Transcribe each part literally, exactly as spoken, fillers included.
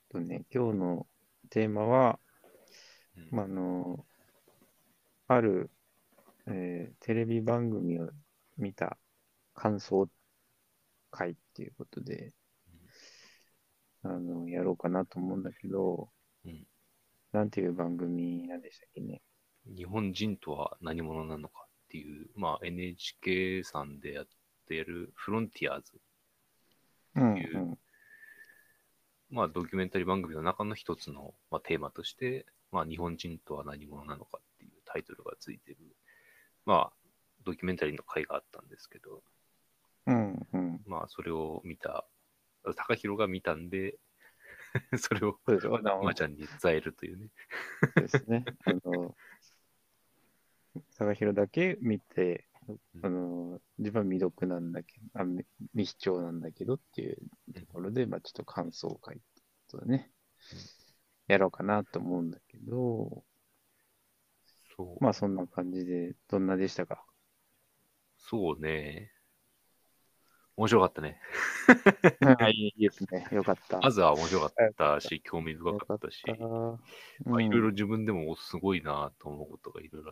とね、今日のテーマは、 うんまあ、あの、ある、えーテレビ番組を見た感想会っていうことで、あの、やろうかなと思うんだけど、 うんなんていう番組なんでしたっけね。 日本人とは何者なのかっていう、まあ、エヌエイチケー さんでやっているフロンティアーズうん、 という、 うん、 まあ、ドキュメンタリー番組の中の一つの、まあ、テーマとして、まあ、日本人とは何者なのかっていうタイトルがついている、まあ、ドキュメンタリーの回があったんですけど、 うん、うん。 まあ、それを見た、高弘が見たんで、それをそうですよ。あの、 まーちゃんに伝えるというね。 そうですね。あの、高弘だけ見て、 うんあの、自分は未読なんだけど、あ、未未視聴なんだけどっていううんところで、まあ、ちょっと感想会ってことでね、 うんやろうかなと思うんだけど、 そう、 まあそんな感じで、どんなでしたか？ そうね。面白かったね。 はい、いいですね。よかった。 まずは面白かっよかった。 たし、興味深かっよかった。 たし、まあ、いろいろうん。 自分でもすごいなと思うことがいろいろあって、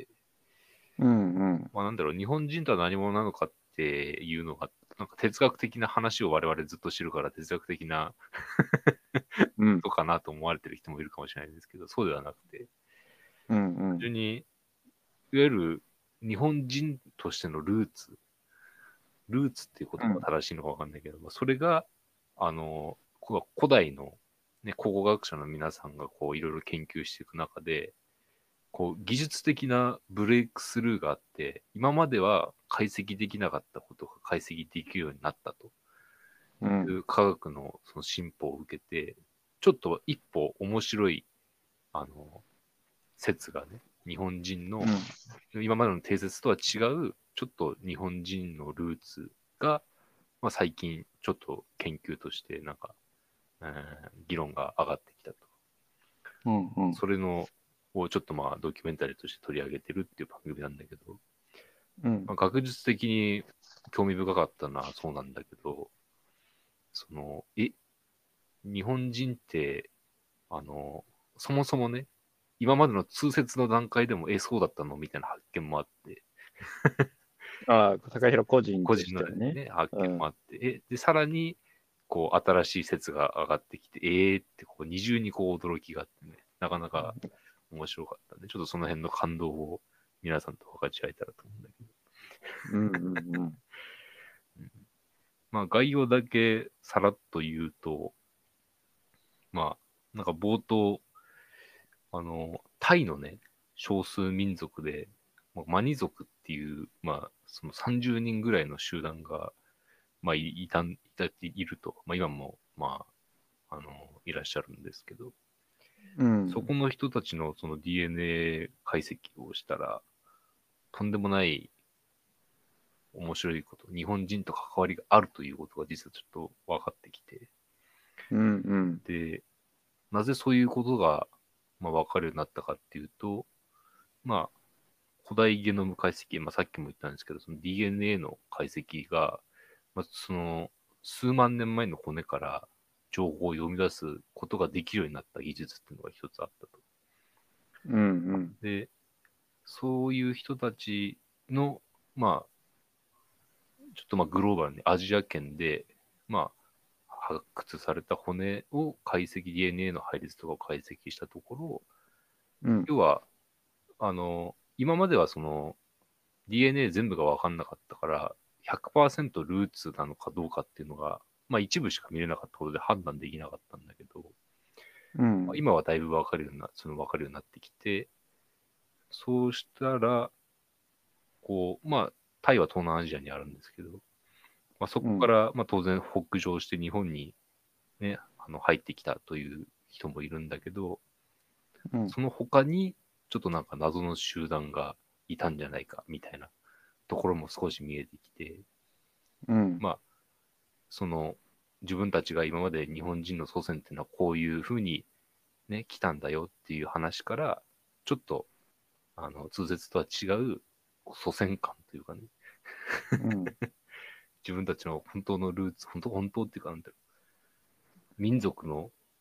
うん、うん。 まあなんだろう、日本人とは何者なのかっていうのが、なんか哲学的な話を我々ずっと知るから哲学的なうん、 ことかなと思われてる人もいるかもしれないですけど、そうではなくて、 うん、うん。 単純に、いわゆる日本人としてのルーツ、ルーツっていう言葉うん、 が正しいのかわかんないけど、まあそれが、あの、こ古代の、ね、考古学者の皆さんがこういろいろ研究していく中で、こう技術的なブレイクスルーがあって、今までは解析できなかったことが解析できるようになったとうん、 いう科学のその進歩を受けて、ちょっと一歩面白い、あの、説がね、日本人の今までの定説とは違う、ちょっと日本人のルーツが、まあ、最近ちょっと研究としてなんか、えー議論が上がってきたと。 うん、うん、 それのをちょっとまあドキュメンタリーとして取り上げてるっていう番組なんだけど、 うん、 まあ、学術的に興味深かったのはそうなんだけど、その、え、日本人って、あの、そもそもね、今までの通説の段階でも、え、そうだったのみたいな発見もあって、 ああ、高弘個人と個人のしてはね。 ね、発うん、 見もあって、え、で、さらに、こう、新しい説が上がってきて、えーって、こう、二重にこう、驚きがあってね、なかなか面白かったんで、ちょっとその辺の感動を皆さんと分かち合えたらと思うんだけど。 うん、うん、うん。 うん、まあ、概要だけさらっと言うと、まあ、なんか冒頭、あの、タイのね、少数民族で、まあマニ族っていう、まあ、そのさんじゅうにんぐらいの集団が、まあ、いいたん、いた、いると。まあ、今も、まあ、あの、いらっしゃるんですけど、 うん、 そこの人たちのその ディーエヌエー 解析をしたら、とんでもない面白いこと、日本人と関わりがあるということが実はちょっと分かってきて、 うん、うん、 で、なぜそういうことが、まあ、分かるようになったかっていうと、まあ、古代ゲノム解析、まあ、さっきも言ったんですけど、その ディーエヌエー の解析が、まあ、その数万年前の骨から情報を読み出すことができるようになった技術っていうのが一つあったと。 うん、 で、そういう人たちの、まあ、ちょっとまあグローバルにアジア圏で、まあ、発掘された骨を解析、ディーエヌエー の配列とかを解析したところ、 うん、 要は、あの、今まではその ディーエヌエー 全部が分かんなかったから、ひゃくパーセントルーツなのかどうかっていうのが、まあ一部しか見れなかったことで判断できなかったんだけど、 うん、 今はだいぶ分かるような、その分かるようになってきて、そうしたら、こう、まあ、タイは東南アジアにあるんですけど、まあ、そこうん、 から、まあ、当然北上して日本に、ね、あの入ってきたという人もいるんだけど、 うん、 その他にちょっとなんか謎の集団がいたんじゃないかみたいなところも少し見えてきて、 うん、 まあ、その自分たちが今まで日本人の祖先っていうのはこういうふうにね、来たんだよっていう話から、ちょっとあの通説とは違う祖先感というかね、 うん、 自分たちの本当のルーツ、本当本当っていうかなんだろう、民族の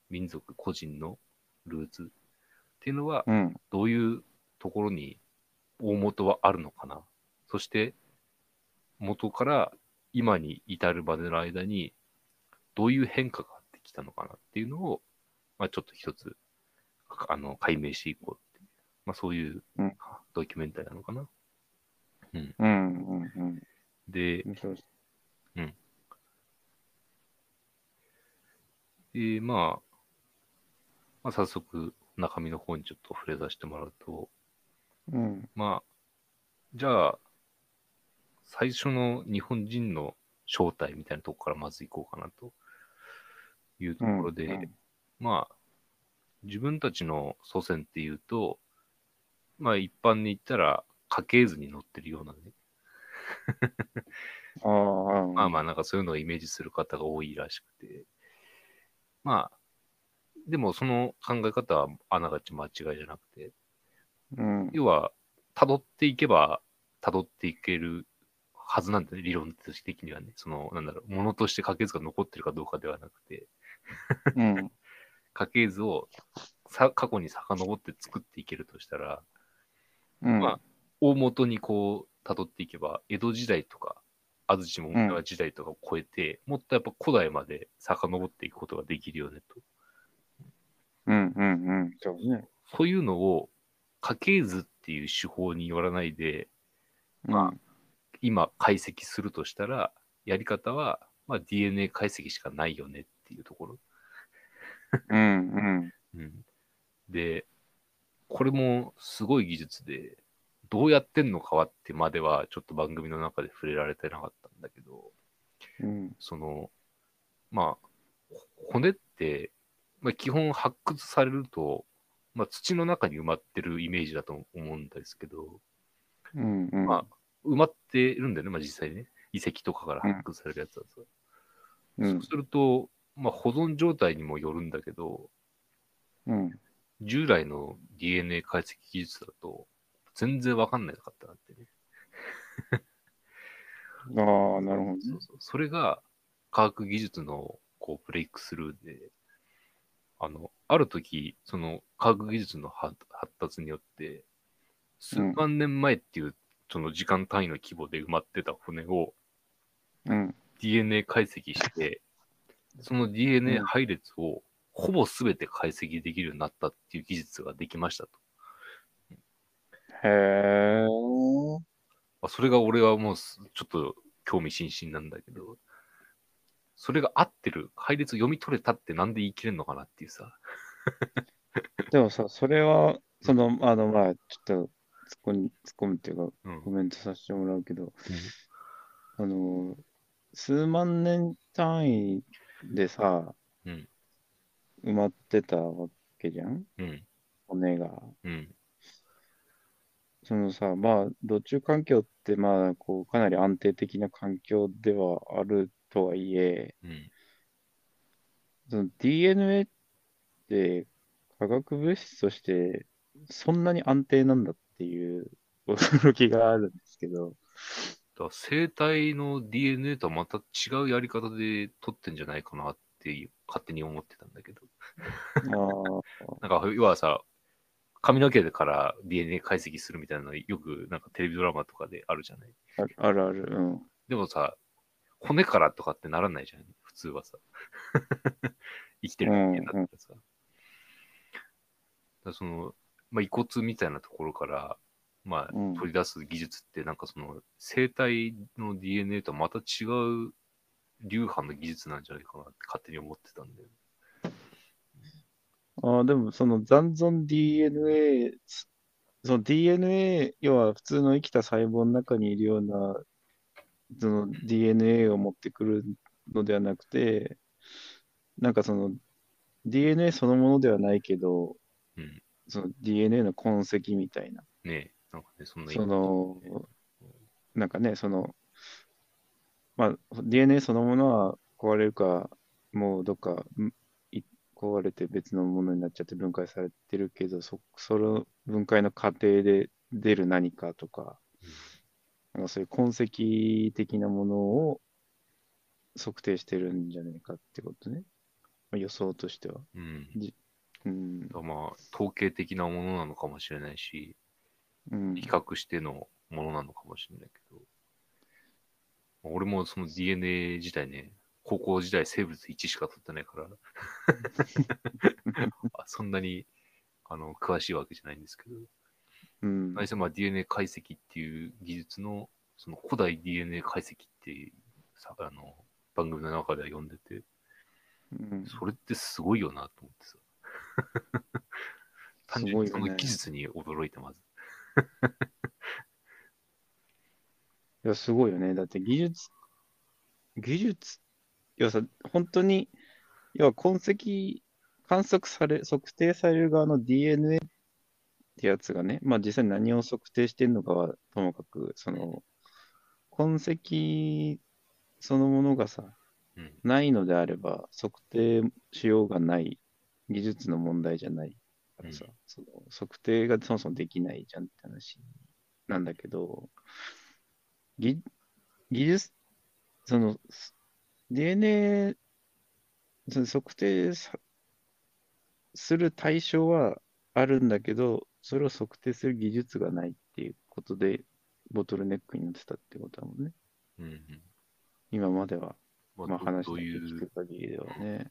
民族個人のルーツっていうのは、 うん。 どういうところに大元はあるのかな。そして、元から今に至るまでの間に、どういう変化があってきたのかなっていうのを、まあ、ちょっと一つ、あの、解明していこうっていう、まあ、そういううん。 ドキュメンタリーなのかな。うん。 うん。うん。 で、 うん。そううん。で、まあ、まあ、早速、中身の方にちょっと触れさせてもらうと、 うん。 まあ、じゃあ、最初の日本人の正体みたいなところからまず行こうかなというとうん。 ころで、 うん。 まあ、自分たちの祖先っていうと、まあ一般に言ったら家系図に載ってるようなね。 ああ、 まあまあなんかそういうのをイメージする方が多いらしくて。まあ、でもその考え方はあながち間違いじゃなくて、 うん。 要は、辿っていけば辿っていけるはずなんだね、理論的にはね。その、なんだろう、ものとして家系図が残ってるかどうかではなくて、 うん。 家系図をさ過去に遡って作っていけるとしたら、まあ、 うん。 大元にこう、辿っていけば、江戸時代とか、安土桃うん。 山時代とかを超えて、もっとやっぱ古代まで遡っていくことができるよねと。 うん。うん。うん。そうね。 そういうのを、家系図っていう手法によらないで、まあ、 うん。 今解析するとしたら、やり方は、まあ、ディーエヌエー 解析しかないよねっていうところ。 うん。うん。 うん、で、これもすごい技術で、どうやってんのかはってまでは、ちょっと番組の中で触れられてなかったんだけど、 うん。 その、まあ、骨って、まあ、基本発掘されると、まあ、土の中に埋まってるイメージだと思うんですけど、 うん。うまあ、 ん。 埋まってるんだよね、まあ、実際にね。遺跡とかから発掘されるやつだと。 うん。 そうすると、まあ、保存状態にもよるんだけど、 うん。 従来の ディーエヌエー 解析技術だと、全然わかんないかったなってね。 ああ、なるほどね。 そうそう。それが科学技術のこうブレイクスルーで、あの、ある時、その科学技術の発達によって、数うん。 万年前っていうその時間単位の規模で埋まってた骨をうん。 ディーエヌエー 解析して、その ディーエヌエーうん。 配列をほぼ全て解析できるようになったっていう技術ができましたと。 へえ。 まあそれが俺はもうちょっと興味津々なんだけど、それが合ってる、配列読み取れたってなんで言い切れんのかなっていうさ。 でもさ、それは、その、あの、まあ、ちょっと、突っ込み、突っ込むっていうか、 うん。 コメントさせてもらうけど、 うん。 あの、数万年単位でさ、 うん。 埋まってたわけじゃんうん。 骨が。 うん。 そのさ、まあ、土中環境って、まあ、こう、かなり安定的な環境ではあるとはいえ、 うん。 その ディーエヌエー って化学物質としてそんなに安定なんだっていう驚きがあるんですけど、 だから生体の ディーエヌエー とはまた違うやり方で取ってんじゃないかなっていう勝手に思ってたんだけど。 ああ、 なんか、要はさ、髪の毛から ディーエヌエー 解析するみたいなのよくなんかテレビドラマとかであるじゃない。 あるあるある、うん。 でもさ、骨からとかってならないじゃん。普通はさ。生きてうる人ん、うん、 間だったらさ。だからその、まあ、遺骨みたいなところから、まあ、 うん。 取り出す技術ってなんかその生体の ディーエヌエー とはまた違う流派の技術なんじゃないかなって勝手に思ってたんだよね。 ああ、でもその残存 ディーエヌエー、その ディーエヌエー、要は普通の生きた細胞の中にいるような、その ディーエヌエー を持ってくるのではなくて、なんかその ディーエヌエー そのものではないけど、 うん。 その ディーエヌエー の痕跡みたいな、 ねえ、なんかね、そんなイメそージだね。 の、なんかね、その、まあ、ディーエヌエー そのものは壊れるか、もうどっかんい壊れて別のものになっちゃって分解されてるけど、そ、その分解の過程で出る何かとか、 うん。 なんかそういう痕跡的なものを測定してるんじゃないかってことね。 予想としては。 うん。 じうん。 まあ、統計的なものなのかもしれないし、 うん。 比較してのものなのかもしれないけど、俺もその ディーエヌエー 自体ね、高校時代生物いちしか取ってないからあ、そんなにあの詳しいわけじゃないんですけど、 うん。 何せまあ ディーエヌエー 解析っていう技術の、その古代 ディーエヌエー 解析っていうさあの番組の中では読んでて、 うん。 それってすごいよなと思ってさ。単す純にその技ごいよね。 術に驚いてます。 いや、すごいよね。だって技術、技術、いやさ、本当に、要は痕跡観測され、測定される側の ディーエヌエー ってやつがね、まあ実際に何を測定してるのかはともかく、その痕跡そのものがさ、 うん。 ないのであれば、測定しようがない技術の問題じゃないかうん。 らさ、その測定がそもそもできないじゃんって話なんだけど、技、技術、その ディーエヌエー、その測定さする対象はあるんだけど、それを測定する技術がないっていうことで、ボトルネックになってたってことだもんね。 うん。うん。 今までは、 まあ、 まあどどう話だけ聞いう、 く限りではね。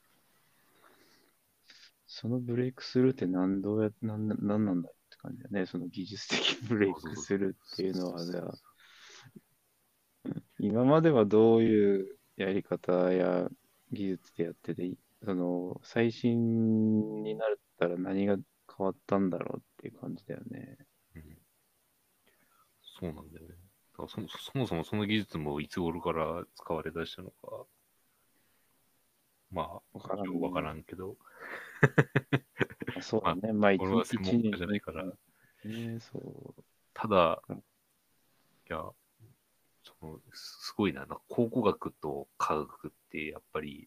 そのブレイクスルーって何どうや、なん、なんなんだって感じだね。その技術的ブレイそうそうクスルーっていうのは、じゃあ、 そうそ今まではどういうやり方や技術でやってて、その、最新になったら何が変わったんだろうっていう感じだよね。 う。うん。そうなんだよね。だからそもそもそもその技術もいつ頃から使われ出したのか、まあ、 わからよくわかんね。 らんけど、 あ、そうまあ、 だね。まあ、一、 俺は専門一年、 家じゃないから、 ね、そただ、 う。 いや、その、すごいな、なんか考古学と科学ってやっぱり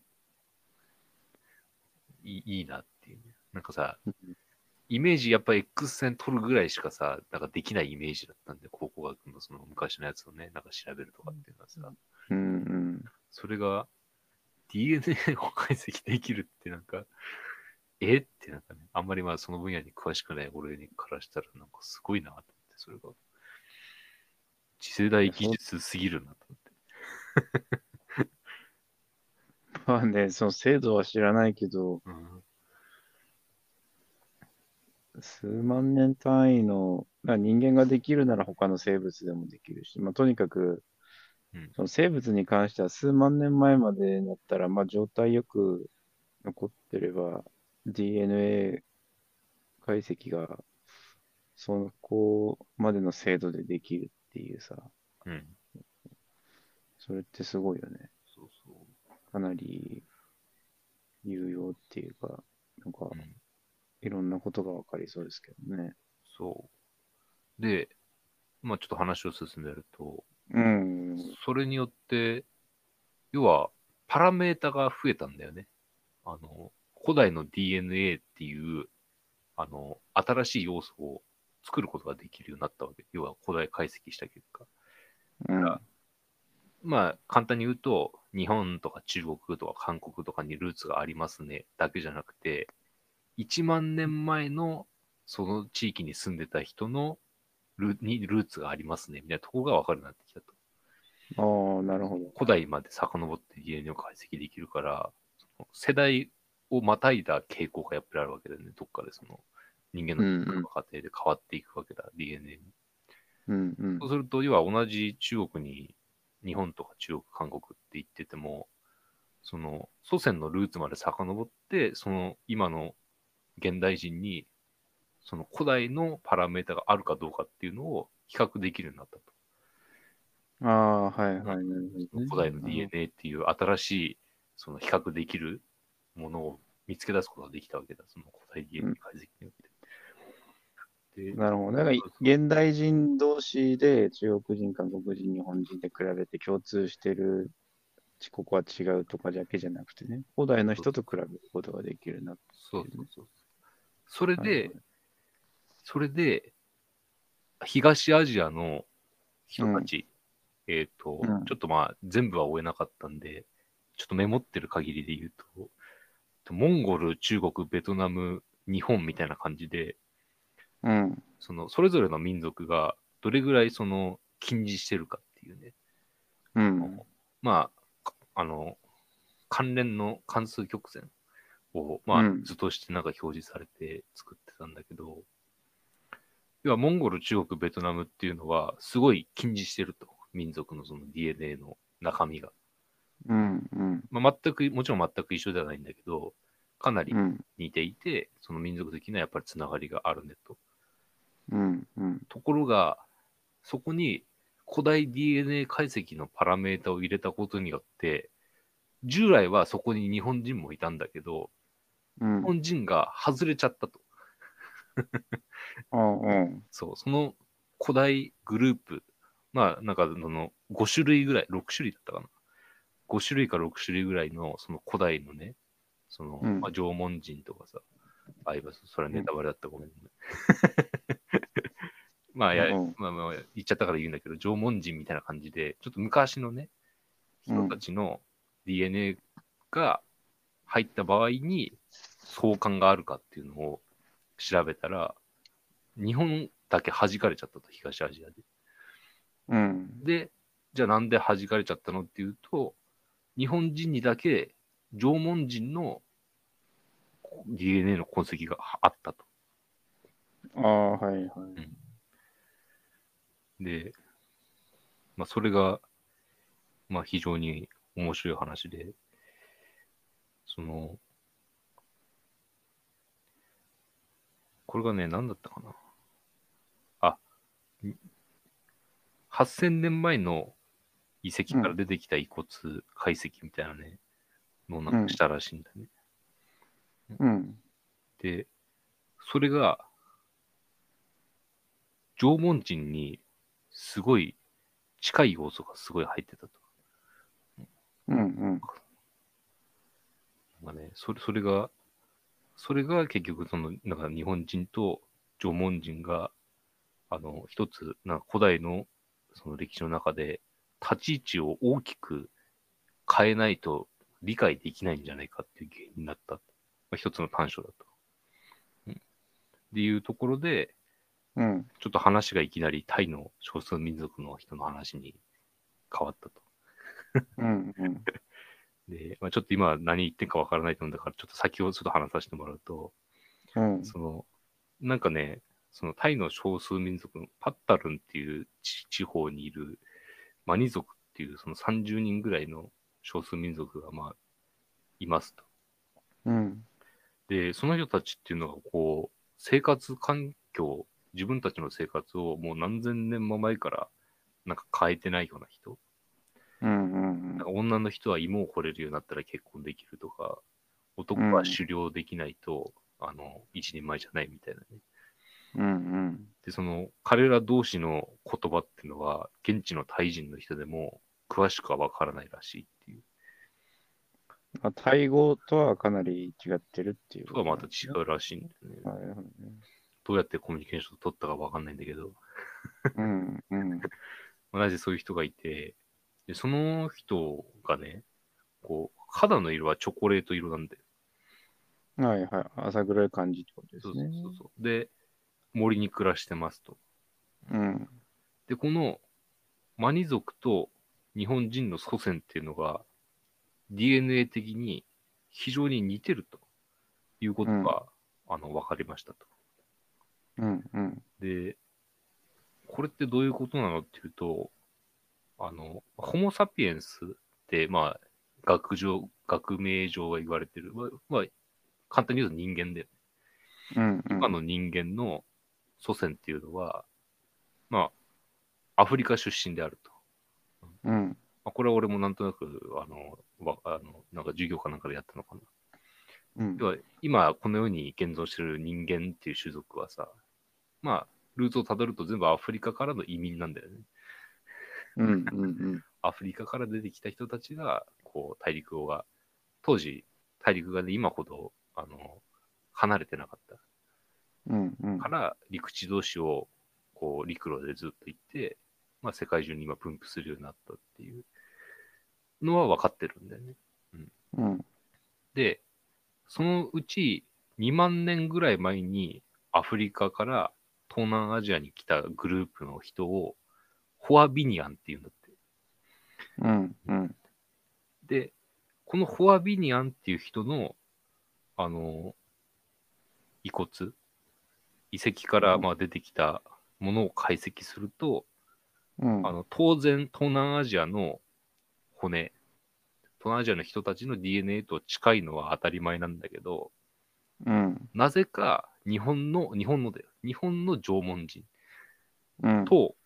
いいいいなっていうね。なんかさ、イメージやっぱり X 線取るぐらいしかさ、なんかできないイメージだったんで、考古学のその昔のやつをね、なんか調べるとかっていうのはさ、 うんうん。 それが ディーエヌエー を解析できるってなんか、えってなんかね、あんまりまあその分野に詳しくない俺にからしたらなんかすごいなと思って、それが次世いや、 代技そう、 術すぎるなと思って。 まあね、その制度は知らないけど、 うん。 数万年単位の、まあ、人間ができるなら他の生物でもできるし、まあ、とにかく、 うん。 その生物に関しては数万年前までだったら、まあ、状態よく残ってれば、ディーエヌエー 解析がそこまでの精度でできるっていうさ、 うん。 それってすごいよね。 そうそう。 かなり有用っていうか、なんかうん。 いろんなことがわかりそうですけどね。 そう。で、まあちょっと話を進めると、 うん。 それによって、要は、パラメータが増えたんだよね。あの、古代の ディーエヌエー っていう、あの、新しい要素を作ることができるようになったわけ。要は古代解析した結果。 うん。 まあ、簡単に言うと、日本とか中国とか韓国とかにルーツがありますね、だけじゃなくて、いちまん年前のその地域に住んでた人のルにルーツがありますね、みたいなところが分かるようになってきたと。 ああ、なるほど。 古代まで遡って ディーエヌエー を解析できるから、その世代をまたいだ傾向がやっぱりあるわけだよね。どっかでその人間のうんうん。 過程で変わっていくわけだ、ディーエヌエー に。 うんうん。 そうすると、要は同じ中国に日本とか中国、韓国って言ってても、その祖先のルーツまで遡って、その今の現代人にその古代のパラメータがあるかどうかっていうのを比較できるようになったと。 ああ、はいうん、 はい、なるほどね。 古代のなるほディーエヌエー っていう新しいその比較できるものを見つけ出すことができたわけだ。その古代ど。うディーエヌエーん、 解析によって。で、 なるほど。だから、 そうそう現代人同士で中国人、韓国人、日本人で比べて共通してるここは違うとかだけじゃなくてね、古代のそう人と比べることができるようになってるね。 そうそうそう。それはいはい。 で、それで、東アジアのうん、 人たち、えっ、と、ちょうん、 っとまあ、全部は追えなかったんで、ちょっとメモってる限りで言うと、 モンゴル、中国、ベトナム、日本みたいな感じで、 うん。 そのそれぞれの民族がどれぐらいその近似してるかっていうね、 うん。 まあ、あの、関連の関数曲線を、まあ、 うん。 図としてなんか表示されて作ってたんだけど、要はモンゴル、中国、ベトナムっていうのは、すごい近似してると。民族のその ディーエヌエー の中身が。 うん。うん。 まあ、全く、もちろん全く一緒ではないんだけど、かなりうん。 似ていて、その民族的なやっぱりつながりがあるねと。 うん。うん。 ところが、そこに古代 ディーエヌエー 解析のパラメータを入れたことによって、従来はそこに日本人もいたんだけど、 うん。 日本人が外れちゃったと。 あ、うん。 そう、その古代グループ、まあ、なんかそのご種類ぐらい、ろく種類だったかな。ご種類かろく種類ぐらいのその古代のね、その、 うん。 まあ、縄文人とかさ、あ、今、それはネタバレだったごめんね。まあ、や、 うん。 まあまあ、言っちゃったから言うんだけど、縄文人みたいな感じで、ちょっと昔のね、人たうん。 ちの ディーエヌエー が入った場合に相関があるかっていうのを調べたら、日本だけ弾かれちゃったと、東アジアで。 うん。 で、じゃあなんで弾かれちゃったのっていうと、日本人にだけ縄文人の ディーエヌエー の痕跡があったと。 ああ、はいはい。 うん、で、まあ、それが、まあ、非常に面白い話で、その、これがね、何だったかな。あ、はっせんねんまえの遺跡からうん。 出てきた遺骨解析みたいなね、のをなんうん。 かしたらしいんだね。 うん。 で、それが縄文人にすごい近い要素がすごい入ってたと。 うん。うん。 まあね、それ、それが、それが結局その、なんか日本人と縄文人が、あの、一つ、なんか古代のその歴史の中で立ち位置を大きく変えないと理解できないんじゃないかっていう原因になった。まあ、一つの短所だと。うん、っていうところで、 うん。 ちょっと話がいきなりタイの少数民族の人の話に変わったと。 うん。うん。 で、まあ、ちょっと今何言ってんかわからないと思うんだから、ちょっと先をちょっと話させてもらうと、 うん。 その、なんかね、そのタイの少数民族のパッタルンっていう地方にいるマニ族っていうそのさんじゅうにんぐらいの少数民族がまあいますと。 うん。 で、その人たちっていうのがこう、生活環境、自分たちの生活をもう何千年も前からなんか変えてないような人。 うん。 なんか女の人は芋を掘れるようになったら結婚できるとか、 うん。 男は狩猟できないと、あの、一人前じゃないみたいなね。 うん。 で、その、彼ら同士の言葉っていうのは、現地のタイ人の人でも詳しくはわからないらしいっていう。 あ、タイ語とはかなり違ってるっていうこととはまた違なんですね。 うらしいんだよね。 はいはい。 どうやってコミュニケーションを取ったかわかんないんだけど、 うん。うん。 同じそういう人がいて、で、その人がね、こう、肌の色はチョコレート色なんだよ。 はいはい。朝黒い感じってことでそうすね。 そうそう。で、森に暮らしてますと。 うん。 で、このマニ族と日本人の祖先っていうのが ディーエヌエー 的に非常に似てるというこうん。 とが、あの、分かりましたと。 うん。うん。 で、これってどういうことなのっていうと、あの、ホモ・サピエンスって、まあ、学上、学名上は言われてる。まあ、まあ簡単に言うと人間で、 うん。うん。 今の人間の祖先っていうのは、まあ、アフリカ出身であると。 うん。 まあ、これは俺もなんとなく、あの、わあのなんか授業かなんかでやったのかな。 うん。 要は、今、この世に現存している人間っていう種族はさ、まあ、ルーツをたどると全部アフリカからの移民なんだよね。 うん。うん。 アフリカから出てきた人たちが、こう、大陸語が、当時、大陸がね、今ほど、あの、離れてなかったうん。うん。 から、陸地同士を、こう、陸路でずっと行って、まあ、世界中に今分布するようになったっていうのは分かってるんだよね。うん、 うん。 で、 そのうちにまんねんぐらい前にアフリカから東南アジアに来たグループの人をホアビニアンっていうんだって。 うんうん。 で、このホアビニアンっていう人の、あの、遺骨、遺跡からまあ出てきたものを解析すると、 うん。 あの当然東南アジアの骨、東南アジアの人たちの ディーエヌエー と近いのは当たり前なんだけど、 うん。 なぜか日本の、日本のだよ。日本の縄文人うん。 と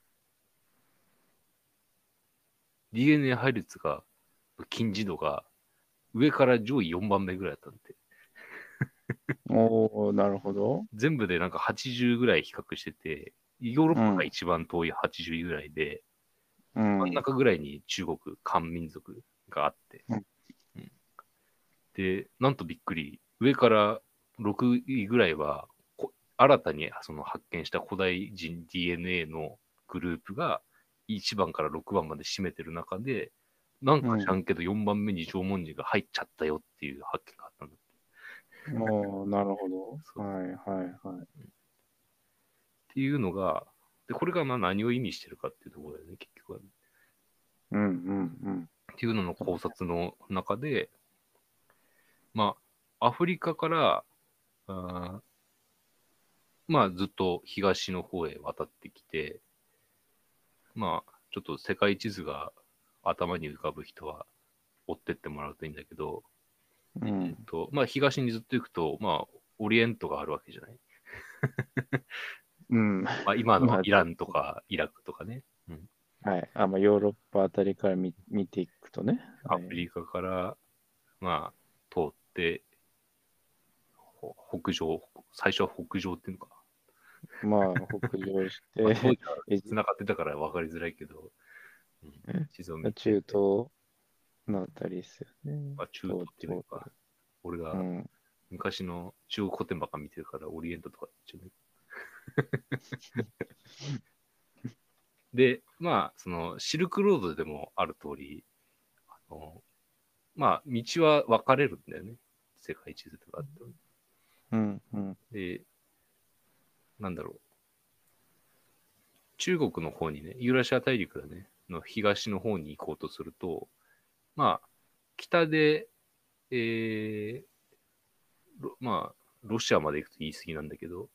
ディーエヌエー 配列が、近似度が上から上位よんばんめぐらいだったんで、 おー、なるほど。 全部でなんかはちじゅうぐらい比較してて、ヨーロッパがうん。 一番遠いはちじゅうぐらいで、真んうん。 中ぐらいに中国、漢民族があって、 うん。 うん、で、なんとびっくり、上からろくいぐらいは、新たにその発見した古代人 ディーエヌエー のグループがいちばんからろくばんまで占めてる中で、なんか知らんけどよんばんめに縄文人が入っちゃったよっていう発見があったんだって。 おー、なるほど。 そうはいはいはい。 っていうのが、で、これがまあ何を意味してるかっていうところだよね、結局は、ね。 うんうんっていうのの考察の中で、まあ、アフリカから、あまあ、ずっと東の方へ渡ってきて、まあ、ちょっと世界地図が頭に浮かぶ人は追ってってもらうといいんだけど、 うん。うえっん。 と、まあ、東にずっと行くと、まあ、オリエントがあるわけじゃない。 うん。 まあ、今のまあ、 イランとかイラクとかね、うん、 はい。あ、まあ、ヨーロッパあたりから見、見ていくとね。はい。 アフリカから、まあ、通って、ほ北上、最初は北上っていうのかまあ、北上しな。まあ、当て、 時はエジ繋がってたから分かりづらいけど、うん、地図を見て、 中東のあたりですよね。 まあ、中と東っていうのか、 通って。 俺がうん。 昔の中国古典ばっか見てるからオリエントとかって言っちゃうね。で、まあ、そのシルクロードでもある通り、あのまあ、道は分かれるんだよね。世界地図とかあって。 うんうん。 で、なんだろう。中国の方にね、ユーラシア大陸だね、の東の方に行こうとすると、まあ、北で、えー、まあ、ロシアまで行くと言い過ぎなんだけど、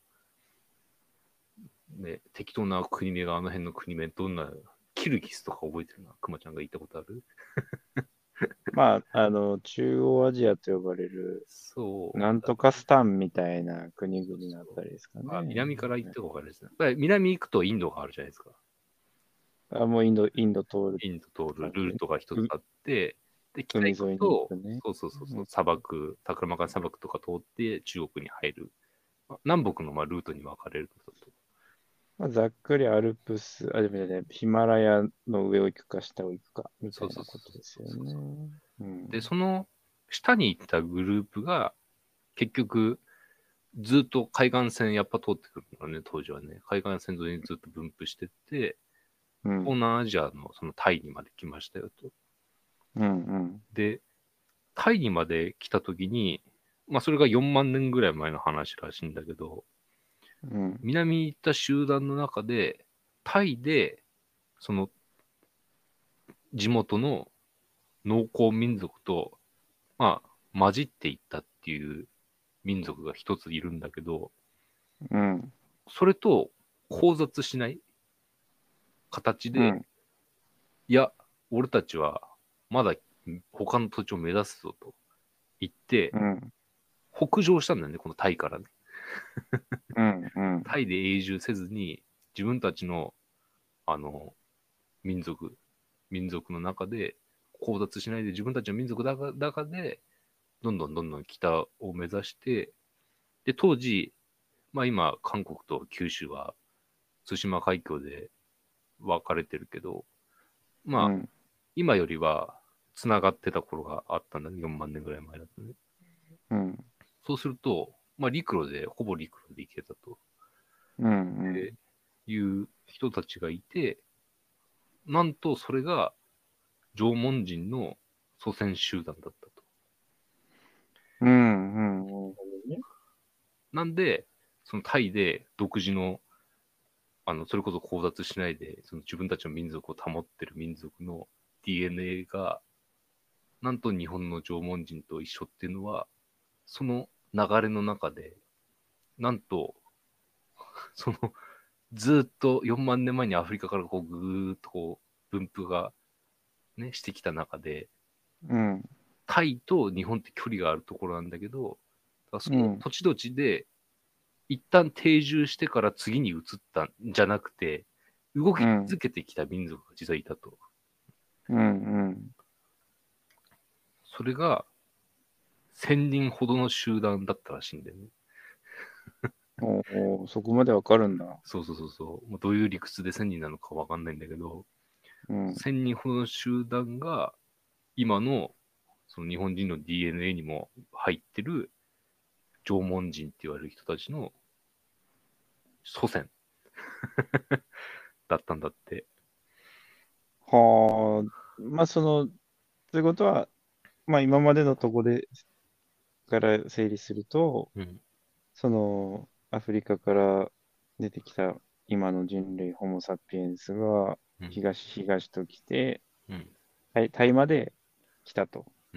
ね、適当な国名があの辺の国名、どんな、キルギスとか覚えてるな。くまちゃんが行ったことある？ まあ、あの、中央アジアと呼ばれる、 そう。 なんとかスタンみたいな国そう 々のあそうたりですかあ、 ね。 南から行った方があれですね。やっぱり南行くとインドがあるじゃないですか。 あ、もうインド、インド通るインド通る感じで、 ルートが一つうあって、で、北行く海沿いに行と、 くね。 そうそうそうそう、 うん、 砂漠、タクラマカン砂漠とか通って中国に入る。南北のまあルートに分かれるのだと。 まあ、ざっくりアルプス、あ、でもね、ヒマラヤの上を行くか下を行くか、みたそうそういなことですよそうそうそう。 ね。うで、 ん。 その下に行ったグループが、結局、ずっと海岸線やっぱ通ってくるのね、当時はね。海岸線沿いにずっと分布してって、 うん。 東南アジアのそのタイにまで来ましたよと。 うん。うん。 で、タイにまで来た時に、まあそれがよんまんねんぐらい前の話らしいんだけど、 うん。 南に行った集団の中で、タイで、その地元の農耕民族と、まあ、混じっていったっていう民族が一ついるんだけど、 うん。 それと交雑しない形で、 うん。 いや、俺たちはまだ他の土地を目指すぞと言って、 うん。 北上したんだよね、このタイからね。 うん。うん。 タイで永住せずに、自分たちの、あの、民族、民族の中で交雑しないで、自分たちの民族の中で、どんどんどんどん北を目指して、で、当時、まあ今、韓国と九州は対馬海峡で分かれてるけど、まあ、 うん。 今よりは繋がってた頃があったんだね、よんまんねんぐらい前だとね。 うん。 そうすると、まあ陸路で、ほぼ陸路で行けたとうん。 いう人たちがいて、なんとそれが縄文人の祖先集団だったと。 うん、うん、なるほどね。 なんで、そのタイで独自の、あの、それこそ交雑しないで、その自分たちの民族を保ってる民族の ディーエヌエー が、なんと日本の縄文人と一緒っていうのは、その流れの中で、なんと、その、ずーっとよんまん年前にアフリカからこうぐーっとこう分布がね、してきた中で、 うん、 タイと日本って距離があるところなんだけど、だからそうん、 の土地土地で一旦定住してから次に移ったんじゃなくて、動きうん、 続けてきた民族が実はいたと。 うん、うん。 それがせんにんほどの集団だったらしいんだよね。 おお、そこまでわかるんだ。 そうそうそうそう。どういう理屈でせんにんなのかわかんないんだけど、 うん、 せんにんほどの集団が今のその日本人の ディーエヌエー にも入ってる縄文人って言われる人たちの祖先だったんだって。 はあ、まあ、その、ということは、まあ、今までのとこでから整理すると、 うん。 その、アフリカから出てきた今の人類、ホモ・サピエンスがうん。 東東と来て、 うん。 タイ、タイまで来たと。 うん。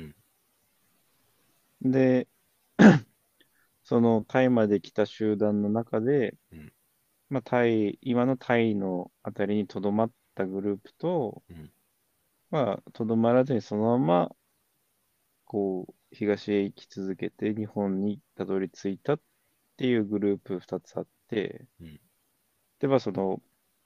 で、そのタイまで来た集団の中で、 うん。 まあ、タイ、今のタイのあたりにとどまったグループと、 うん。 まあ、とどまらずにそのまま、こう、東へ行き続けて日本にたどり着いたっていうグループふたつあって、 うん。 で、まあ、その、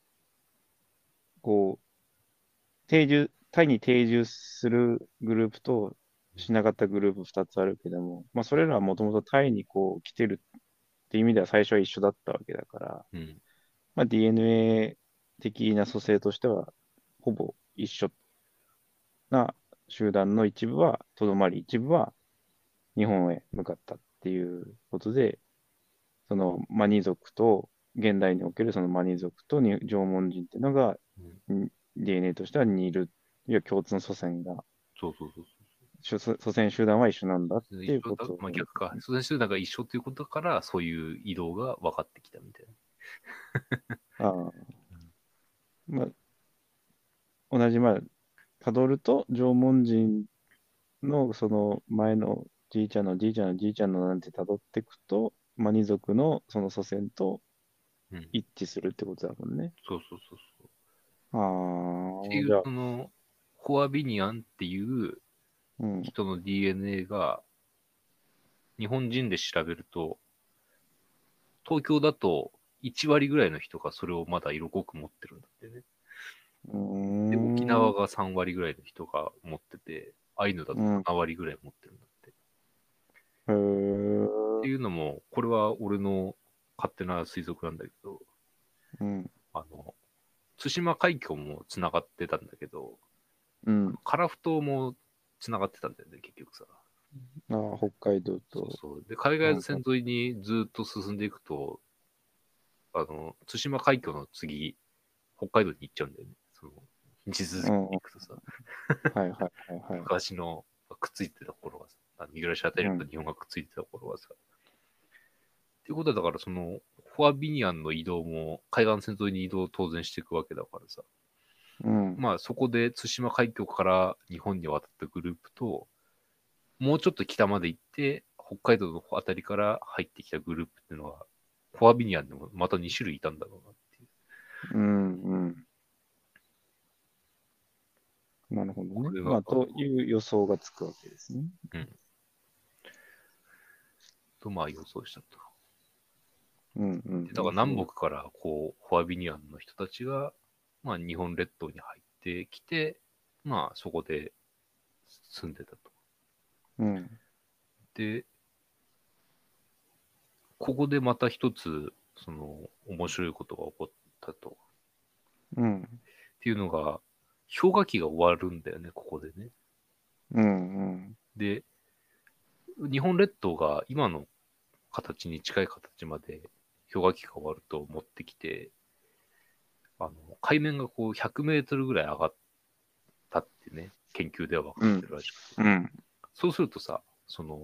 こう、定住、タイに定住するグループとしなかったグループふたつあるけども、まあ、それらはもともとタイにこう来てるっていう意味では最初は一緒だったわけだから、 うん。 まあ、ディーエヌエー 的な組成としては、ほぼ一緒な集団の一部はとどまり、一部は日本へ向かったっていうことで、そのマニ族と、現代におけるそのマニ族とに縄文人っていうのが、 うん。 ん ディーエヌエー としては似る、いや共通の祖先が、 そうそうそう祖祖先集団は一緒なんだっそう。 ていう一緒だ、 ことを、 まあ逆か。祖先集団が一緒ということから、そういう移動が分かってきたみたいああ、 な。 まあ、同じ、まあ、たどると縄文人のその前のじいちゃんのじいちゃんのじいちゃんのなんて辿っていくと、マニ族のその祖先とうん。うん。 一致するってことだもんね。 そうそうそうそう。 ああ、 っていう、 じゃあ、 その、ホアビニアンっていううん、 人の ディーエヌエー が、日本人で調べると、東京だといち割ぐらいの人がそれをまだ色濃く持ってるんだってね。 うーで、沖ん、う縄がさん割ぐらいの人が持ってて、アイヌだとん、 なな割ぐらい持ってるんだって。っへえ、 ていうのも、これは俺の勝手な推測なんだけど、 うん、 あの、対馬海峡も繋がってたんだけど、 うん、 樺太も繋がってたんだよね、結局さ。 ああ、北海道と、 そうそう。で、海うん、 岸線沿いにずっと進んでいくと、あの、対馬海峡の次、北海道に行っちゃうんだよね。その、地続きうん、はいに行くとさ、 はいはいはい。 昔のくっついてたところがさ、あのユーラシア大陸とうん、 日本がくっついてたところがさ、っていうことはだからその、フォアビニアンの移動も海岸線沿いに移動を当然していくわけだからさ、 うん、 まあそこで対馬海峡から日本に渡ったグループと、もうちょっと北まで行って、北海道のあたりから入ってきたグループっていうのは、フォアビニアンでもまたに種類いたんだろうなっていう。 うん、うん。なるほどね。 これが、 まあ、という予想がつくわけですね。 うん、とまあ予想したと。 うん、うん、 でだから面白い。 南北からこう、フォアビニアンの人たちが、まあ日本列島に入ってきて、まあそこで住んでたと。 うん、 で、ここでまた一つ、その、面白いことが起こったと。っうん、 ていうのが、氷河期が終わるんだよね、ここでね。 うん、うん、 で、日本列島が今の形に近い形まで氷河期が終わると持ってきて、あの、海面がこうひゃくメートルぐらい上がったってね、研究では分かうん、 ってるらしくて。 うん、 そうするとさ、その、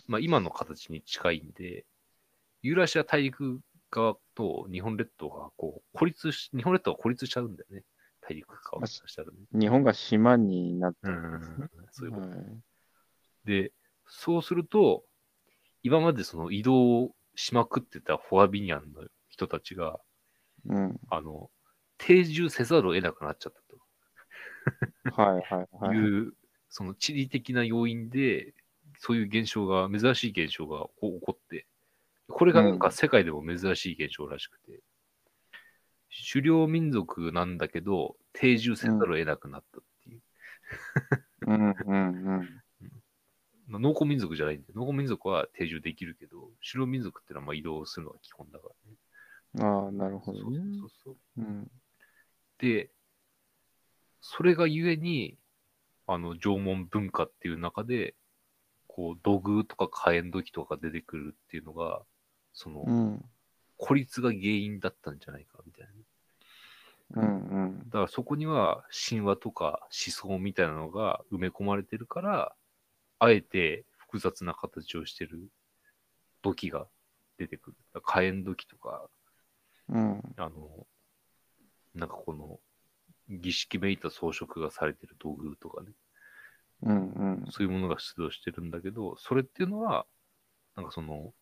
まあ今の形に近いんで、ユーラシア大陸側と日本列島がこう孤立し、日本列島が孤立しちゃうんだよね。大陸側まあ、 からしたらね。 日本が島になっうたわけですね。 ん、そういうこと。 はい。 で、そうすると、今までその移動しまくってたフォアビニアンの人たちが、 うん。 あの、定住せざるを得なくなっちゃったとはいはいはい。 いう、その地理的な要因で、そういう現象が、珍しい現象がこう起こって、これがなんかうん。 世界でも珍しい現象らしくて、狩猟民族なんだけど、定住せうん。 ざるを得なくなったっていう。 うん。うん。うん。 まあ農耕民族じゃないんで、農耕民族は定住できるけど、狩猟民族ってのはまあ移動するのが基本だからね。 ああ、なるほどそうね。 そうそう。 うん。 で、それがゆえに、あの、縄文文化っていう中で、こう、土偶とか火炎土器とかが出てくるっていうのが、その、 うん。 孤立が原因だったんじゃないか、みたいな。 うん。うん。 だからそこには神話とか思想みたいなのが埋め込まれてるから、あえて複雑な形をしてる土器が出てくる。火炎土器とか、 うん。 あの、なんかこの儀式めいた装飾がされてる道具とかね、 うん。うん。 そういうものが出土してるんだけど、それっていうのは、なんかその、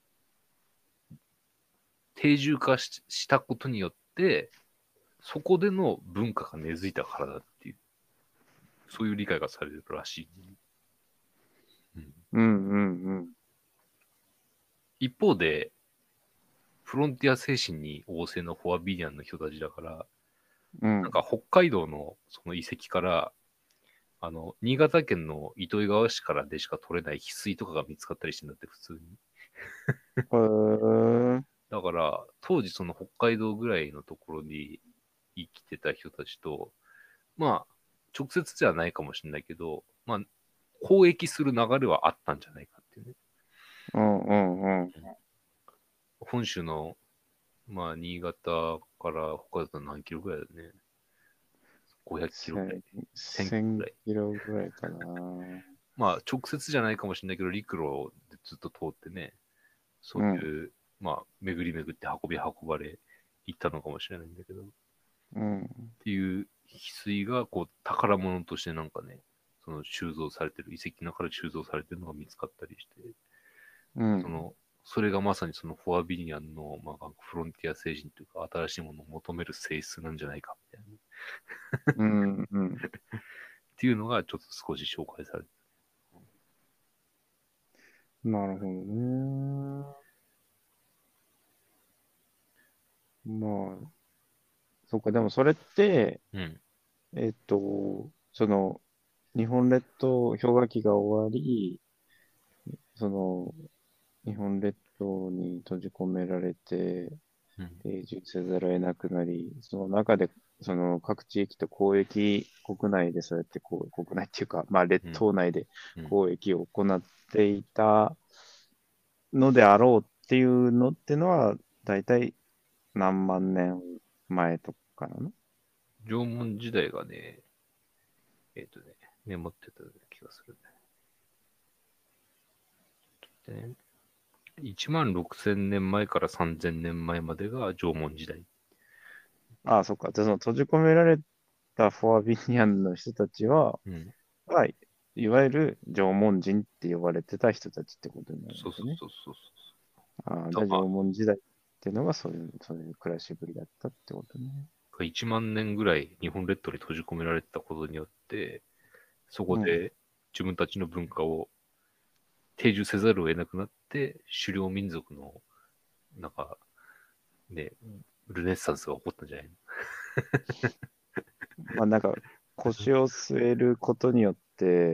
定住化ししたことによって、そこでの文化が根付いたからだっていう、そういう理解がされるらしい。うん、 うん。うん。 一方で、フロンティア精神に旺盛なフォアビリアンの人たちだから、 うん。 なんか北海道のその遺跡から、あの、新潟県の糸魚川市からでしか取れない翡翠とかが見つかったりしてんだって、普通に。 へえ。 だから、当時その北海道ぐらいのところに生きてた人たちと、まあ、直接じゃないかもしれないけど、まあ、交易する流れはあったんじゃないかっていうね。 うん。うん。うん。 本州の、まあ、新潟から北海道の何キロぐらいだよね。ごひゃくキロぐらい。 千、 せんキロぐ千らい。 キロぐらいかな。 まあ、直接じゃないかもしれないけど、陸路でずっと通ってね、そうん。 ういう、まあ、巡り巡って運び運ばれ行ったのかもしれないんだけど、っうん。 ていう翡翠が、こう、宝物としてなんかね、その収蔵されてる、遺跡の中で収蔵されてるのが見つかったりして、 うん。 その、それがまさにそのフォアビリアンの、まあ、フロンティア精神というか、新しいものを求める性質なんじゃないか、みたいな、ね。 うん。うん。 っていうのが、ちょっと少し紹介されてなるほどね。まあ、そっか、でもそれって、 る。うん。 えっと、その、日本列島氷河期が終わり、その、日本列島に閉じ込められて、 うん。 定住せざるを得なくなり、その中で、その各地域と交易、国内でそうやってこう、国内っていうか、まあ列うん。 島内でうん。 交易を行っていたのであろうっていうのってのは、だいたい何万年前とかなの？ 縄文時代がね、えっ、とね、メモってた気がするね。でね、いちまんろくせんねんまえからさんぜんねんまえまでが縄文時代。 ああ、そっか。じゃあその閉じ込められたフォアビニアンの人たちは、 うん。 はい、いわゆる縄文人って呼ばれてた人たちってことになるわそうそうけね。 そうそうああ、じゃあ縄そう。だか文時代っていうのがそういう、そういう暮らしぶりだったってことね。 ら、いちまん年ぐらい日本列島に閉じ込められてたことによって、そこうん、 で自分たちの文化を定住せざるを得なくなって、狩猟民族の、なんか、ね、ルネッサンスが起こったんじゃないの？ まあなんか腰を据えることによって、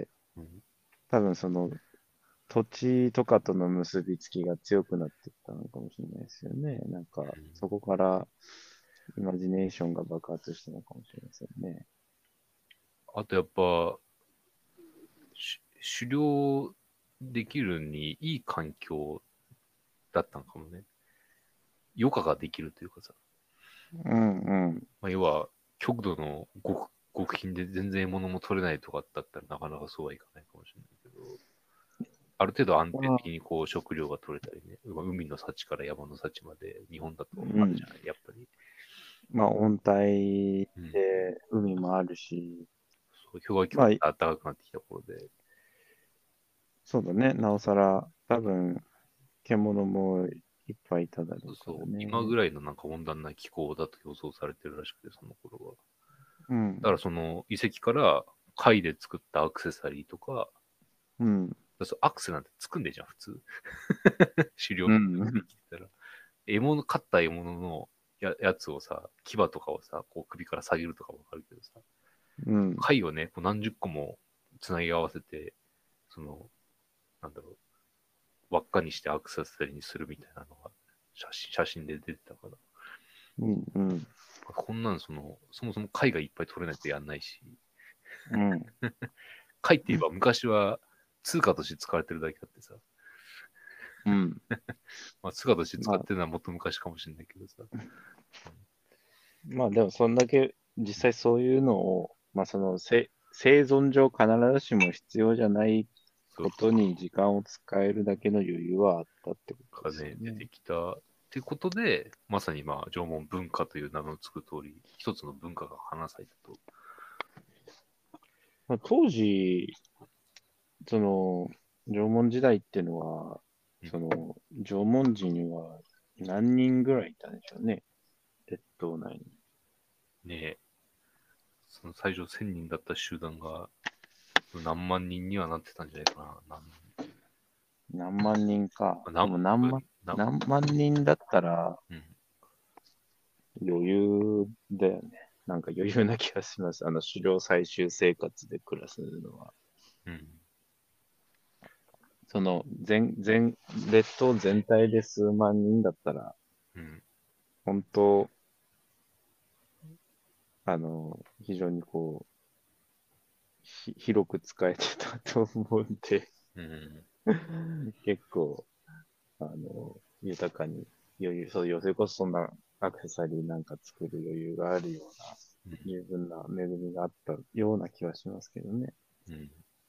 うん。 多分その土地とかとの結びつきが強くなっていったのかもしれないですよね。なんかそこからイマジネーションが爆発したのかもしれませんね。 あとやっぱ、狩猟できるにいい環境だったのかもね。余暇ができるというかさ、 うんうん。 まあ、要は極度の極極貧で全然獲物も取れないとかだったらなかなかそうはいかないかもしれないけど、 ある程度安定的にこう食料が取れたりね、海の幸から山の幸まで日本だとあるじゃない、うん、やっぱり。 まあ温帯で海もあるし、 うん、そう氷河期が暖かくなってきた頃で、まあ。 そうだね、なおさら多分獣もいっぱいいただろうからね。そうそう今ぐらいのなんか温暖な気候だと予想されてるらしくて、その頃は。 うん、 だからその遺跡から貝で作ったアクセサリーとか、 うん、 アクセなんて作んねえじゃん、普通。狩猟う民族ん、 できてたら。獲物、飼った獲物のややつをさ、牙とかをさ、こう首から下げるとかわかるけどさ、 うん、 貝をね、こう何十個もつなぎ合わせて、その、なんだろう、輪っかにしてアクセサリーにするみたいなのが写真写真で出てたから。 うん、うん。 こんなんその、そもそも貝がいっぱい取れないとやんないし、 うん、 貝って言えば昔は通貨として使われてるだけあってさ、 うん。 まあ通貨として使ってるのはもっと昔かもしれないけどさ。 まあでもそんだけ実際そういうのを、まあそのせ生存上必ずしも必要じゃないことに時間を使えるだけの余裕はあったってことですよね。 がね、出てきたってことで、まさにまあ縄文文化という名の付く通り、一つの文化が花咲いたと。 まあ、当時、その縄文時代っていうのは、 うん、 その縄文人には何人ぐらいいたんでしょうね、列島内に。 ねえ、その最初せんにんだった集団が何万人にはなってたんじゃないかな。 何万人か。で何も何万何万人だったら余裕だよね。なんか余裕な気がします。あの狩猟採集生活で暮らすのは。 うん。 その全、全、列島全体で数万人だったら、 うん。 本当、あの、非常にこう、ひ広く使えてたと思うんで、 うん。 結構、あの、豊かに余裕、そういう、それこそそんなアクセサリーなんか作る余裕があるような、十分な恵みがあったような気はしますけどね。 うん。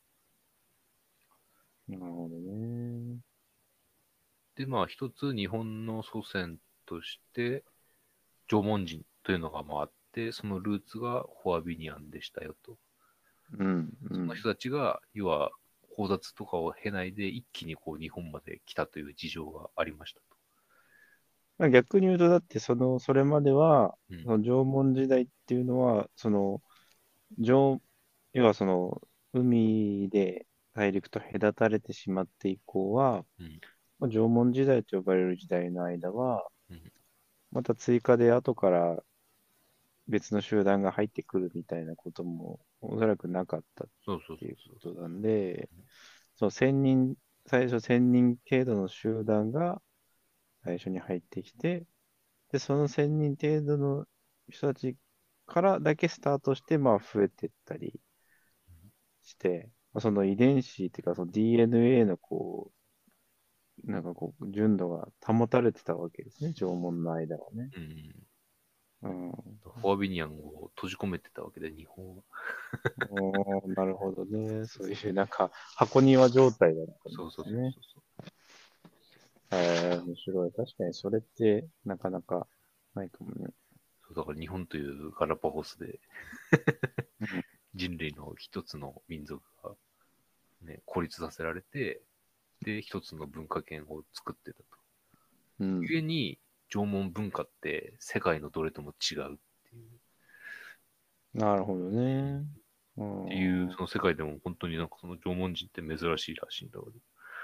なるほどね。 で、まあ一つ日本の祖先として、縄文人というのがまああって、そのルーツがホアビニアンでしたよと。 うん、うん。 その人たちが、要は、交雑とかを経ないで一気にこう日本まで来たという事情がありましたと。 まあ、逆に言うと、だってその、それまでは、 うん。 その縄文時代っていうのは、その、縄、要はその、海で大陸と隔たれてしまって以降は、 うん。 まあ、縄文時代と呼ばれる時代の間は、 うん。 また追加で後から別の集団が入ってくるみたいなこともおそらくなかったっそうそうていうそうそう。 ことなんで、その千人、最初千人程度の集団が最初に入ってきて、で、その千人程度の人たちからだけスタートして、まあ増えていったりして、まあその遺伝子っていうか、その ディーエヌエー のこう、なんかこう、純度が保たれてたわけですね、縄文の間はね。 うん。 うん。 フォアビニアンを閉じ込めてたわけで、日本は。 おー、なるほどね。そういう、なんか、箱庭状態だったんでそうそうすね。 そうそう。 えー、面白い。確かにそれってなかなかないかもね。 そうだから日本というガラパゴスでうん。 人類の一つの民族が、ね、孤立させられて、で、一つの文化圏を作ってたと。 うん。 故に、縄文文化って世界のどれとも違うっていう。 なるほどね。うっていう、 ん。 その世界でも本当になんかその縄文人って珍しいらしいんだけど、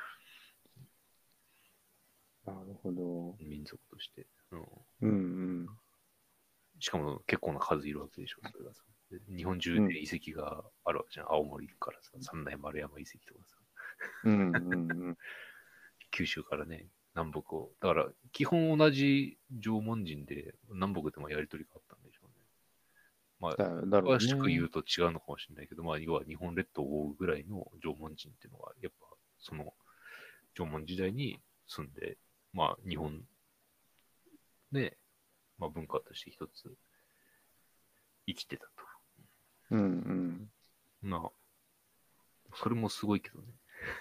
なるほど。 民族として。うん、 うんしかも結構な数いるわけでしょ、それがさ。日本中うん。うん。 で遺跡があるわけじゃん。青森からさ、三大丸山遺跡とかさ、 うんうんうん。 九州からね、南北を。だから、基本同じ縄文人で、南北でもやりとりがあったんでしょうね。まあ、 だ、だろう詳しく言ね。 うと違うのかもしれないけど、まあ、要は日本列島を覆うぐらいの縄文人っていうのは、やっぱ、その縄文時代に住んで、まあ、日本で、まあ、文化として一つ生きてたと。 うんうん。 まあ、それもすごいけどね。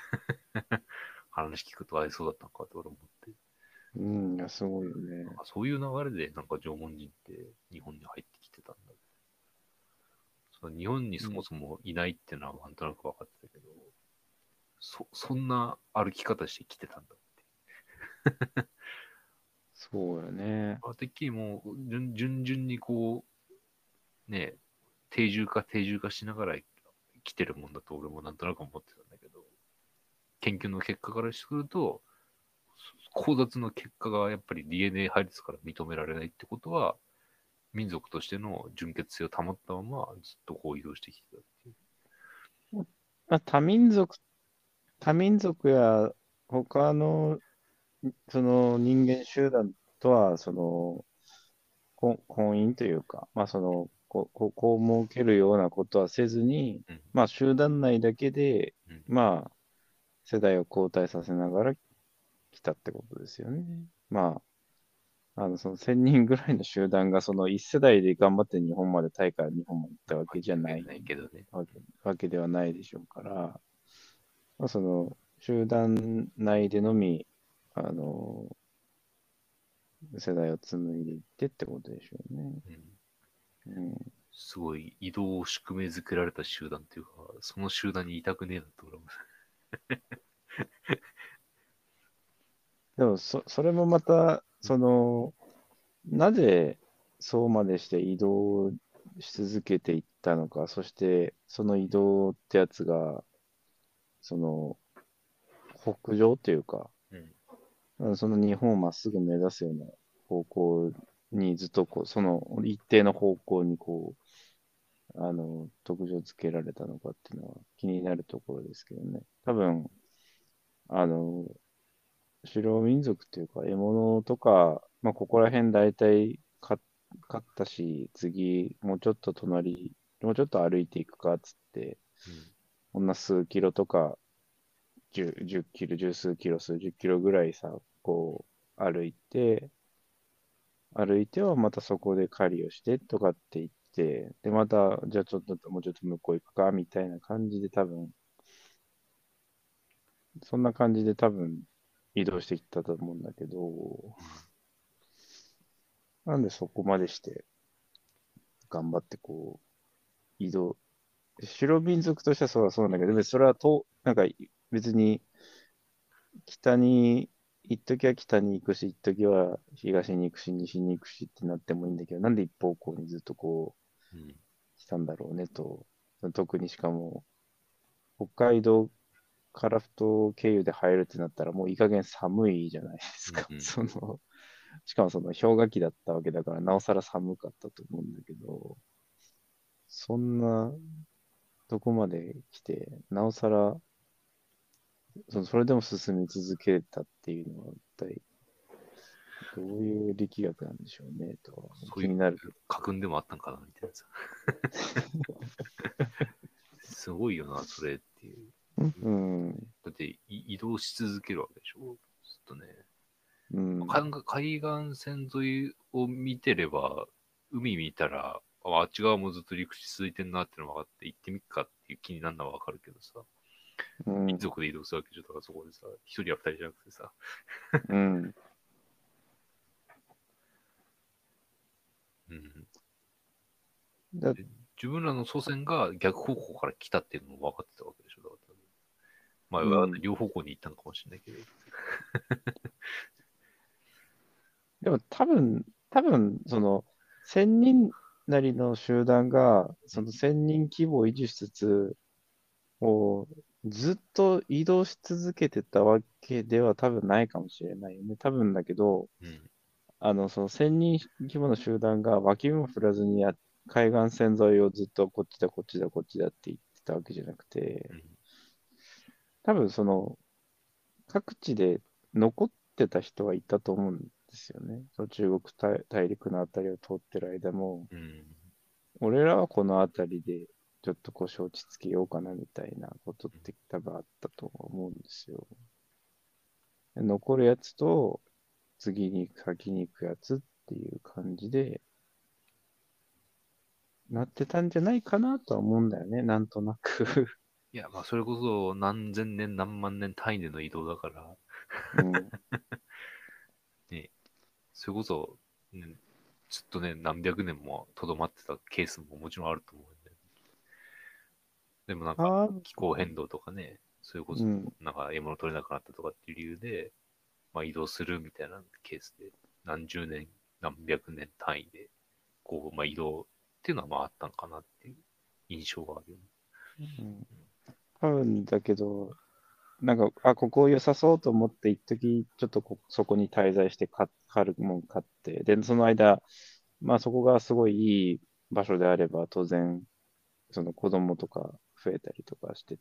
話聞くとありそうだったのかって俺思って。 うん、いや、すごいよね。 なんかそういう流れでなんか縄文人って日本に入ってきてたんだ。その日本にそもそもいないっていうのはなんとなく分かってたけど、そ、そんな歩き方してきてたんだって。 そうよね。 あてっきりもう順順々にこう、ね、定住化定住化しながら来てるもんだと俺もなんとなく思ってたんだけど、研究の結果からすると、交雑の結果がやっぱり ディーエヌエー 配列から認められないってことは、民族としての純潔性を保ったままずっとこう移動してきてたっていう。 まあ、多民族、多民族や他の、その人間集団とは、その、こ婚姻というか、まあ、その、こここう設けるようなことはせずに、 うん。 まあ、集団内だけで、 うん。 まあ、世代を交代させながら来たってことですよね。まあ、あの、そのせんにんぐらいの集団が、そのいち世代で頑張って日本まで、タイから日本まで行ったわけじゃわけないないけどね。 わけ、わけではないでしょうから、まあ、その、集団内でのみ、あの、世代を紡いでいってってことでしょうね。 うん。 うん。 すごい移動を宿命づけられた集団っていうか、その集団にいたくねえなって俺はでも、そ、それもまた、その、なぜそうまでして移動し続けていったのか、そしてその移動ってやつが、その北上というか、 うん。 うんその日本をまっすぐ目指すような方向にずっとこう、その一定の方向にこう、あの、特徴つけられたのかっていうのは気になるところですけどね。多分、あの、狩猟民族っていうか、獲物とか、まあ、ここら辺大体か買ったし、次、もうちょっと隣、もうちょっと歩いていくかっつって、 うん。 こんな数キロとか、じゅう、じゅっキロ、十数キロ、数十キロぐらいさ、こう、歩いて、歩いてはまたそこで狩りをしてとかって言って、で、また、じゃあちょっと、もうちょっと向こう行くか、みたいな感じで多分、そんな感じで多分移動してきたと思うんだけど、なんでそこまでして頑張ってこう、移動、白民族としてはそうはそうなんだけど、別にそれはと、なんか別に北に、一時は北に行くし、一時は東に行くし、西に行くしってなってもいいんだけど、なんで一方向にずっとこう、 うん。 来たんだろうねと。特にしかも、北海道樺太経由で入るってなったら、もういい加減寒いじゃないですか。 うん。うん。 その、しかもその氷河期だったわけだから、なおさら寒かったと思うんだけど、そんなとこまで来て、なおさら、そそれでも進み続けたっていうのは、一体どういう力学なんでしょうね、とそういう気になるけど。 家訓でもあったんかなみたいなさ。すごいよな、それっていう。 うん、 だって移動し続けるわけでしょずっとね。 うん、 海海岸線沿いを見てれば、海見たら、ああっち側もずっと陸地続いてんなってのが分かって行ってみっかっていう気になるのは分かるけどさ、 うん、 民族で移動するわけじゃ、だからそこでさ、一人や二人じゃなくてさ、 うん。 うん、 だ、 で自分らの祖先が逆方向から来たっていうのも分かってたわけでしょだからまあ、 うん。 両方向に行ったのかもしれないけど。 でも多分、多分、その、千人なりの集団が、その千人規模を維持しつつ、こう、ずっと移動し続けてたわけでは多分ないかもしれないよね。多分だけど、 うん。 あの、その千人規模の集団が脇目も振らずにや海岸線沿いをずっとこっちだ、こっちだ、こっちだって言ってたわけじゃなくて、 うん。 多分その各地で残ってた人はいたと思うんですよね。その中国大、大陸のあたりを通ってる間も、 うん。 俺らはこのあたりでちょっと腰落ち着けようかなみたいなことって多分あったと思うんですよ。残るやつと次に先に行くやつっていう感じでなってたんじゃないかなとは思うんだよね、なんとなくいや、まあ、それこそ何千年何万年単位での移動だから、 うん。 ね、それこそ、ね、ずっとね、何百年もとどまってたケースももちろんあると思うんで。でもなんか、 ああ、 気候変動とかね、それこそ、 うん。 なんか獲物取れなくなったとかっていう理由で、まあ、移動するみたいなケースで、何十年、何百年単位で、こう、まあ、移動っていうのはまああったのかなっていう印象があるよね。 うん。多分だけど、なんか、あ、ここを良さそうと思って一時ちょっとこそこに滞在して買買るもん買って、で、その間、まあそこがすごいいい場所であれば、当然、その子供とか増えたりとかしてって、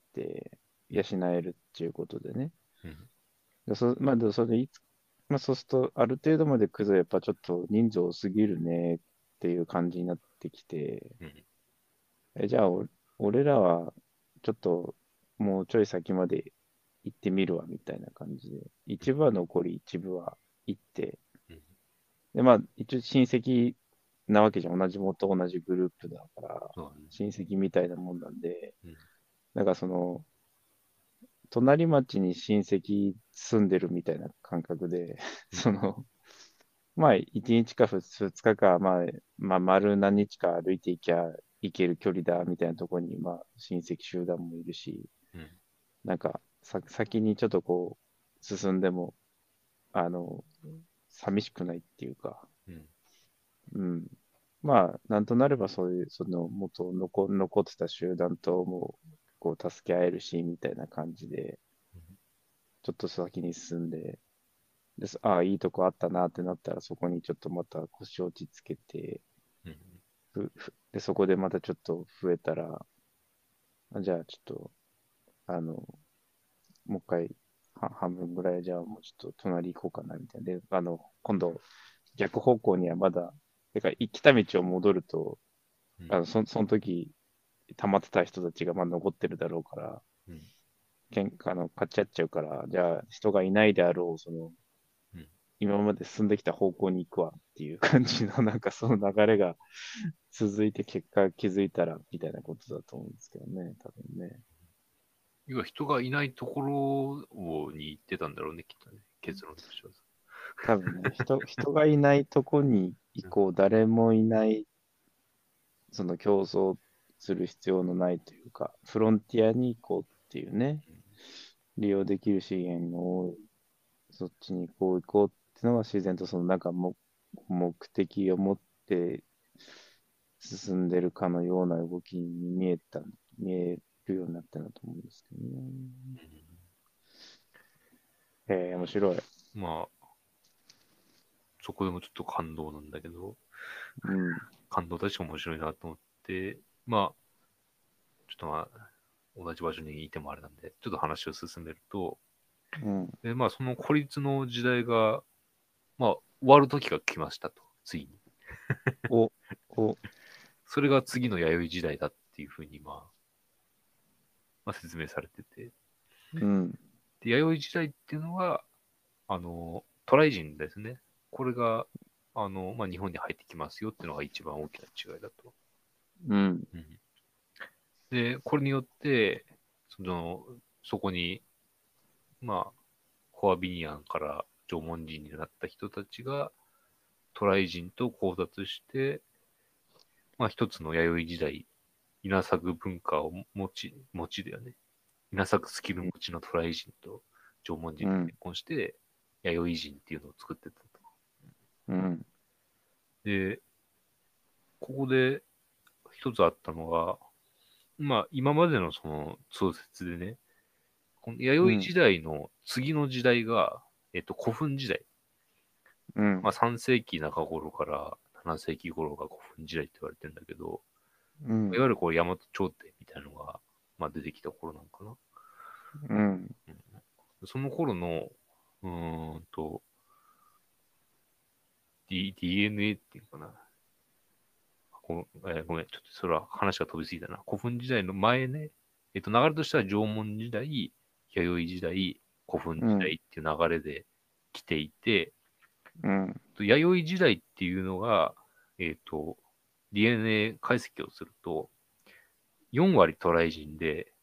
養えるっていうことでね。 うん。 でそまあ、でそれいつ、まあそうすると、ある程度まで来ると、やっぱちょっと人数多すぎるねっていう感じになってきて、 うん。 え、じゃあ、お俺らは、ちょっと、もうちょい先まで行ってみるわ、みたいな感じで。 うん。 一部は残り、一部は行って。 うん。 で、まあ、一応親戚なわけじゃん。同じ元同じグループだから、 そうだね。 親戚みたいなもんなんで、 うん。 なんかその、隣町に親戚住んでるみたいな感覚で、 うん。 その、まあ、一日か二日か、まあ、まあ、丸何日か歩いていきゃ行ける距離だ、みたいなところに、まあ、親戚集団もいるし、 うん。 なんか、さ、先にちょっとこう、進んでも、あの、寂しくないっていうか、 うん。 うん。まあ、なんとなればそういう、その、元残、残ってた集団とも、こう、助け合えるし、みたいな感じで、ちょっと先に進んで、です、ああ、いいとこあったなってなったら、そこにちょっとまた腰落ち着けて、 うん。 ふふで、そこでまたちょっと増えたら、あじゃあちょっと、あの、もう一回、は半分ぐらい、じゃあもうちょっと隣行こうかな、みたいな。で、あの、今度、逆方向にはまだ、てか、来た道を戻ると、 うん。 あの、そ、その時、溜まってた人たちがまあ残ってるだろうから、 うん。 けん、あの、勝ち合っちゃうから、じゃあ人がいないであろう、その、 うん。 今まで進んできた方向に行くわっていう感じの、なんかその流れが続いて結果気づいたら、みたいなことだと思うんですけどね、多分ね。 要は人がいないところをに行ってたんだろうね、きっとね。結論としてはさ。 多分ね、人、人がいないとこに行こう、誰もいない、その競争する必要のないというか、フロンティアに行こうっていうね、利用できる資源の多い、そっちに行こう行こうっていうのが自然とそのなんかも目的を持って進んでるかのような動きに見えた、見えるようになったなと思うんですけどね。 うん。 えー、面白い。 まあ、そこでもちょっと感動なんだけど、 うん、 感動だし面白いなと思って、まあ、ちょっとまあ、同じ場所にいてもあれなんで、ちょっと話を進めると、 うん。 で、まあ、その孤立の時代が、まあ、終わる時が来ましたと、ついに。 お、お、 それが次の弥生時代だっていうふうに、まあ、まあ、説明されてて。 うん、 で、弥生時代っていうのは、あの、渡来人ですね。これが、あの、まあ、日本に入ってきますよっていうのが一番大きな違いだと。 うん、 うん、で、これによって、その、そこに、まあ、コアビニアンから縄文人になった人たちが、渡来人と交雑して、まあ、一つの弥生時代、稲作文化を持ち、持ちだよね。稲作スキル持ちの渡来人と縄文人うん、 が結婚して、弥生人っていうのを作ってたと。 うん、 で、ここで一つあったのが、まあ、今までのその通説でね、この弥生時代の次の時代が、えっと、古墳時代。 うん、 まあ、さん世紀中頃からなな世紀頃が古墳時代って言われてるんだけど、 うん、 いわゆるこう、大和朝廷みたいなのが、まあ、出てきた頃なのかな。 うん、 うん、その頃の、うーんと、D、ディーエヌエー っていうのかな。このえーごめん、ちょっとそれは話が飛びすぎたな。古墳時代の前ね、えっと、流れとしては縄文時代、弥生時代、古墳時うん、 代っていう流れで来ていて、 うん、 弥生時代っていうのが、えっと、ディーエヌエー 解析をすると、よん割渡来人で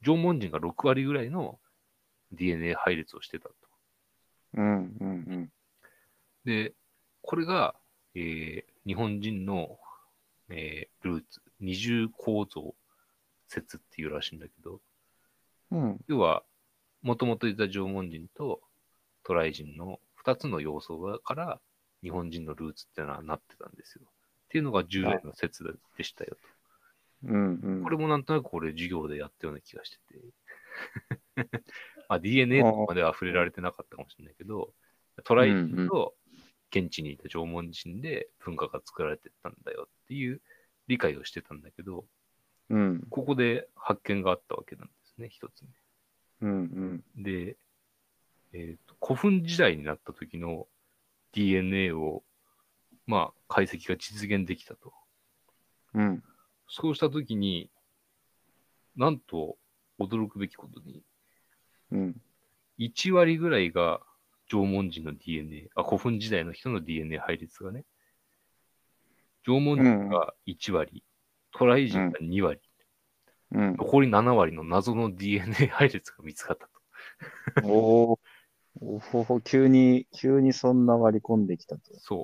縄文人がろく割ぐらいの ディーエヌエー 配列をしてたと。 うんうんうんで、これが、えー日本人の、えールーツ、二重構造説っていうらしいんだけど、 うん要は、もともといた縄文人と渡来人のふたつの要素がから日本人のルーツってのはなってたんですよ。っていうのが従来あ、 の説でしたよと。 うんうんこれもなんとなくこれ授業でやったような気がしてて。まあ、ディーエヌエー とかあまでは触れられてなかったかもしれないけど、渡うん来人うんと現地にいた縄文人で文化が作られてったんだよっていう理解をしてたんだけど、 うんここで発見があったわけなんですね、一つうんうん目。で、えーと、古墳時代になった時の ディーエヌエー を、まあ、解析が実現できたと。 うんそうした時に、なんと驚くべきことに、 うんいち割ぐらいが縄文人の ディーエヌエー、あ、古墳時代の人の ディーエヌエー 配列がね、縄文人うんがいち割、渡来人うんがに割、 うん残りなな割の謎の ディーエヌエー 配列が見つかったと。 おーおほほ、急に、急にそんな割り込んできたと。 そう。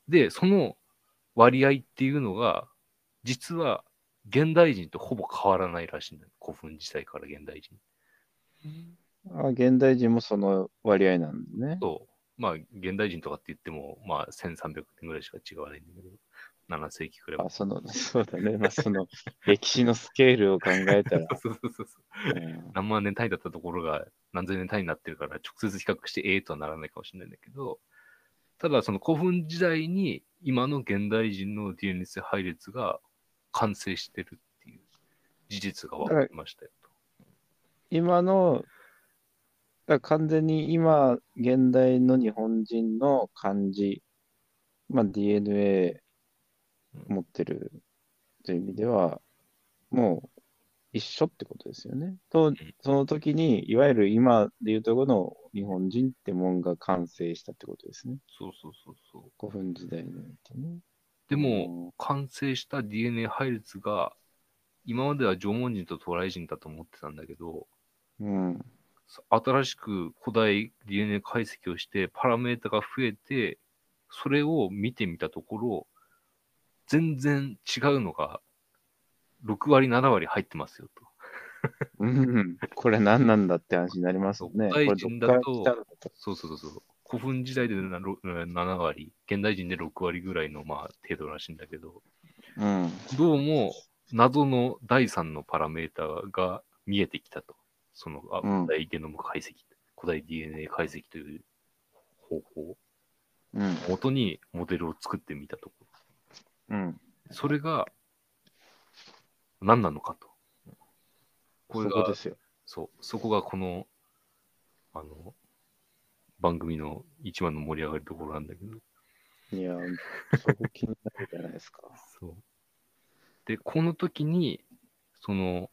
で、その割合っていうのが、実は現代人とほぼ変わらないらしいんだよ。古墳時代から現代人。 あ、現代人もその割合なんだね。 そう。まあ、現代人とかって言っても、まあ、せんさんびゃくねんぐらいしか違わないんだけど、なな世紀くらいまあ、 で。 その、そうだね。まあ、その歴史のスケールを考えたら、 そうそうそうそう。 うん、 何万年単位だったところが何千年単位になってるから、直接比較してええとはならないかもしれないんだけど、ただその古墳時代に今の現代人の ディーエヌエー 配列が完成してるっていう事実が分かだからりましたよと。 今の、だから完全に今、現代の日本人の漢字、まあ、ディーエヌエー 持ってるという意味では、もう一緒ってことですよね。と、 うん、 その時に、いわゆる今でいうところの日本人ってもんが完成したってことですね。 そうそうそうそう。 古墳時代においてね。 でも、 うん完成した ディーエヌエー 配列が、今までは縄文人と渡来人だと思ってたんだけど、 うん。 新しく古代 ディーエヌエー 解析をしてパラメータが増えて、それを見てみたところ、全然違うのがろく割、なな割入ってますよと。 うん。これ何なんだって話になりますよ古ね。これどっ代人だから来たと、 のかと。 そうそうそう、古墳時代でなろなな割、現代人でろく割ぐらいのまあ程度らしいんだけど、 うん。 どうも謎のだいさんのパラメータが見えてきたと。そのあうん。 古代ゲノム解析、古代 ディーエヌエー 解析という方法をうん。 元にモデルを作ってみたところ。 うん。 それが何なのかと。これが、 そこですよ。 そう、そこがこの、あの、番組の一番の盛り上がりところなんだけど。 いや、そこ気になるじゃないですか。 そう。で、この時に、その、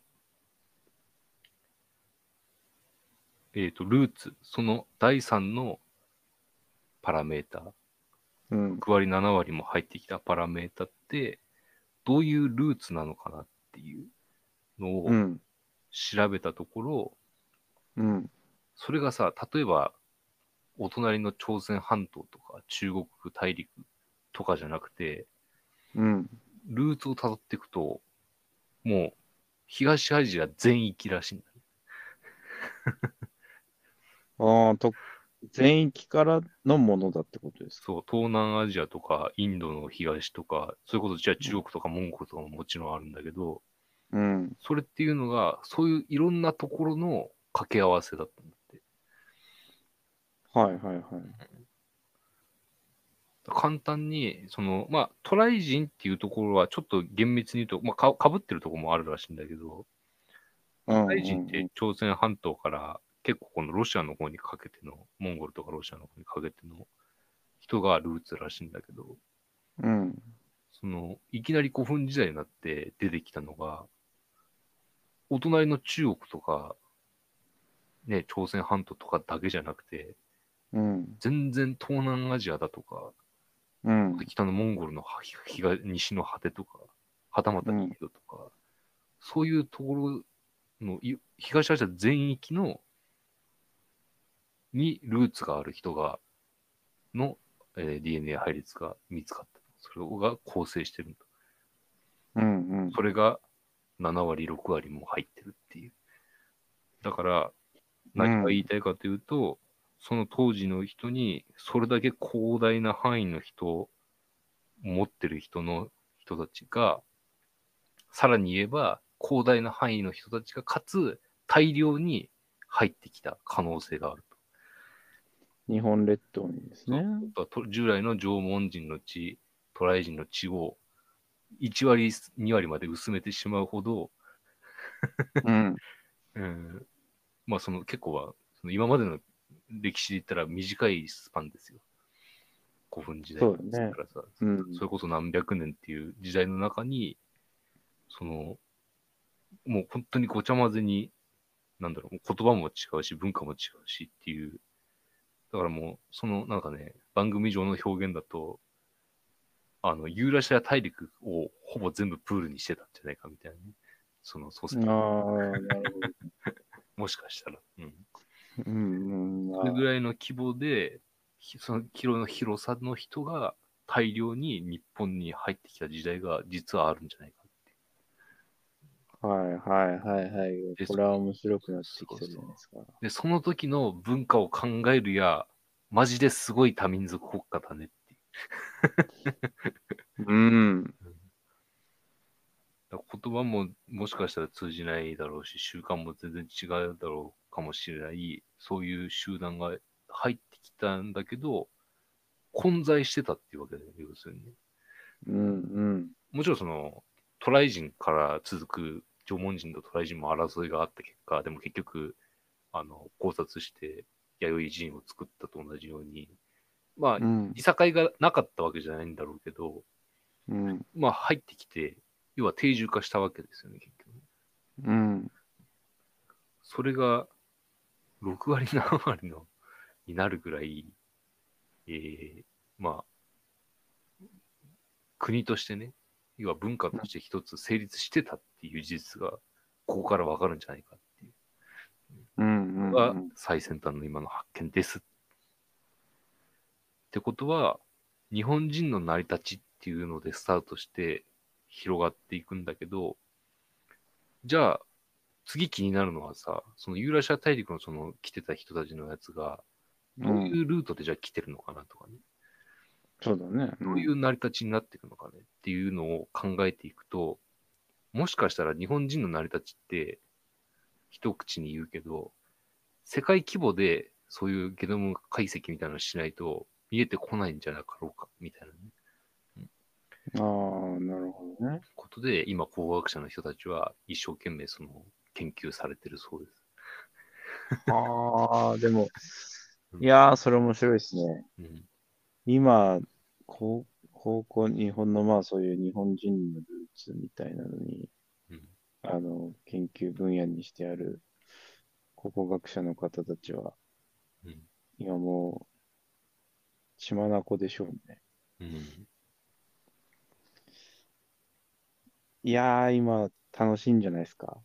えっ、と、ルーツ、そのだいさんのパラメータ、 うんろく割、なな割も入ってきたパラメータって、どういうルーツなのかなっていうのをうん調べたところ、 うんそれがさ、例えば、お隣の朝鮮半島とか中国大陸とかじゃなくて、 うんルーツをたどっていくと、もう東アジア全域らしいんだ。 ああ、と、全域からのものだってことですか。 そう、東南アジアとかインドの東とか、そういうことじゃあ中国とかモンゴルとかももちろんあるんだけど、 うん。 それっていうのが、そういういろんなところの掛け合わせだったんだって。 はいはいはい。 簡単に、その、まあ、渡来人っていうところはちょっと厳密に言うと、まあ、かかぶってるところもあるらしいんだけど、 う渡来人っんうんて朝鮮半島から結構このロシアの方にかけての、モンゴルとかロシアの方にかけての人がルーツらしいんだけど、 うん。うん。 その、いきなり古墳時代になって出てきたのが、お隣の中国とか、ね、朝鮮半島とかだけじゃなくて、 うん。 全然東南アジアだとか、 うん。 北のモンゴルの東西の果てとか、はたまたインドとか、そういうところのい東アジア全域のにルーツがある人がの、えー ディーエヌエー 配列が見つかった。それが構成してるんだ。 うんうん。 それがなな割、ろく割も入ってるっていう。だから、何が言いたいかというと、うん、その当時の人に、それだけ広大な範囲の人を持ってる人の人たちが、さらに言えば、広大な範囲の人たちが、かつ大量に入ってきた可能性があると。 日本列島にですね。 従来の縄文人の血、渡来人の血をいち割、に割まで薄めてしまうほど、 うん、 うん、まあその結構は、その今までの歴史で言ったら短いスパンですよ。古墳時代そうだね。 からさ、 うん、 それこそ何百年っていう時代の中に、その、もう本当にごちゃ混ぜに、なんだろう、言葉も違うし、文化も違うしっていう、だからもう、そのなんかね、番組上の表現だと、あの、ユーラシア大陸をほぼ全部プールにしてたんじゃないかみたいなね。その祖先。 ああ、なるほど。 もしかしたら。うん。 うん、うん、 それぐらいの規模で、そのキロの広さの人が大量に日本に入ってきた時代が実はあるんじゃないかっていう。 はいはいはいはい。これは面白くなってきたじゃないですか。 で、その時の文化を考えるや、マジですごい多民族国家だねっていう。 うん。 言葉ももしかしたら通じないだろうし、習慣も全然違うだろうかもしれない、そういう集団が入ってきたんだけど、混在してたっていうわけだよね、要するにね。 うんうん。 もちろんその、渡来人から続く縄文人と渡来人も争いがあった結果、でも結局、あの、考察して弥生人を作ったと同じように、まあ、 うん。 いさかいがなかったわけじゃないんだろうけど、 うん。 まあ入ってきて、要は定住化したわけですよね、結局。 うん。 それがろく割、なな割のになるぐらい、えー、まあ、国としてね、要は文化として一つ成立してたっていう事実が、ここからわかるんじゃないかっていううん。 のがうん。 最先端の今の発見です。ってことは、日本人の成り立ちっていうのでスタートして広がっていくんだけど、じゃあ、次気になるのはさ、そのユーラシア大陸のその来てた人たちのやつが、どういうルートでじゃあ来てるのかなとかね。 そうだね。 どういう成り立ちになっていくのかねっていうのを考えていくと、もしかしたら日本人の成り立ちって一口に言うけど、世界規模でそういうゲノム解析みたいなのをしないと見えてこないんじゃなかろうか、みたいなね。 ああ、なるほどね。 ことで、今工学者の人たちは一生懸命その研究されてるそうです。 ああ、でも、 うん、 いやー、それ面白いですね。 うん、 今、高高校、日本のまあそういう日本人のルーツみたいなのに、 うん、 あの、研究分野にしてある考古学者の方たちは、 うん、 今もう血眼でしょうね。 うん。 いやー、今、楽しいんじゃないですか。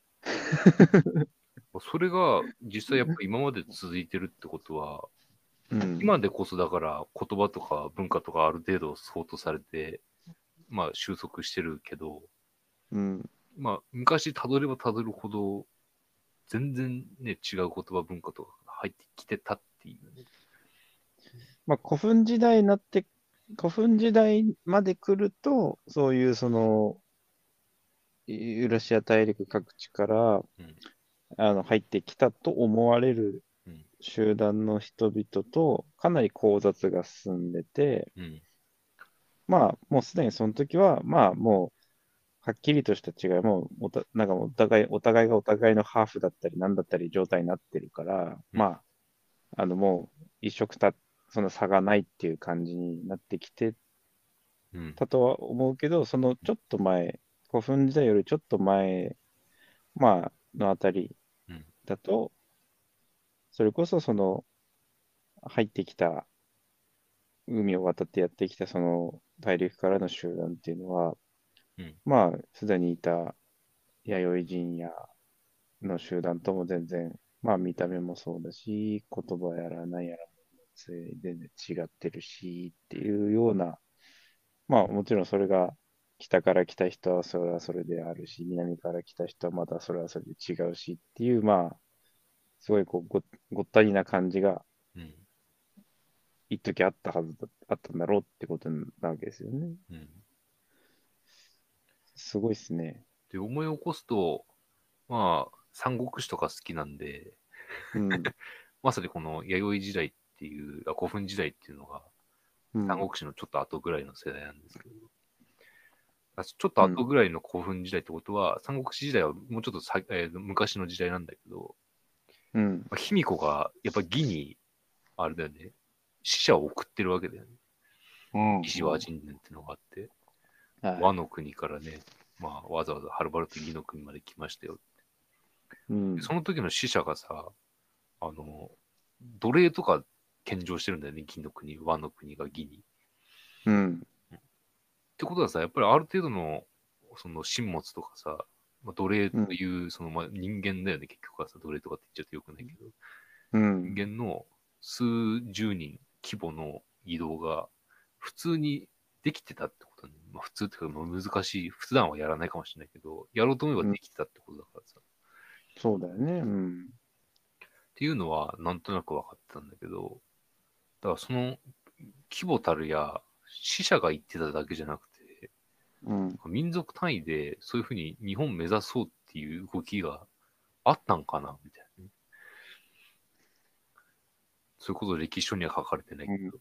それが実際やっぱ今まで続いてるってことは、 うん。 今でこそだから言葉とか文化とかある程度相当されて、まあ収束してるけど、 うん。 まあ昔たどればたどるほど全然ね、違う言葉文化とかが入ってきてたっていうね。 まあ、古墳時代になって、古墳時代まで来ると、そういうその、ユーラシア大陸各地からうん、 あの入ってきたと思われるうん、 集団の人々とかなり交雑が進んでて、 うん、 まあ、もうすでにその時は、まあ、もう、はっきりとした違い、もうおた、なんかもうお互い、お互いがお互いのハーフだったり、なんだったり状態になってるから、 うん、 まあ、あの、もう、一色た、その差がないっていう感じになってきてうん、 たとは思うけど、そのちょっと前、古墳時代よりちょっと前、まあ、のあたりうん、 だと、それこそその入ってきた、海を渡ってやってきたその大陸からの集団っていうのは、 うん、 まあ、すでにいた弥生人やの集団とも全然、まあ見た目もそうだし、言葉やら何やらも全然違ってるしっていうような、まあもちろんそれが北から来た人はそれはそれであるし、南から来た人はまたそれはそれで違うしっていう、まあ、すごいこうご、ごったりな感じがうん。 一時あったはずだ、あったんだろうってことなわけですよね。 うん。 すごいですね。 で、思い起こすと、まあ、三国志とか好きなんで、 うん、 まさにこの弥生時代っていう、あ、古墳時代っていうのが、 うん、 三国志のちょっと後ぐらいの世代なんですけど、あちょっとうん、 後ぐらいの古墳時代ってことは、三国志時代はもうちょっとさ、えー昔の時代なんだけど、 うん、 まあ、卑弥呼がやっぱ義に、あれだよね、死者を送ってるわけだよね。 うん、 義士和人伝っていうのがあって、 はい。 和の国からね、まあ、わざわざはるばると義の国まで来ましたよ。 うん、 でその時の死者がさ、あの、奴隷とか献上してるんだよね、義の国、和の国が義に。 うん、 ってことはさ、やっぱりある程度の、その神物とかさ、まあ、奴隷うん、 という、その、まあ、人間だよね、結局はさ、奴隷とかって言っちゃうとよくないけど、 うん、 人間の数十人規模の移動が普通にできてたってことね。まあ、普通っていうか、まあ難しい、普段はやらないかもしれないけど、やろうと思えばうん、 できてたってことだからさ。っそうだよね。うん、 ていうのは、なんとなく分かってたんだけど、だからその規模たるや死者が言ってただけじゃなくて、 うん、 民族単位でそういうふうに日本目指そうっていう動きがあったんかなみたいなね。そういうこと歴史書には書かれてないうん。 けど。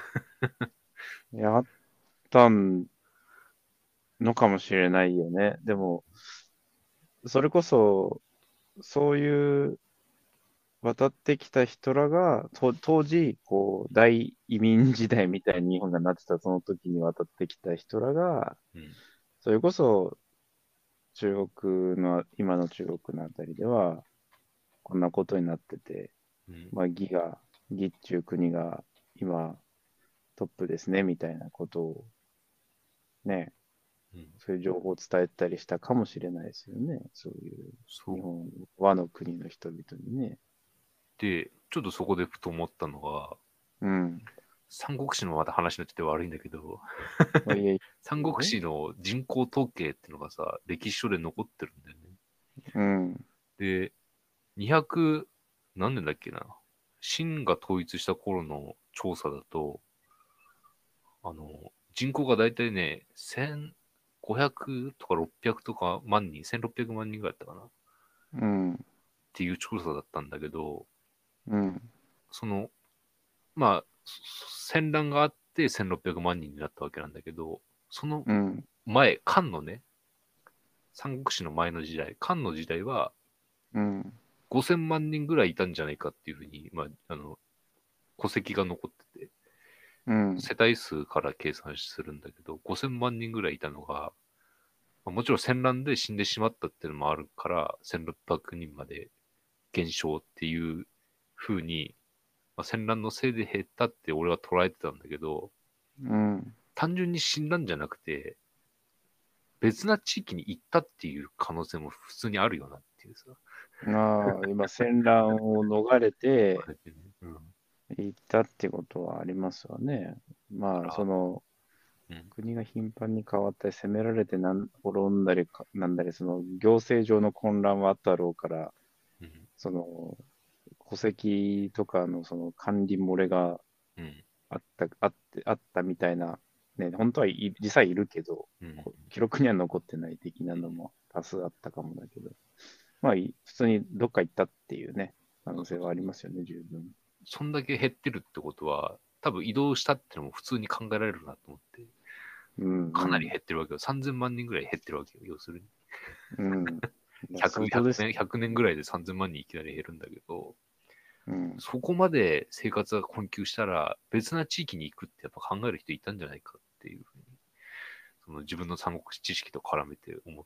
やったのかもしれないよね。でも、それこそ、そういう渡ってきた人らが、と当時、こう、大移民時代みたいに日本がなってたその時に渡ってきた人らが、 うん。 それこそ中国の、今の中国のあたりでは、こんなことになってて、 うん。 まあ、義が、義っていう国が今トップですね、みたいなことをね、 うん。 そういう情報を伝えたりしたかもしれないですよね。そういうそう。 日本、和の国の人々にね。 で、ちょっとそこでふと思ったのが、 うん。 三国志のまた話になってて悪いんだけど、 まあ、いえい三国えよ。 志の人口統計っていうのがさ、歴史書で残ってるんだよね。 うん。 で、にひゃく何年だっけな。秦が統一した頃の調査だと、あの、人口がだいたいね、せんごひゃくとかろっぴゃくとか万人、せんろっぴゃくまん人ぐらいだったかなっうん。 ていう調査だったんだけど、 うん。 その、まあ、戦乱があってせんろっぴゃくまん人になったわけなんだけど、そのうん。 前、漢のね、三国志の前の時代、漢の時代はうん。 ごせんまん人ぐらいいたんじゃないかっていうふうに、まあ、あの、戸籍が残ってて、 うん。 世帯数から計算するんだけど、ごせんまん人ぐらいいたのが、まあもちろん戦乱で死んでしまったっていうのもあるから、せんろっぴゃくにんまで減少っていうふうに、まあ、戦乱のせいで減ったって俺は捉えてたんだけど、 うん。 単純に死んだんじゃなくて、別な地域に行ったっていう可能性も普通にあるよなっていうさ。 まあ、今、戦乱を逃れてうん。 行ったってことはありますわね。まあ、そだから、 の、 うん。 国が頻繁に変わったり、攻められてなん滅んだりか、なんだり、その行政上の混乱はあったろうから、 うん。 その戸籍とかのその管理漏れがうん。 あった、あって、あったみたいな、ね、本当はい実際いるけど、 うん。 こう記録には残ってない的なのも多数あったかもだけど、まあ、い普通にどっか行ったっていうね、可能性はありますよね、十分。 そんだけ減ってるってことは、多分移動したってのも普通に考えられるなと思って、 うんかなりうん。 減ってるわけよ。さんぜんまん人ぐらい減ってるわけよ。要するに。 うん。いや、 ひゃく、 相当です年、ひゃくねんぐらいでさんぜんまん人いきなり減るんだけど、 よ。うん。 そこまで生活が困窮したら、別な地域に行くってやっぱ考える人いたんじゃないかっていうふうに、その自分の三国志知識と絡めて思って、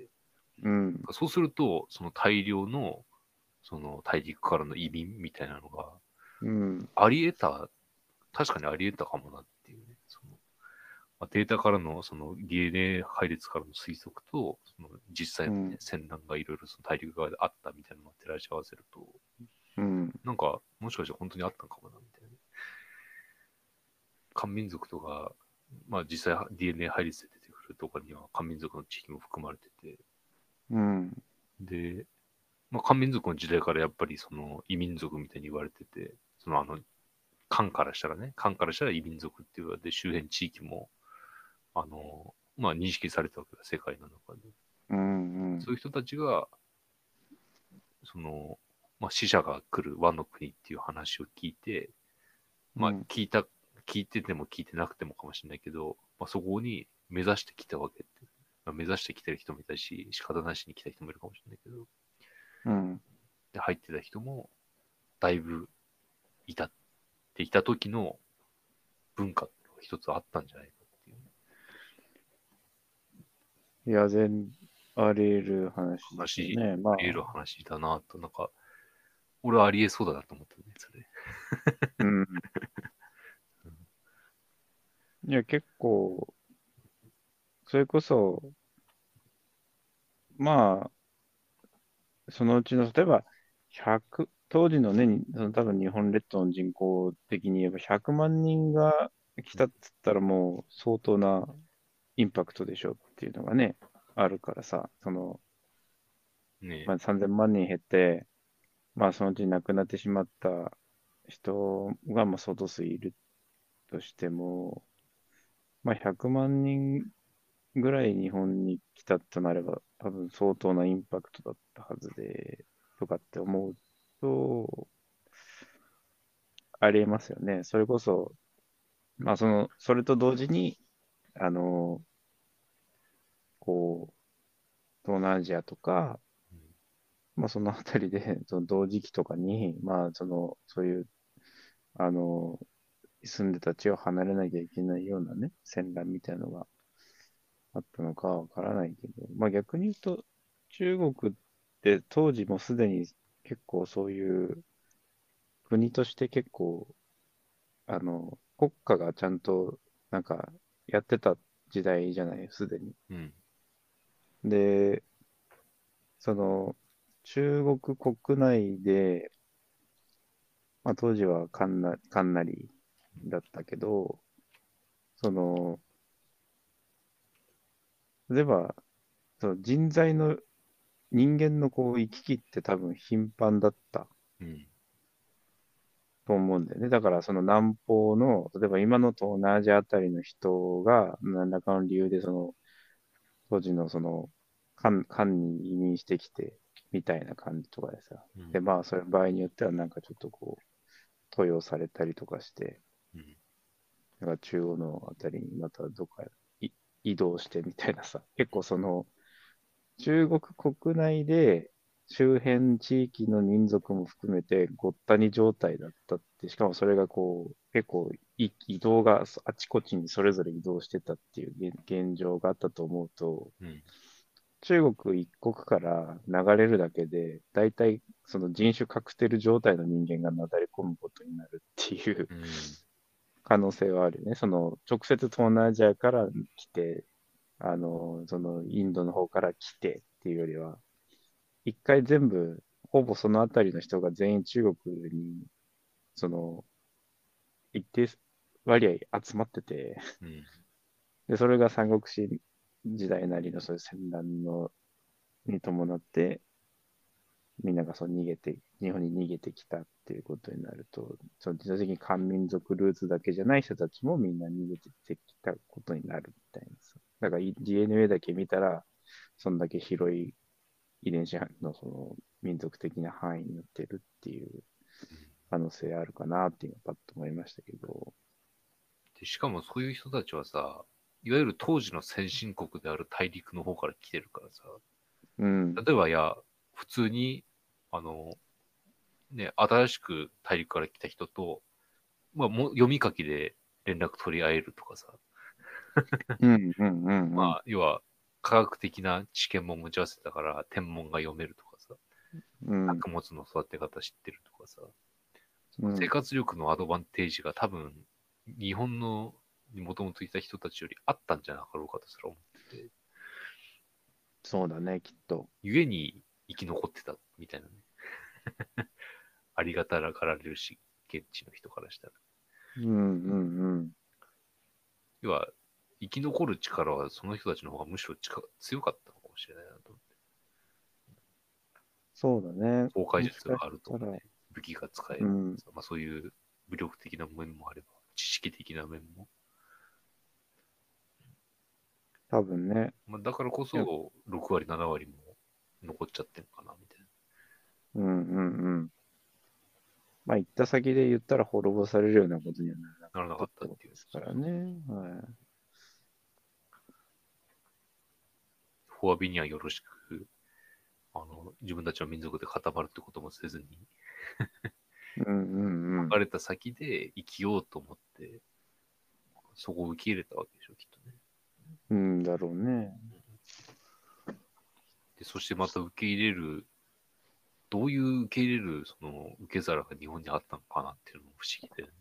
うん。 そうすると、その大量の、その大陸からの移民みたいなのがうん。 あり得た、確かにあり得たかもなっていうね。そのまあ、データからのその ディーエヌエー 配列からの推測と、その実際の、ねうん戦乱がいろいろその大陸側であったみたいなのを照らし合わせると、 うん。 なんか、もしかしたら本当にあったのかもな、みたいな。漢民族とか、まあ実際 ディーエヌエー 配列で出てくるところには漢民族の地域も含まれてて、 うん。 で、まあ、漢民族の時代からやっぱりその異民族みたいに言われてて、そのあの、漢からしたらね、漢からしたら異民族って言われて、周辺地域も、あの、まあ認識されたわけだ、世界の中で。 うん。 そういう人たちが、その、まあ、死者が来る和の国っていう話を聞いて、まあ、聞いた、聞いてても聞いてなくてもかもしれないけど、まあ、そこに目指してきたわけって。まあ、目指してきてる人もいたし、仕方なしに来た人もいるかもしれないけど、 うん。 で、入ってた人も、だいぶいたっていた時の文化が一つあったんじゃないかっていう。 いや、全、あり得る話ですよ話、 ね。まあ、 あり得る話だなと、なんか、俺はあり得そうだなと思ったね、それ。 うん。いや、結構、それこそ、まあ、そのうちの、例えば、ひゃく、当時のね、にその多分日本列島の人口的に言えばひゃくまん人が来たっつったらもう相当なインパクトでしょっていうのがね、あるからさ、その、 ねまあ、さんぜんまん人減って、まあそのうちに亡くなってしまった人がまあ相当数いるとしても、まあひゃくまん人ぐらい日本に来たとなれば、多分相当なインパクトだったはずで、とかって思うと、ありえますよね。それこそ、まあその、それと同時に、あの、こう、東南アジアとか、まあそのあたりで、その同時期とかに、まあその、そういう、あの、住んでた地を離れなきゃいけないようなね、戦乱みたいなのがあったのかわからないけど、まあ逆に言うと、中国って当時もすでに結構そういう国として結構、あの、国家がちゃんとなんかやってた時代じゃない、すでに。 うん。 で、その、中国国内で、まあ当時はカンナ、カンナリだったけど、その、例えば、その人材の人間のこう行き来って多分頻繁だったうん。 と思うんだよね。だからその南方の、例えば今の東南アジアあたりの人が何らかの理由でその当時のその漢漢に移民してきてみたいな感じとかでさ。 うん。 で、まあそれ場合によってはなんかちょっとこう登用されたりとかして、 うん。 だから中央のあたりにまたどっかい移動してみたいなさ。結構その中国国内で周辺地域の民族も含めてごったに状態だったって、しかもそれがこう、結構い移動があちこちにそれぞれ移動してたっていう現現状があったと思うと、 うん。 中国一国から流れるだけで、大体その人種カクテル状態の人間がなだれ込むことになるっていううん。 可能性はあるよね。その直接東南アジアから来て、あの、そのインドの方から来てっていうよりは、一回全部、ほぼそのあたりの人が全員中国に、その、一定割合集まってて、 うん。 で、それが三国志時代なりのそういう戦乱のに伴って、みんながそう逃げて、日本に逃げてきたっていうことになると、その実際的に漢民族ルーツだけじゃない人たちもみんな逃げてきたことになるみたいなさ。だから ディーエヌエー だけ見たら、そんだけ広い遺伝子のその民族的な範囲になってるっていう可能性あるかなっていうのをパッと思いましたけど。 で、しかもそういう人たちはさ、いわゆる当時の先進国である大陸の方から来てるからさ、 うん、 例えばいや、普通に、あの、ね、新しく大陸から来た人と、まあ、もう読み書きで連絡取り合えるとかさ、 うん、うん、うん、うん、 まあ、要は科学的な知見も持ち合わせたから天文が読めるとかさ、 うん、 作物の育て方知ってるとかさ、その生うん、 活力のアドバンテージが多分、日本のにもともといた人たちよりあったんじゃなかろうかとすら思ってて、 そうだね、きっと。 ゆえに生き残ってたみたいなね。ありがたらかられるし、現地の人からしたら。 うんうんうん。 要は、生き残る力はその人たちの方がむしろ力強かったのかもしれないなと思って。 そうだね。 崩壊もしかし術があるとたら、 かね、武器が使えるうん、 とか、まあ、そういう武力的な面もあれば、知識的な面も。 多分ね。 まあ、だからこいや、 そ、ろく割、なな割も残っちゃってるのかな、みたいうんうんうん。まあ、行った先で言ったら滅ぼされるようなことにはならなかな。ならなかったっったっていう。 てことですからね。はフォアビニアよろしく、あの、自分たちの民族で固まるってこともせずに、 い。うんうんうん。 別れた先で生きようと思って、そこを受け入れたわけでしょ、きっとね。 うんだろうね。 で、そしてまた受け入れる、どういう受け入れる、その、受け皿が日本にあったのかなっていうのも不思議で、ね。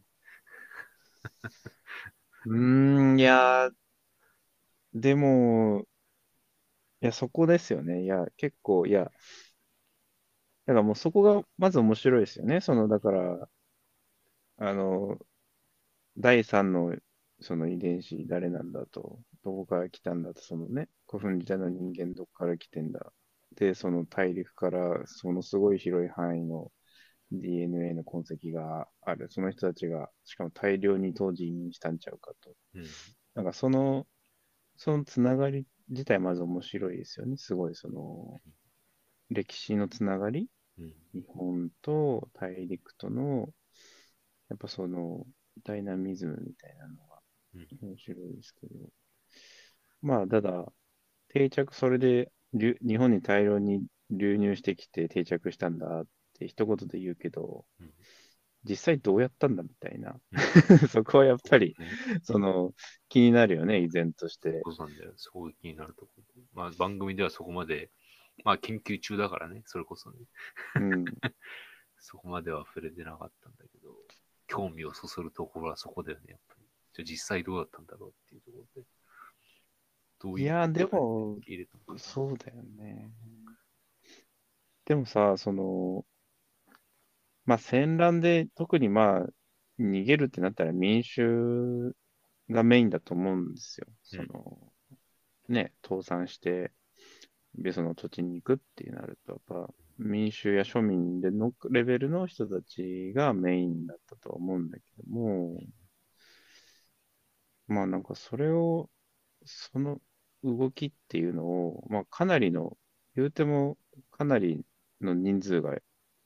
うーん、いや、でも、いや、そこですよね。いや、結構、いや、だからもうそこがまず面白いですよね。その、だから、あの、第三のその遺伝子誰なんだと、どこから来たんだと、そのね、古墳時代の人間どこから来てんだ。で、その大陸からそのすごい広い範囲の ディーエヌエー の痕跡がある。その人たちが、しかも大量に当時移民したんちゃうかと。 うん。 なんかその、そのつながり自体まず面白いですよね。すごいその、歴史のつながり、 うん。 日本と大陸との、やっぱその、ダイナミズムみたいなのがうん。 面白いですけど。まあ、ただ、定着、それで流日本に大量に流入してきて定着したんだって一言で言うけど、 うん。 実際どうやったんだみたいな。 うん。 そこはやっぱり、 そうね。 その、気になるよね、依然として。 そうなんだよ。すごい気になるところで。まあ、番組ではそこまで、まあ、研究中だからね、それこそね。 うん。 そこまでは触れてなかったんだけど、興味をそそるところはそこだよね、やっぱり。じゃあ実際どうだったんだろうっていうところで、どういういや、で受も、 け入れたのかな。 そうだよね。でもさ、その、まあ、戦乱で特にまあ、逃げるってなったら民衆がメインだと思うんですよ。 うん。 その、ね、倒産して、で、その土地に行くってなると、やっぱ民衆や庶民でのレベルの人たちがメインだったとは思うんだけども、まあなんかそれを、その動きっていうのを、まあかなりの、言うてもかなりの人数が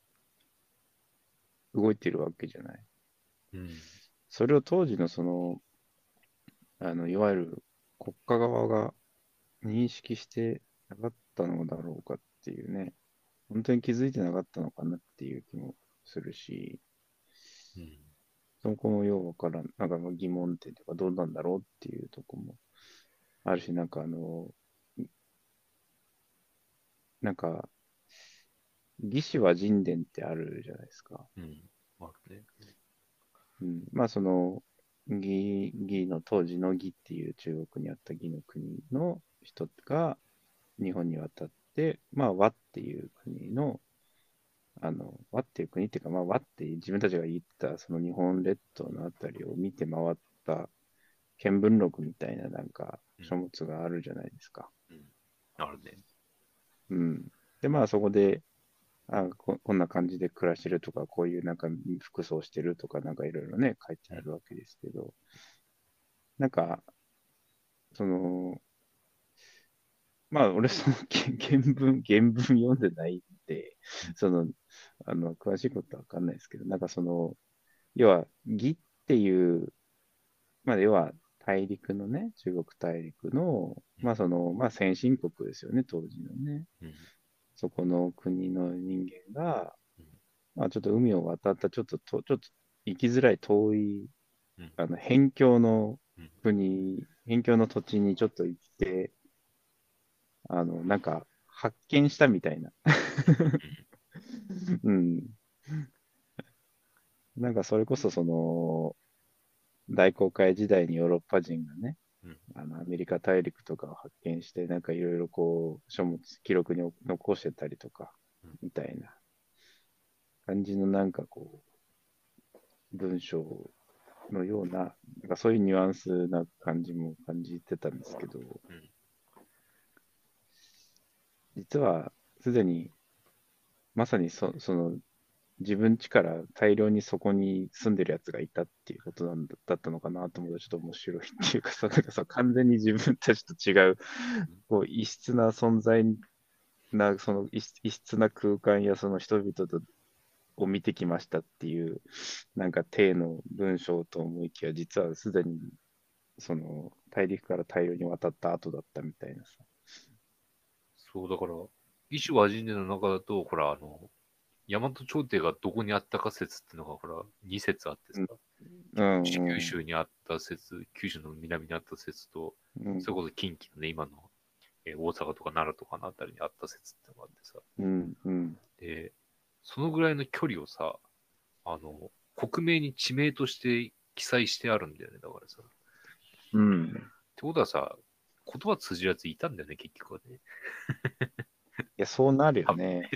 動いてるわけじゃない。 うん。 それを当時のその、あの、いわゆる国家側が認識してなかったのだろうかっていうね、本当に気づいてなかったのかなっていう気もするし、 うん。 そこもようわからん、なんかまあ疑問点とかどうなんだろうっていうとこもあるし、なんかあの、なんか、魏志倭人伝ってあるじゃないですか。 うん。あるね。 うん、まあその、魏、魏の当時の魏っていう中国にあった魏の国の人が日本に渡って、まあ倭っていう国の、あの、倭っていう国っていうか、まあ倭って自分たちが言ったその日本列島のあたりを見て回った見聞録みたいななんかうん。 書物があるじゃないですか。 うん。あるね。 うん。で、まあそこで、あこ、こんな感じで暮らしてるとか、こういうなんか服装してるとか、なんかいろいろね、書いてうん。 あるわけですけど、なんか、その、まあ俺その原文、原文読んでないんで、その、あの、詳しいことはわかんないですけど、なんかその、要は、義っていう、まあ要は大陸のね、中国大陸の、 うん。 まあその、まあ先進国ですよね、当時のね。 うん。 そこの国の人間が、 うん。 まあ、ちょっと海を渡ったちょっとと、ちょっと行きづらい遠い、 うん。 あの、辺境のうん。 国、辺境の土地にちょっと行って、あの、なんか発見したみたいな。うん。なんかそれこそその、 大航海時代にヨーロッパ人がね、 うん。 あのアメリカ大陸とかを発見して、なんかいろいろこう、書物、記録に残してたりとか、 うん。 みたいな感じのなんかこう、文章のような、なんかそういうニュアンスな感じも感じてたんですけど、 うん。 実はすでにまさにそ、その自分家から大量にそこに住んでるやつがいたっていうことなんだ、だったのかなと思うとちょっと面白いっていうかさ、なんかさ、完全に自分たちと違う、 うん。 こう、異質な存在な、その異質異質な空間やその人々とを見てきましたっていう、なんか体の文章と思いきや、実はすでにその大陸から大量に渡った後だったみたいなさ。 そう、だから、異種和人伝の中だと、ほら、あの、大和朝廷がどこにあったか説っていうのが、ほら、に説あってさ、 うん、うん、うん、 九州にあった説、九州の南にあった説と、 うん、 それこそ近畿のね、今の、えー大阪とか奈良とかのあたりにあった説ってのがあってさ、 うん、うん、 で、そのぐらいの距離をさ、あの、国名に地名として記載してあるんだよね、だからさ。っうん。 てことはさ、言葉通じるやついたんだよね、結局はね。 いや、そうなるよ多分。 ね。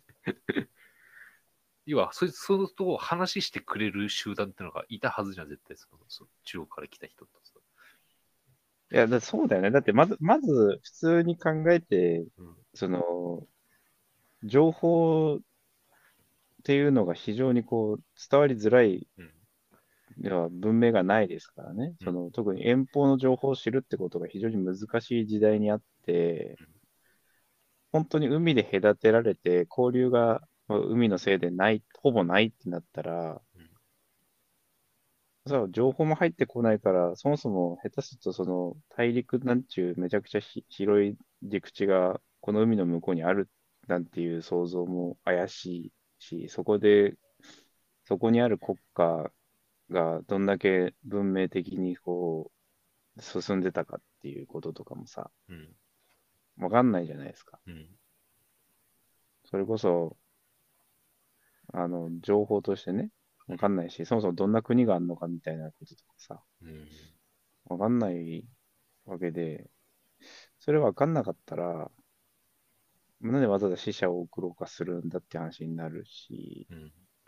要は、そいつ、そと話してくれる集団ってのがいたはずじゃん、絶対その、そ中国から来た人とさ。 いや、だそうだよね。だって、まず、まず、普通に考えて、 うん。 その、情報っていうのが非常にこう、伝わりづらい、 うん。 では文明がないですからね。 うん。 その、特に遠方の情報を知るってことが非常に難しい時代にあって、本当に海で隔てられて、交流がまあ海のせいでない、ほぼないってなったら、 うん。 そう、情報も入ってこないから、そもそも下手するとその大陸なんちゅうめちゃくちゃひ広い陸地がこの海の向こうにあるなんていう想像も怪しいし、そこで、そこにある国家がどんだけ文明的にこう進んでたかっていうこととかもさ、 うん。 わかんないじゃないですか。 うん。 それこそ、あの、情報としてね、わかんないし、そもそもどんな国があるのかみたいなこととかさ、 うん。 わかんないわけで、それわかんなかったら、なんでわざわざ死者を送ろうかするんだって話になるし、 うん。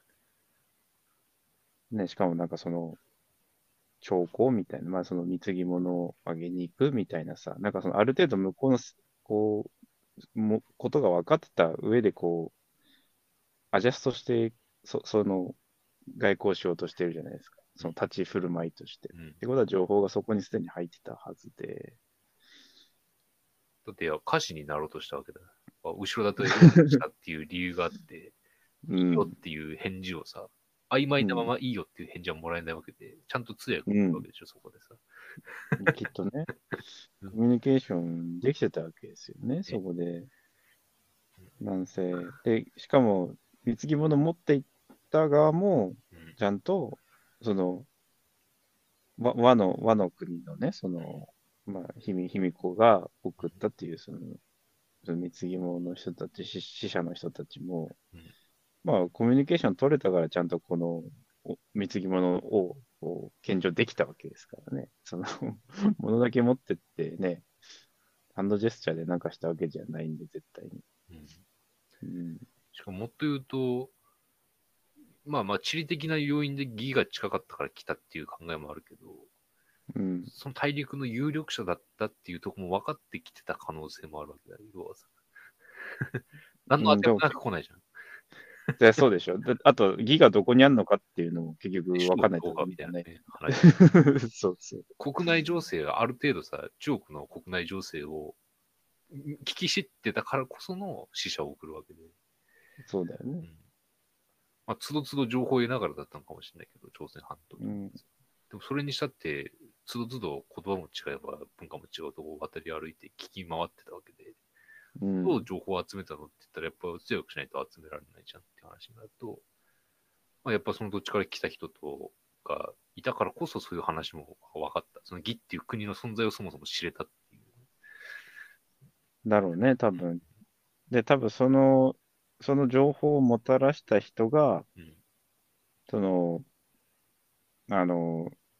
ね、しかもなんかその、兆候みたいな、まあその貢ぎ物をあげに行くみたいなさ、なんかそのある程度向こうのす、こう、も、ことが分かってた上でこう、アジャストして、そ、その、外交しようとしてるじゃないですか。その立ち振る舞いとして。っうん。 てことは情報がそこにすでに入ってたはずで、 だって歌詞になろうとしたわけだ。後ろ盾をしたっていう理由があって、いいよっうん、 ていう返事をさ、曖昧なまうん、 まいいよっていう返事はもらえないわけで、ちゃんと通訳をうん。 するわけでしょ、そこでさ。 きっとね、 うん。 コミュニケーションできてたわけですよね、 ね。 そこで。なんせ、で、しかも、貢ぎ物持っていった側も、 うん。 ちゃんと、その、和和の、和の国のね、その、まあ、卑弥、卑弥呼が送ったっていう、その、その貢ぎ物の人たち、死死者の人たちも、 うん。 まあ、コミュニケーション取れたから、ちゃんとこの、お貢ぎ物を、こう、献上できたわけですからね。その物だけ持ってってね、ハンドジェスチャーでなんかしたわけじゃないんで、絶対に。 うん。 うん。 しかももっと言うと、まあまあ、地理的な要因で義が近かったから来たっていう考えもあるけど、 うん。 その大陸の有力者だったっていうところも分かってきてた可能性もあるわけだよ、要はさ。何のうん、でも、 当てもなく来ないじゃん。 でそうでしょ。で、あと、義がどこにあるのかっていうのも結局分かんないと首都どこか意味がない。 みたいなね、話。 そうそう。 国内情勢がある程度さ、中国の国内情勢を聞き知ってたからこその死者を送るわけで。 そうだよね。 うん。まあ、つどつど情報を得ながらだったのかもしれないけど、朝鮮半島とか。 うん。 でもそれにしたって、つどつど言葉も違えば文化も違うとこを渡り歩いて聞き回ってたわけで、 うん。 どう情報を集めたのって言ったら、やっぱ強くしないと集められないじゃんっていう話になると、まあ、やっぱそのどっちから来た人とがいたからこそそういう話も分かった。その義っていう国の存在をそもそも知れたっていう。 だろうね、多分。で、多分その、その情報をもたらした人が、 うん。 その、あの、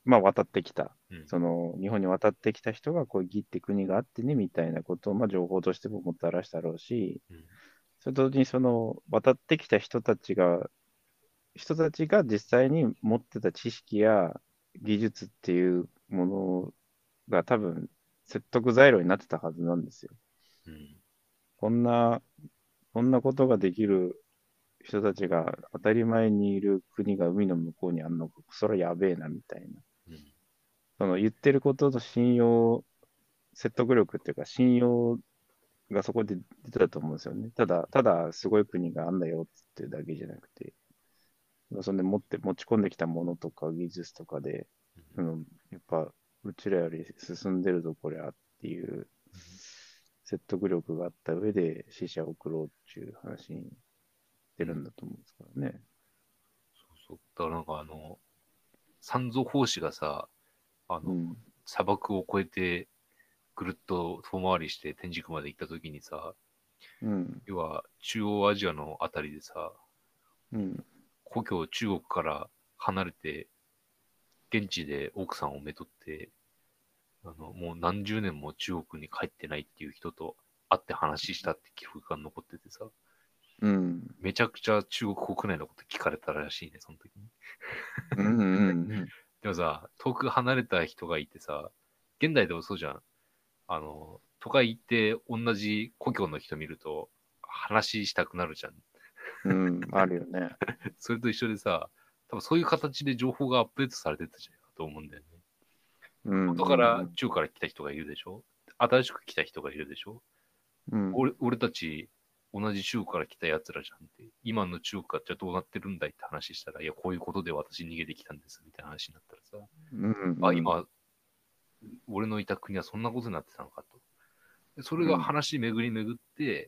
まあ渡ってきた、 うん。 その日本に渡ってきた人がこう義って国があってねみたいなことをまあ情報としてももたらしたろうし、 うん。 それと同時にその渡ってきた人たちが、人たちが実際に持ってた知識や技術っていうものが多分説得材料になってたはずなんですよ。 うん。 こんな、こんなことができる人たちが当たり前にいる国が海の向こうにあるのか、それはやべえなみたいな。 うん。 その言ってることの信用、説得力っていうか信用がそこで出てたと思うんですよね。ただ、ただすごい国があんだよっていうだけじゃなくて、それで持って、持ち込んできたものとか技術とかで、うん、やっぱうちらより進んでるぞ、こりゃっていう説得力があった上で死者を送ろうっていう話に出うん。 るんだと思うんですからね。 そうそう。だからなんかあの、三蔵法師がさ、あの、 うん。 砂漠を越えてぐるっと遠回りして天竺まで行った時にさ、 うん。 要は中央アジアのあたりでさ、 うん。 故郷中国から離れて、現地で奥さんをめとって、あの、もう何十年も中国に帰ってないっていう人と会って話したって記録が残っててさ、 うん。 めちゃくちゃ中国国内のこと聞かれたらしいね、その時に。 うん。うん。 でもさ、遠く離れた人がいてさ、現代でもそうじゃん。あの、都会行って同じ故郷の人見ると話したくなるじゃん。 うん。あるよね。 それと一緒でさ、多分そういう形で情報がアップデートされてたじゃんと思うんだよね。 うん。 後かうん。 ら中から来た人がいるでしょ。新しく来た人がいるでしょ。 うん。 俺俺たち同じ中国から来た奴らじゃんって、今の中国がじゃあどうなってるんだいって話したら、いや、こういうことで私逃げてきたんですみたいな話になったらさ、 うん。 あ、 うん。 今、俺のいた国はそんなことになってたのかと。でそれがうん。 話巡り巡って、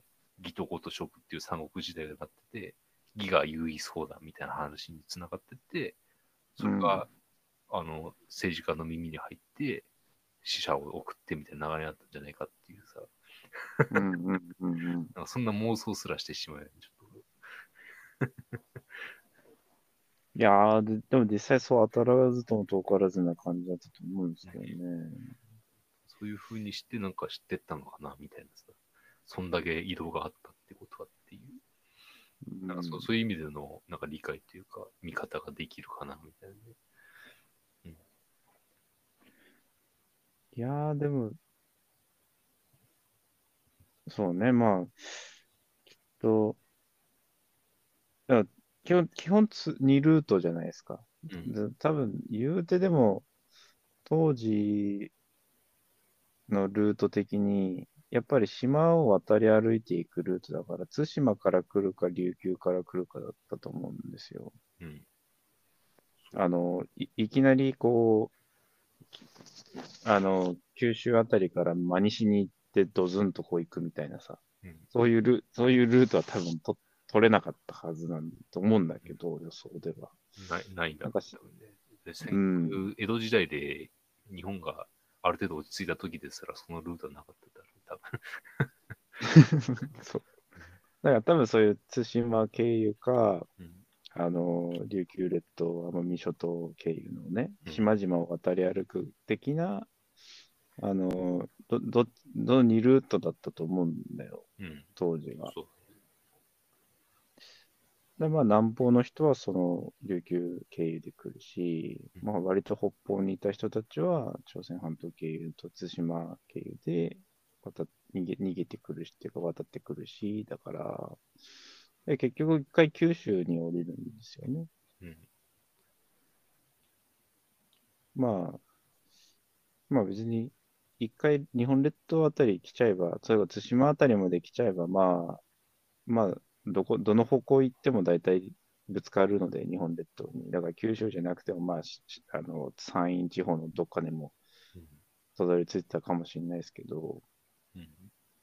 義とこと食っていう三国時代がなってて、義が優位そうだみたいな話につながってって、それが、あの、政治家の耳に入って、死者を送ってみたいな流れになったんじゃないかっていうさ、 うん。うん。うん。 なんかそんな妄想すらしてしまうよね、ちょっと。 いやーで、でも実際そう当たらずとも遠からずな感じだったと思うんですけどね。 そういう風にしてなんか知ってったのかな、みたいなさ。そんだけ移動があったってことはっていう。なんかそううん。 そういう意味でのなんか理解というか、見方ができるかな、みたいなね。うん。 いやーでも、そうね、まあ、と、だから基本、基本つにルートじゃないですか。 うん。 で多分、言うてでも、当時のルート的に、やっぱり島を渡り歩いていくルートだから、対馬から来るか、琉球から来るかだったと思うんですよ。 うん。そう。 あの、い、いきなりこう、あの、九州あたりから真西に行ってドズンとこう行くみたいなさ、 うん。 そういうル、そういうルートは多分と取れなかったはずなんと思うんだけど、予想では。 ない、ないんだろうね、 なんかし、 多分ね。で戦うん、 国、江戸時代で日本がある程度落ち着いた時ですら、そのルートはなかっただろう、 そう。だから多分そういう対馬経由か、 多分。 あの、琉球列島、奄美諸島経由のね、 うん。うん。 島々を渡り歩く的な、あの、ど、ど、どにルートだったと思うんだよ、 うん。 当時は。 そうで、まあ、南方の人はその琉球経由で来るし、 そう。 まあ、割と北方にいた人たちは朝鮮半島経由と対馬経由で渡っ逃げ、逃げてくるし、っていうか渡ってくるし、だから、で結局一回九州に降りるんですよね。 うん。うん。 まあ、まあ別に一回日本列島あたり来ちゃえば、例えば対馬あたりまで来ちゃえば、まあ、まあ、どこ、どの方向行っても大体ぶつかるので、日本列島に。だから九州じゃなくても、まあ、しあの、山陰地方のどっかでもうん。 たどり着いてたかもしれないですけど、 うん。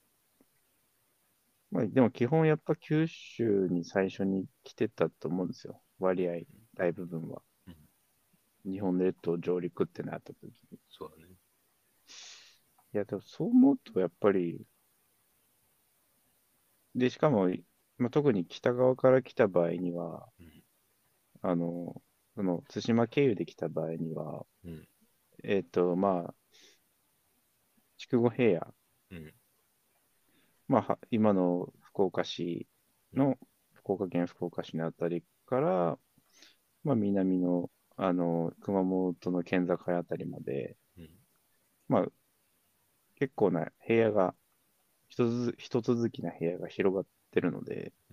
まあ、でも基本やっぱ九州に最初に来てたと思うんですよ。割合、大部分は。 うん。 日本列島上陸ってなった時に。 そうだね。 いや、でもそう思うと、やっぱり、で、しかも、まあ、特に北側から来た場合には、 うん。 あの、 その対馬経由で来た場合には、 うん。 えっと、まあ、筑後平野、 うん。 まあ、は今の福岡市うん。 の、福岡県福岡市のあたりから、まあ、南の、あの、熊本の県境あたりまで、 うん。 まあ、結構な平野が、一つ、一続きな部屋が広がってるので、 うん。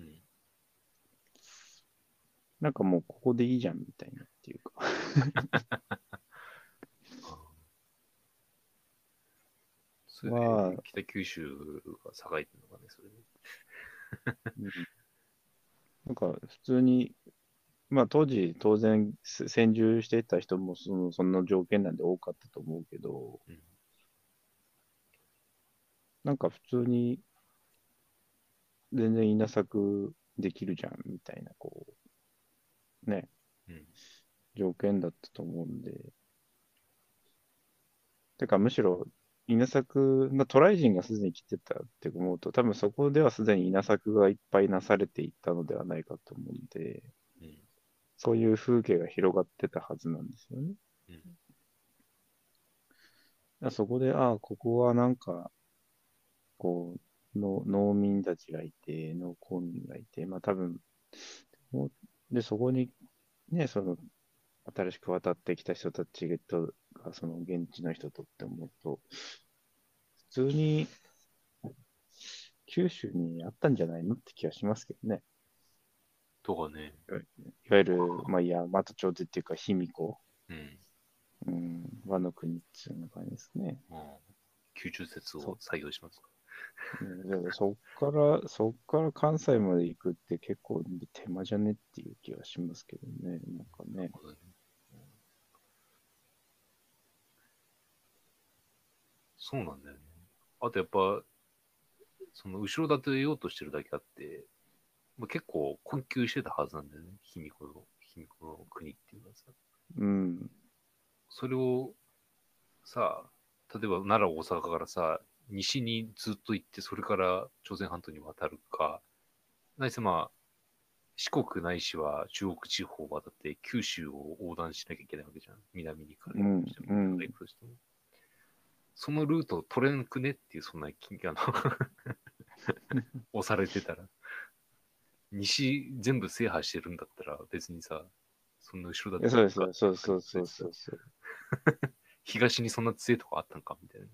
なんかもうここでいいじゃんみたいなっていうか。 あーそれで、 は、 北九州が栄えてるのかね、それで。 うん、なんか普通に、まあ当時当然せ先住してた人もその、そんな条件なんで多かったと思うけど、 うん。 なんか普通に全然稲作できるじゃんみたいな、こう、ね、 うん。 条件だったと思うんで、てかむしろ稲作、まあ、渡来人がすでに来てたって思うと、多分そこではすでに稲作がいっぱいなされていたのではないかと思うんで、 うん。 そういう風景が広がってたはずなんですよね。 うん。 だからそこで、ああ、ここはなんか、こう、の農民たちがいて、農耕民がいて、まあ多分、もうで、そこにね、その、新しく渡ってきた人たちとが、その現地の人とって思うと、普通に九州にあったんじゃないのって気がしますけどね。 とかね。 いわゆる、まあいや、またちょうどっていうか、卑弥呼、 うん。 うん、和の国っていうのがですね。 まあ、宮中説をそ、 採用しますか。 うんでもそっから、そっから関西まで行くって結構手間じゃねっていう気がしますけどね。なんかね。 なるほどね。そうなんだよね。あとやっぱ、その後ろ盾を得ようとしてるだけあって、まあ、結構困窮してたはずなんだよね。卑弥呼の、卑弥呼の国っていうのはさ。 うん。 それをさ、例えば奈良、大阪からさ、西にずっと行って、それから朝鮮半島に渡るか、ないせまあ、四国ないしは中国地方を渡って九州を横断しなきゃいけないわけじゃん。南にからうん。 行くとしても、北からうん。 行くとしても。そのルートを取れなくねっていう、そんな、あの押されてたら。西全部制覇してるんだったら、別にさ、そんな後ろいや、 盾そうですよ。 かっていうそうそうそう感じでさ、 そうそう。 東にそんな強いとこあったんかみたいな。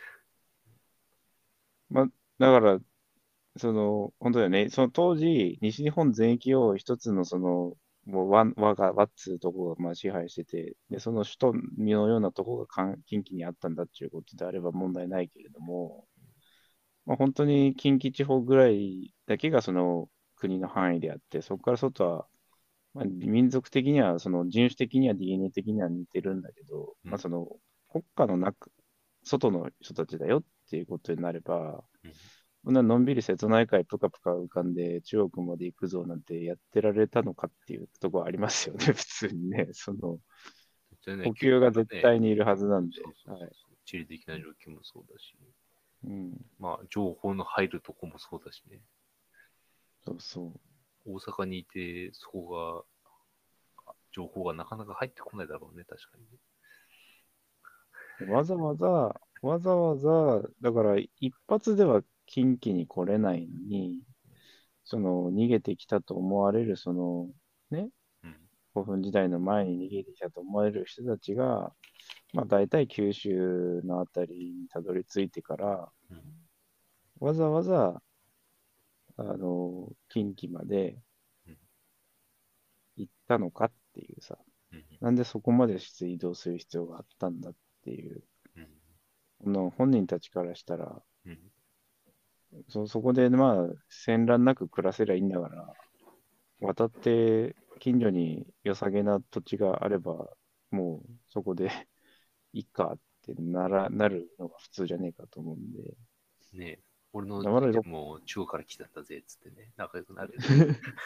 まあ、だから、その、本当だよね。その当時、西日本全域を一つのその、もう和、和が、和っつうとこがまあ支配してて、で、その首都のようなとこが関近畿にあったんだっていうことであれば問題ないけれども、まあ、本当に近畿地方ぐらいだけがその国の範囲であって、そこから外は、まあ、民族的には、その人種的には ディーエヌエー 的には似てるんだけど、 うん。 まあ、その国家の中、外の人たちだよっていうことになれば、 うん。 こんなのんびり瀬戸内海ぷかぷか浮かんで中国まで行くぞなんてやってられたのかっていうところありますよね、普通にね。その全然、 補九州給が絶がね、 対にいるはずなんで。 そうそうはい。 そうそう、地理的な状況もそうだし、 うん。 まあ、情報の入るとこもそうだしね。 そうそ大阪にいて、そこが、情報がなかなか入ってこないだろうね、確かにね。 う。わざわざ、わざわざ、だから一発では近畿に来れないのに、その逃げてきたと思われる、そのね、 うん。 古墳時代の前に逃げてきたと思われる人たちが、まあ大体九州のあたりにたどり着いてから、 うん。 わざわざ、あの、近畿までうん。 行ったのかっていうさ、 うん。 なんでそこまでして移動する必要があったんだっていう、 うん。 この本人たちからしたら、 うん。 そ、そこでまあ、戦乱なく暮らせりゃいいんだから、渡って近所に良さげな土地があれば、もうそこでいいかってなら、なるのが普通じゃねえかと思うんで、 ねえ、俺のだからろじいちゃんも中国から来たんだぜ、つってね、仲良くなるよね。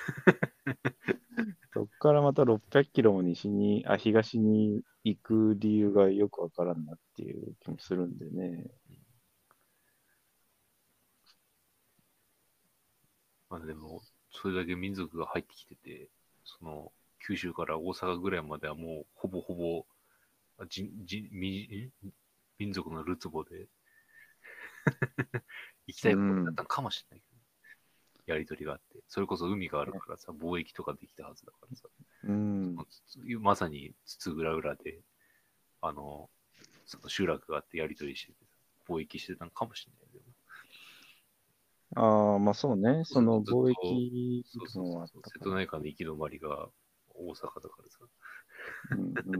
そこからまたろっぴゃくキロも西に、あ、東に行く理由がよくわからんなっていう気もするんでね。 うん。まあでも、それだけ民族が入ってきてて、その、 九州から大阪ぐらいまではもうほぼほぼじじみ民族のるつぼで行きたいところだったのかもしれないけど、やりとりがあって、それこそ海があるからさ、貿易とかできたはずだからさ、 うん。 まさにつつぐらぐらで、あの、その集落があってやりとりしてて、貿易してたのかもしれないけど。 ああ、まあそうね。そのずっと、 貿易そうそうのもあっそう、瀬たから。 戸内海の行き止まりが大阪だからさ。 うんうん。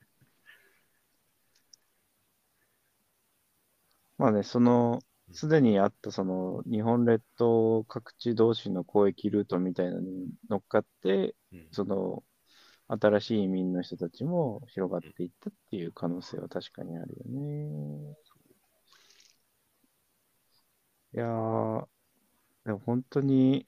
まあね、その、すでにあったその日本列島各地同士の交易ルートみたいなのに乗っかって、 うん。 その新しい移民の人たちも広がっていったっていう可能性は確かにあるよね。いやー、でも本当に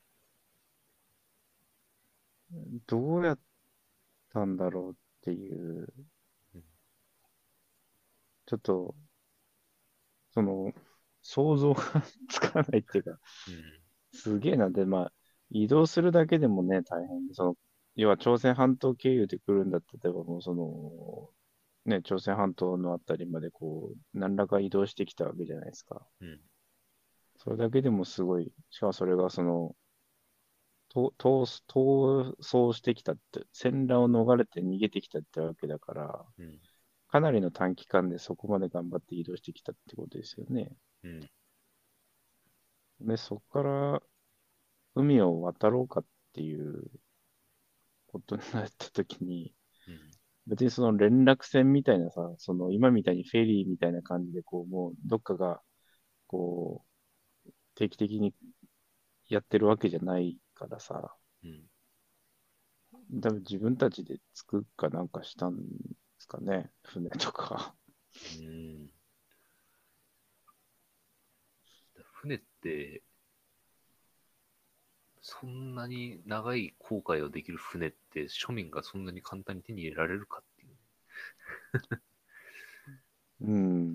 どうやったんだろうっていう、 うん。 ちょっと、その、想像がつかないっていうか、 うん。 すげえな。で、まあ、移動するだけでもね、大変で、その、要は朝鮮半島経由で来るんだって、例えばもうその、ね、朝鮮半島のあたりまでこう、何らか移動してきたわけじゃないですか。 うん。 それだけでもすごい、しかもそれがその、と逃逃走してきたって、戦乱を逃れて逃げてきたってわけだから、 うん。 かなりの短期間でそこまで頑張って移動してきたってことですよね。 うん。 で、そこから海を渡ろうかっていうことになったときに、 うん。 別にその連絡船みたいなさ、その今みたいにフェリーみたいな感じで、こう、もうどっかが、こう、定期的にやってるわけじゃないからさ、 うん。 多分自分たちで作るかなんかしたんですかね、船とか。 うん。船って、そんなに長い航海をできる船って庶民がそんなに簡単に手に入れられるかっていう。 うん、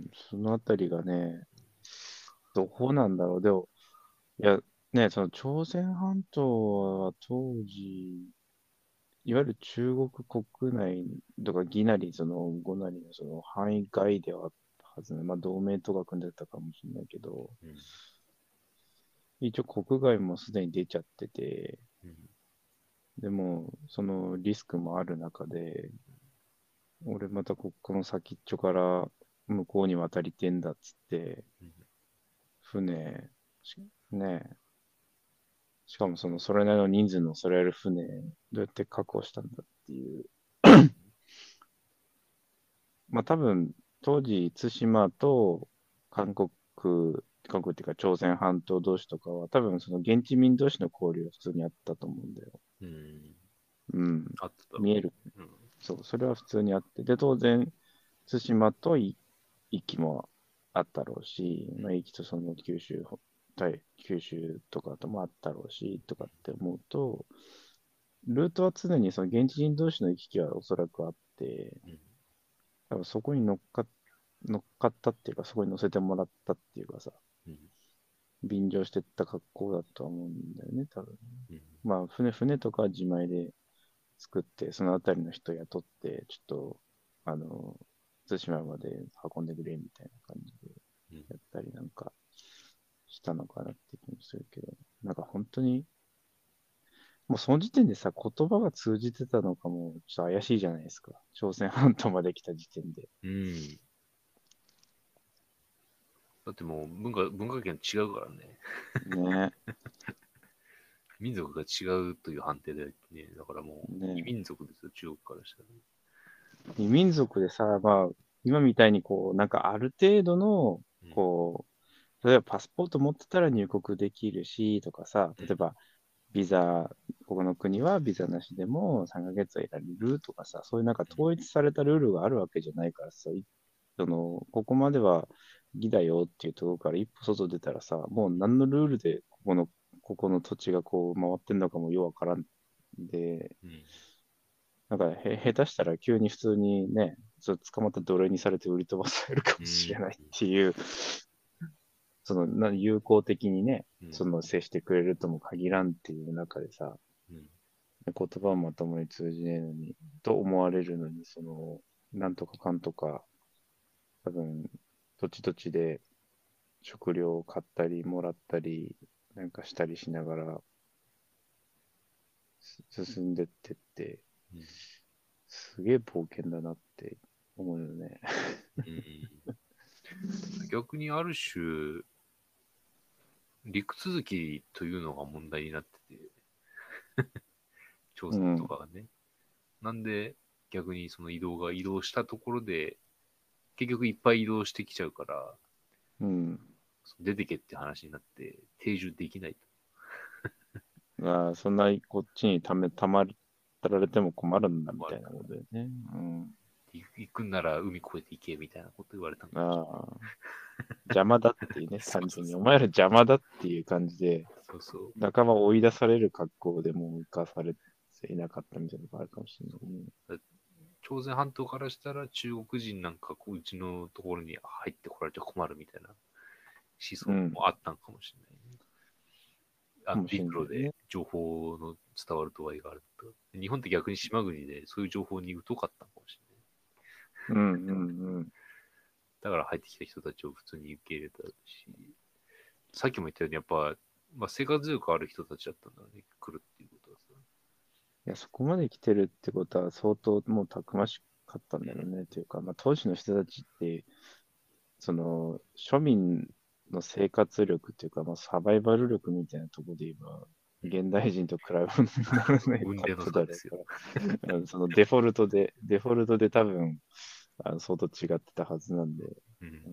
そのあたりがね、どこなんだろう。でも、いや、ね、その朝鮮半島は当時、いわゆる中国国内とか義なり、その呉なりのその範囲外ではあったはずね。まあ同盟とか組んでたかもしれないけど、 うん。 一応国外もすでに出ちゃってて、 うん。 でもそのリスクもある中で、俺またここの先っちょから向こうに渡りてんだっつって、 うん。 船、しね、しかもそのそれなりの人数のそれやる船、どうやって確保したんだっていう。まあ多分、当時、対馬と韓国、韓国っていうか朝鮮半島同士とかは、多分その現地民同士の交流は普通にあったと思うんだよ。 うん。 うん。 あっただろ見える。 うね。 そう、それは普通にあって。で、当然、対馬と壱岐もあったろうし、 うん。 まあ、壱岐とその九州、対九州とかともあったろうし、とかって思うと、ルートは常にその現地人同士の行き来はおそらくあって、 うん。 多分そこに乗っか、乗っかったっていうか、そこに乗せてもらったっていうかさ、 うん。 便乗してった格好だとは思うんだよね、多分。 うん。 まあ、船、船とかは自前で作って、そのあたりの人雇って、ちょっと、あの、対馬まで運んでくれみたいな感じでうん。 やったりなんかしたのかなって気もするけど、なんか本当に、もうその時点でさ、言葉が通じてたのかも、ちょっと怪しいじゃないですか。朝鮮半島まで来た時点で。 うん。だってもう文化、文化圏違うからね。 ね。 民族が違うという判定でね、だからもう異ね。 民族ですよ、中国からしたら。 異民族でさ、まあ、今みたいにこう、なんかある程度の、 うん。 こう、例えばパスポート持ってたら入国できるし、とかさ、 うん。 例えばビザ、ここの国はビザなしでもさんかげつはいられるとかさ、そういうなんか統一されたルールがあるわけじゃないからさ、いその、ここまでは義だよっていうところから一歩外出たらさ、もう何のルールでここの、ここの土地がこう回ってんのかもようわからんで、 うん。 なんかへ、下手したら急に普通にね、そう捕まって奴隷にされて売り飛ばされるかもしれないっていう、そのな友好的にね、 うん。 その接してくれるとも限らんっていう中でさ、 うん。 言葉はまともに通じねえのに、と思われるのに、その、なんとかかんとか、多分、土地土地で食料を買ったり、もらったり、なんかしたりしながらす進んでってって、 うん。 すげえ冒険だなって思うよね。 うん、逆にある種、陸続きというのが問題になってて、朝鮮とうん、 かがね。なんで、逆にその移動が移動したところで、結局いっぱい移動してきちゃうから、 うん。 出てけって話になって、定住できないと。 ああ、そんなにこっちにため、たまられても困るんだみ困るかたいなことだよね。うん。 ら。行くんなら海越えて行けみたいなこと言われたのかもしれない。 ああ、邪魔だっていうね、 そう単純に。 そうそう。 お前ら邪魔だっていう感じで、 そうそう。 仲間を追い出される格好でもう生かされていなかったみたいなのがあるかもしれないね。 だ朝鮮半島からしたら中国人なんかこううちのところに入ってこられて困るみたいな思想うん。 もあったのかもしれないね。あのかもしれ陸路でないね。 情報の伝わる度合いがあると。日本って逆に島国でそういう情報に疎かったのかもしれない。 うんうんうん。 だから入ってきた人たちを普通に受け入れたし、さっきも言ったようにやっぱ、まあ、生活力ある人たちだったんだね、来るっていうことはさ。 いや、そこまで来てるってことは相当もうたくましかったんだろうね。というか、まあ、当時の人たちって、その庶民の生活力っていうか、まあ、サバイバル力みたいなところで言えば、 うん。 現代人と比べ物にならない雲泥のかった差ですよ。 だろうから、うんそのデフォルトで、デフォルトで多分、あの相当違ってたはずなんで、 うん。 うん、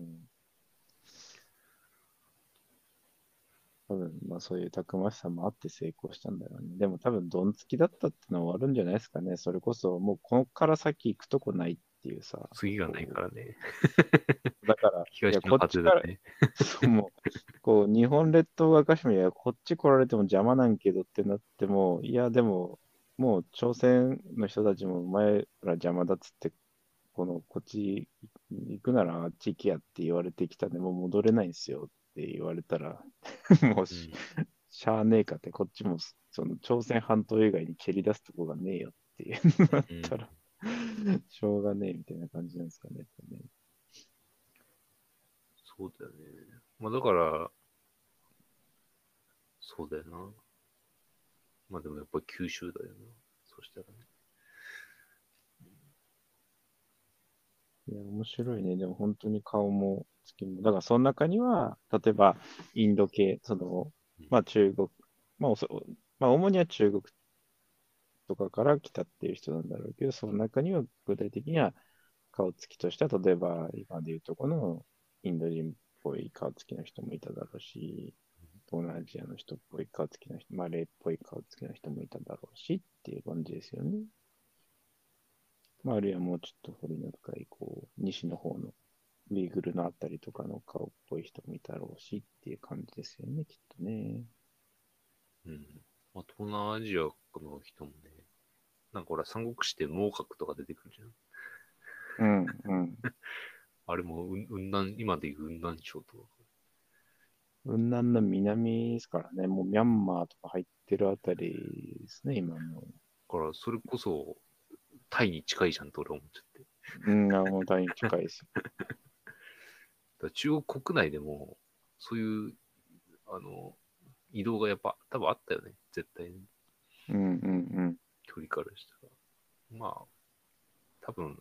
多分、まあそういうたくましさもあって成功したんだろうね。でも多分、ドンつきだったってのはあるんじゃないですかね。それこそ、もうここから先行くとこないっていうさ、 次がないかこらね。 う、だから、いや、 東のこっちから、 風だね。 そうもう、こう、日本列島がカシミヤ、こっち来られても邪魔なんけどってなっても、いや、でも、もう朝鮮の人たちもお前ら邪魔だっつって、この、こっち行くならあっち行けやって言われてきたんで、もう戻れないんですよって言われたら、もうし、 うん。 しゃあねえかって、こっちもその朝鮮半島以外に蹴り出すとこがねえよっていうなっうん。 たら、しょうがねえみたいな感じなんですかね。やっぱねそうだよね。まあだから、そうだよな。まあでもやっぱり九州だよな。そしたらね。 いや、面白いね。でも本当に顔も月も。だからその中には、例えばインド系、その、 うん。 まあ中国、まあおそ、まあ主には中国とかから来たっていう人なんだろうけど、その中には具体的には顔つきとしては、例えば今でいうとこのインド人っぽい顔つきの人もいただろうし、東南アジアの人っぽい顔つきの人、マレーっぽい顔つきの人もいただろうしっていう感じですよね。まあ、あるいはもうちょっと掘りの深い、こう、西の方のウイグルのあたりとかの顔っぽい人もいたろうしっていう感じですよね、きっとね。 うん。まあ東南アジアの人もね、なんかほら、三国志で猛角とか出てくるじゃん。 うん、うん。 あれも、うん、雲南、今でいう雲南省とか。 雲南の南ですからね、もうミャンマーとか入ってるあたりですね、今の。 だから、それこそ、タイに近いじゃんと俺は思っちゃって。 うん、もう大に近いですよ。 だから中国国内でも、そういう、あの、移動がやっぱ多分あったよね。絶対に。 うん、うん、 距離からしたら。まあ、多分、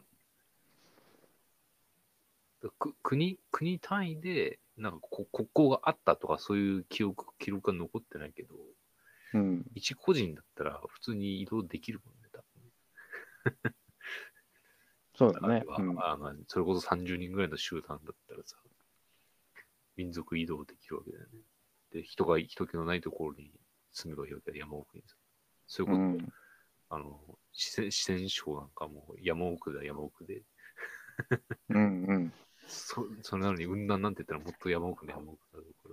く国、国単位で、なんかこ国交があったとかそういう記憶、記録が残ってないけど、 うん。うん、 一個人だったら普通に移動できるもんね、多分。 そうだね。 あれは、 うん、 あの、それこそさんじゅうにんぐらいの集団だったらさ、民族移動できるわけだよね。で、人が、人気のないところに住めばいいわけだ、山奥にさ。そういうこと、 うん、 あの、四川四川省なんかも山奥だ、山奥で。 うん、うん。 そ、それなのに雲南なんて言ったらもっと山奥の山奥だろうから。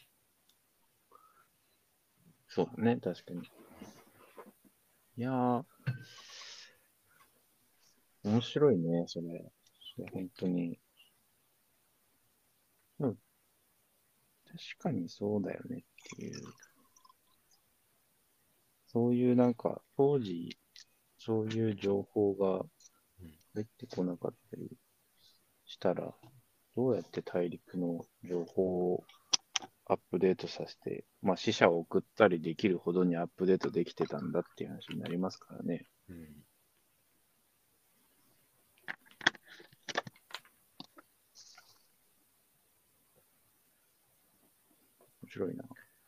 そうだね、確かに。いやー、面白いね、それ。それ本当に。うん、確かにそうだよねっていう。 そういうなんか、当時、そういう情報がうん入ってこなかったりしたら、どうやって大陸の情報をアップデートさせて、まあ、死者を送ったりできるほどにアップデートできてたんだっていう話になりますからね。 うん面白いな。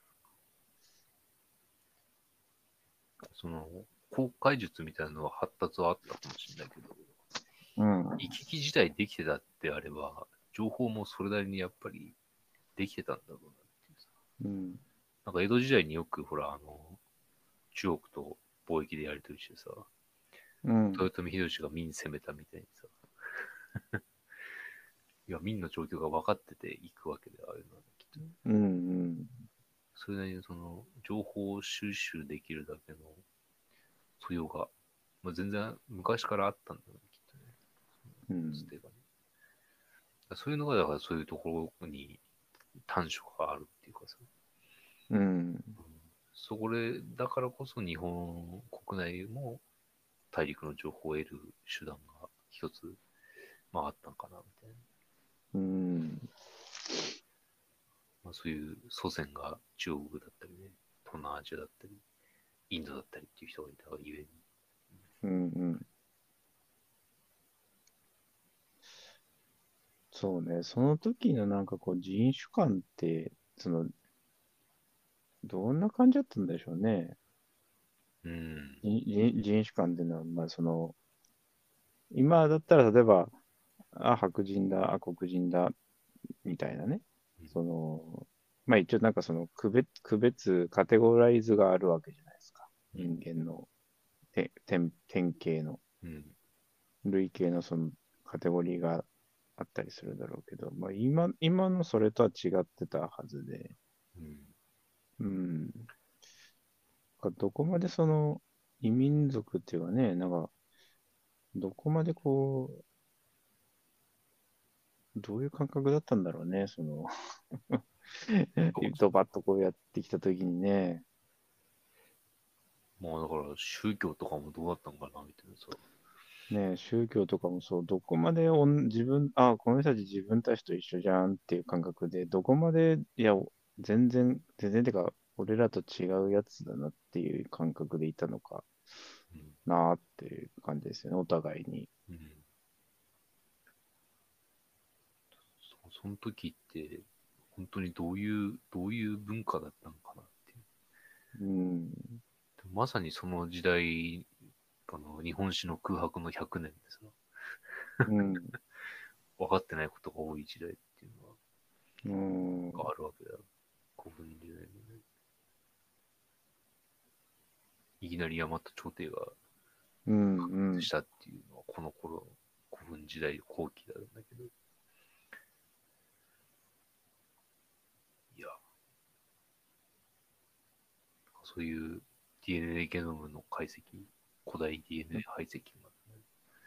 その、航海術みたいなのは発達はあったかもしれないけど、 うん。 行き来自体できてたってあれば、情報もそれなりにやっぱりできてたんだろうなっていうさ。 うん。 なんか江戸時代によくほら、あの、中国と貿易でやり取りしてさ、 うん。 豊臣秀吉が明攻めたみたいにさ、いや、明の状況が分かってて行くわけであるのはきっと。 うん。うん。 それなりにその、情報を収集できるだけの素養が、まあ、全然昔からあったんだよね、きっとね。 うん。 つてがね。そういうのが、だからそういうところに短所があるっていうかさ。 うん。 うん、そこで、だからこそ日本国内も大陸の情報を得る手段が一つ、まああったんかな、みたいな。 うん。 まあ、そういう祖先が中国だったりね、東南アジアだったり、インドだったりっていう人がいたがゆえに。 うん。うん。そうね。その時のなんかこう人種間って、その、どんな感じだったんでしょうね。 うん。 人人人種間っていうのは、まあその、今だったら例えば、あ、白人だ、あ、黒人だ、みたいなね。 うんその、まあ一応なんかその区別、区別、カテゴライズがあるわけじゃないですか。人間のて典典型の、 うん。 類型のそのカテゴリーがあったりするだろうけど、まあ今、今のそれとは違ってたはずで、 うん。 うん。どこまでその異民族っていうかね、なんか、どこまでこう、どういう感覚だったんだろうね、そのそうドバッとこうやってきたときにね、 まあだから宗教とかもどうだったんかな、みたいなさ。 ね、宗教とかもそう、どこまでおん自分、あ、この人たち自分たちと一緒じゃんっていう感覚で、どこまで、いや、全然、全然てか、俺らと違うやつだなっていう感覚でいたのかうん。 なーっていう感じですよね、お互いに。 うん。そその時って、本当にどういう、どういう文化だったのかなっていう。 うん、 まさにその時代、あの、日本史の空白のひゃくねんですよ。 うん、 分かってないことが多い時代っていううん、 のがあるわけだよ。古墳時代のね。いきなり大和朝廷がうん、うん。 したっていうのは、この頃の古墳時代後期なんだけど、いや、そういう ディーエヌエー ゲノムの解析、古代 ディーエヌエー 排析までね、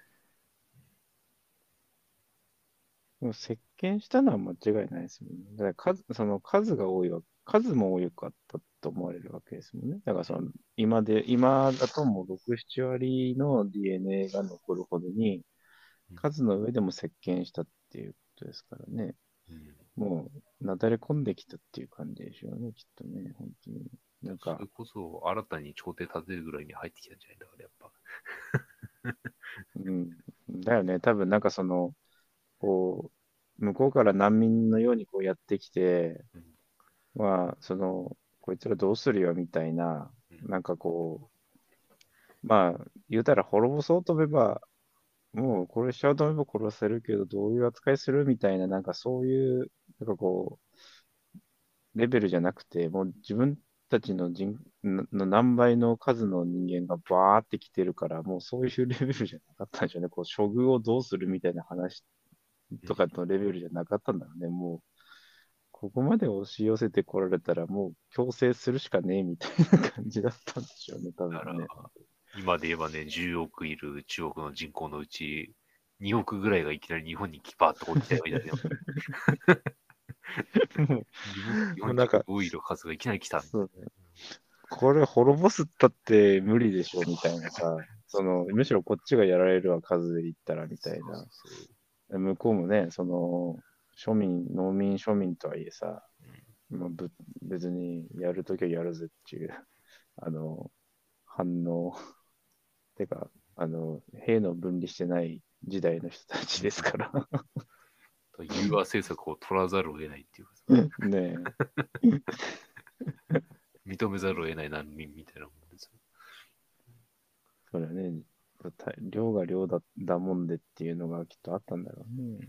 でも席巻したのは間違いないですもんね。だから数、その数が多いわ、数も多かったと思われるわけですもんね。だからその、今で、今だともうろく、なな割の ディーエヌエー が残るほどに、 うん数の上でも席巻したっていうことですからね。 うん、 もう、なだれ込んできたっていう感じでしょうね、きっとね、本当に。なんか、 それこそ新たに朝廷立てるぐらいに入ってきたんじゃないんだから、やっぱ。 うん、だよね、多分なんかその、こう、向こうから難民のようにこうやってきて、 うんまあ、その、こいつらどうするよみたいな、 うんなんかこう、まあ、言うたら滅ぼそうと思えば、もう殺しちゃうと思えば殺せるけど、どういう扱いするみたいな、なんかそういう、なんかこう、レベルじゃなくて、もう自分たちの人の何倍の数の人間がバーって来てるから、もうそういうレベルじゃなかったんでしょうね。こう、処遇をどうするみたいな話うん、 とかのレベルじゃなかったんだろうね。もう、ここまで押し寄せてこられたら、もう強制するしかねえみたいな感じだったんでしょうね、多だから、 分ね。 今で言えばね、じゅうおくいる中国の人口のうち、におくぐらいがいきなり日本にバーッと来たよみたいな。 も日本日う、もう本なんか、 人口いる数がいきなり来たみたいそうね。 これ滅ぼすったって無理でしょみたいなさ、その、むしろこっちがやられるわ、数で言ったらみたいな。 そうそうそう。 向こうもね、その、庶民、農民庶民とはいえさ、 うんまあ、ぶ別にやるときはやるぜっていう、あの、反応、てか、あの、兵の分離してない時代の人たちですから。 融和政策を取らざるを得ないっていうかさ、 ね認めざるを得ない難民みたいなもんですよ。 それはね、た量が量だ、だもんでっていうのがきっとあったんだろうね。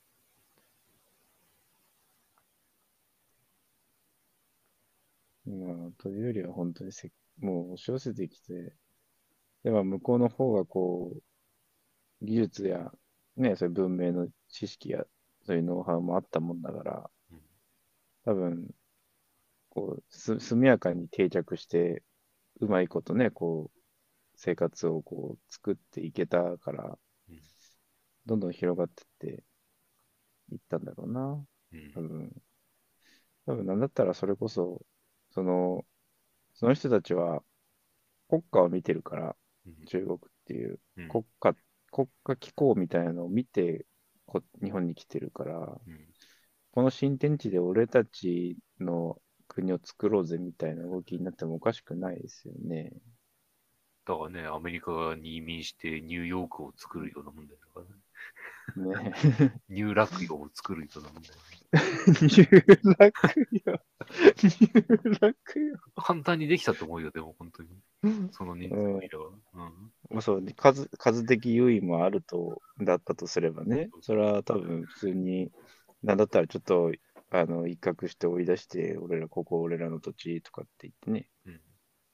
まあ、というよりは本当にせ、もう押し寄せてきて、では向こうの方がこう、技術や、ね、そういう文明の知識や、そういうノウハウもあったもんだから、 うん多分、こう、す、速やかに定着して、うまいことね、こう、生活をこう、作っていけたから、 うんどんどん広がってっていったんだろうな。 うん多分、多分なんだったらそれこそ、その、その人たちは国家を見てるから、 うん中国っていううん国家、国家機構みたいなのを見て、こ日本に来てるから、 うんこの新天地で俺たちの国を作ろうぜみたいな動きになってもおかしくないですよね。 だからね、アメリカに移民してニューヨークを作るようなもんだからね。 ね。 ニューラクヨを作るようなもんだよね。 入楽よ。入楽よ。 簡単にできたと思うよ、でも本当に。その人数がうん。 いれば。うん。 まあそうね、数、数的優位もあると、だったとすればね、 そうそそれは多分普通に、なんだったらちょっと、あの、一角して追い出して、俺ら、ここ俺らの土地とかって言ってね。 う。うん。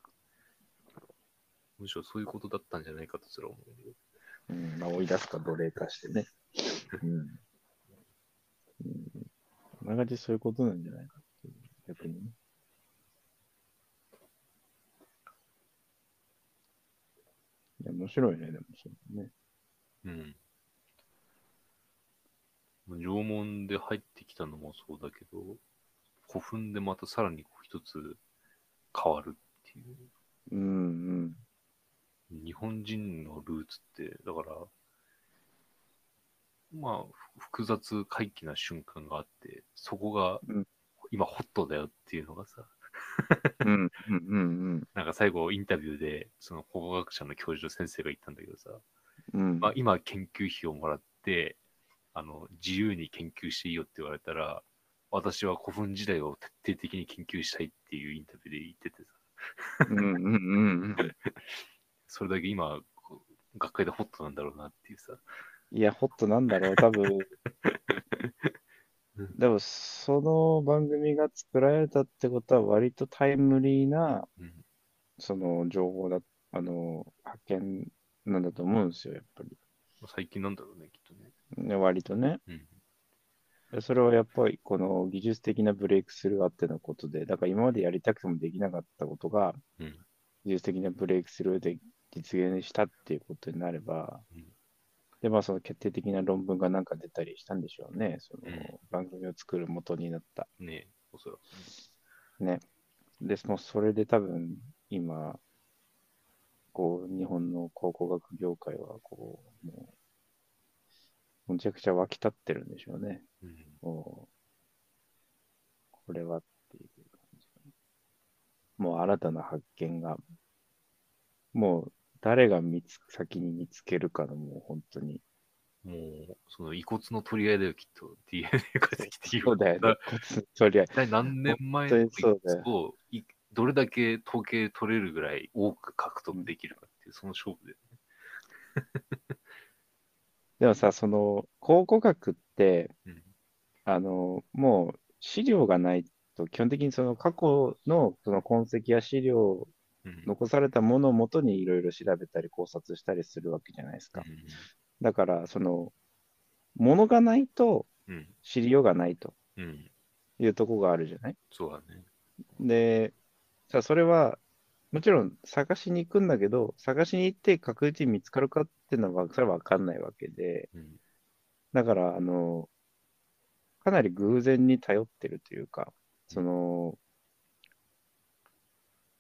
むしろそういうことだったんじゃないかとすら思うよ。 うん、まあ追い出すか奴隷化してね。うん。うん。あながちそういうことなんじゃないかっていう、逆にね。いや、面白いね、でもそれね。 うん。縄文で入ってきたのもそうだけど、古墳でまたさらにこう一つ変わるっていう。 うん、うん。 日本人のルーツって、だから、まあ、複雑回帰な瞬間があって、そこがうん、 今ホットだよっていうのがさ、 うん、うん、うん、 なんか最後インタビューで、その考古学者の教授先生が言ったんだけどさ、 うん。 まあ、今研究費をもらって、あの、自由に研究していいよって言われたら、私は古墳時代を徹底的に研究したいっていうインタビューで言っててさ、 うん、うん、うん、うん。 それだけ今、学会でホットなんだろうなっていうさ。 いや、ホットなんだろう、多分。でも、その番組が作られたってことは、割とタイムリーな、 うん、 その情報だ、あの、発見なんだと思うんですよ、やっぱり。 最近なんだろうね、きっとね。 ね、割とね。 うん。 でそれはやっぱり、この技術的なブレイクスルーあってのことで、だから今までやりたくてもできなかったことが、 うん。 技術的なブレイクスルーで実現したっていうことになれば、 うん。 で、まあ、その決定的な論文がなんか出たりしたんでしょうね。そうん。 の番組を作る元になった。 ねえ、おそらくね。 ね。で、もうそれで多分、今、こう、日本の考古学業界は、こう、もう、むちゃくちゃ沸き立ってるんでしょうね。 うん。 もう、これはっていう感じ。もう新たな発見が、もう、誰が見つ先に見つけるかの、もう本当に。 もう、その遺骨の取り合いだよ、きっと。ディーエヌエー 化そう石っていうそうだよね。 か。 骨の取り合い。 一体何年本当に前の遺そうだよ。 骨をいどれだけ統計取れるぐらい多く獲うん、 得できるかっていう、その勝負で。 でもさ、その、考古学って、 うん。 あの、もう資料がないと、基本的にその過去のその痕跡や資料、 うん。 残されたものをもとにいろいろ調べたり考察したりするわけじゃないですか。 うん。 だから、その、ものがないとうん。 知りようがないとうん。 いうところがあるじゃない。 そうだね。 で、さあ、それは、もちろん探しに行くんだけど、探しに行って確実に見つかるかっていうのは、それはわかんないわけで、 うん。 だから、あの、かなり偶然に頼ってるというか、 うん。 その、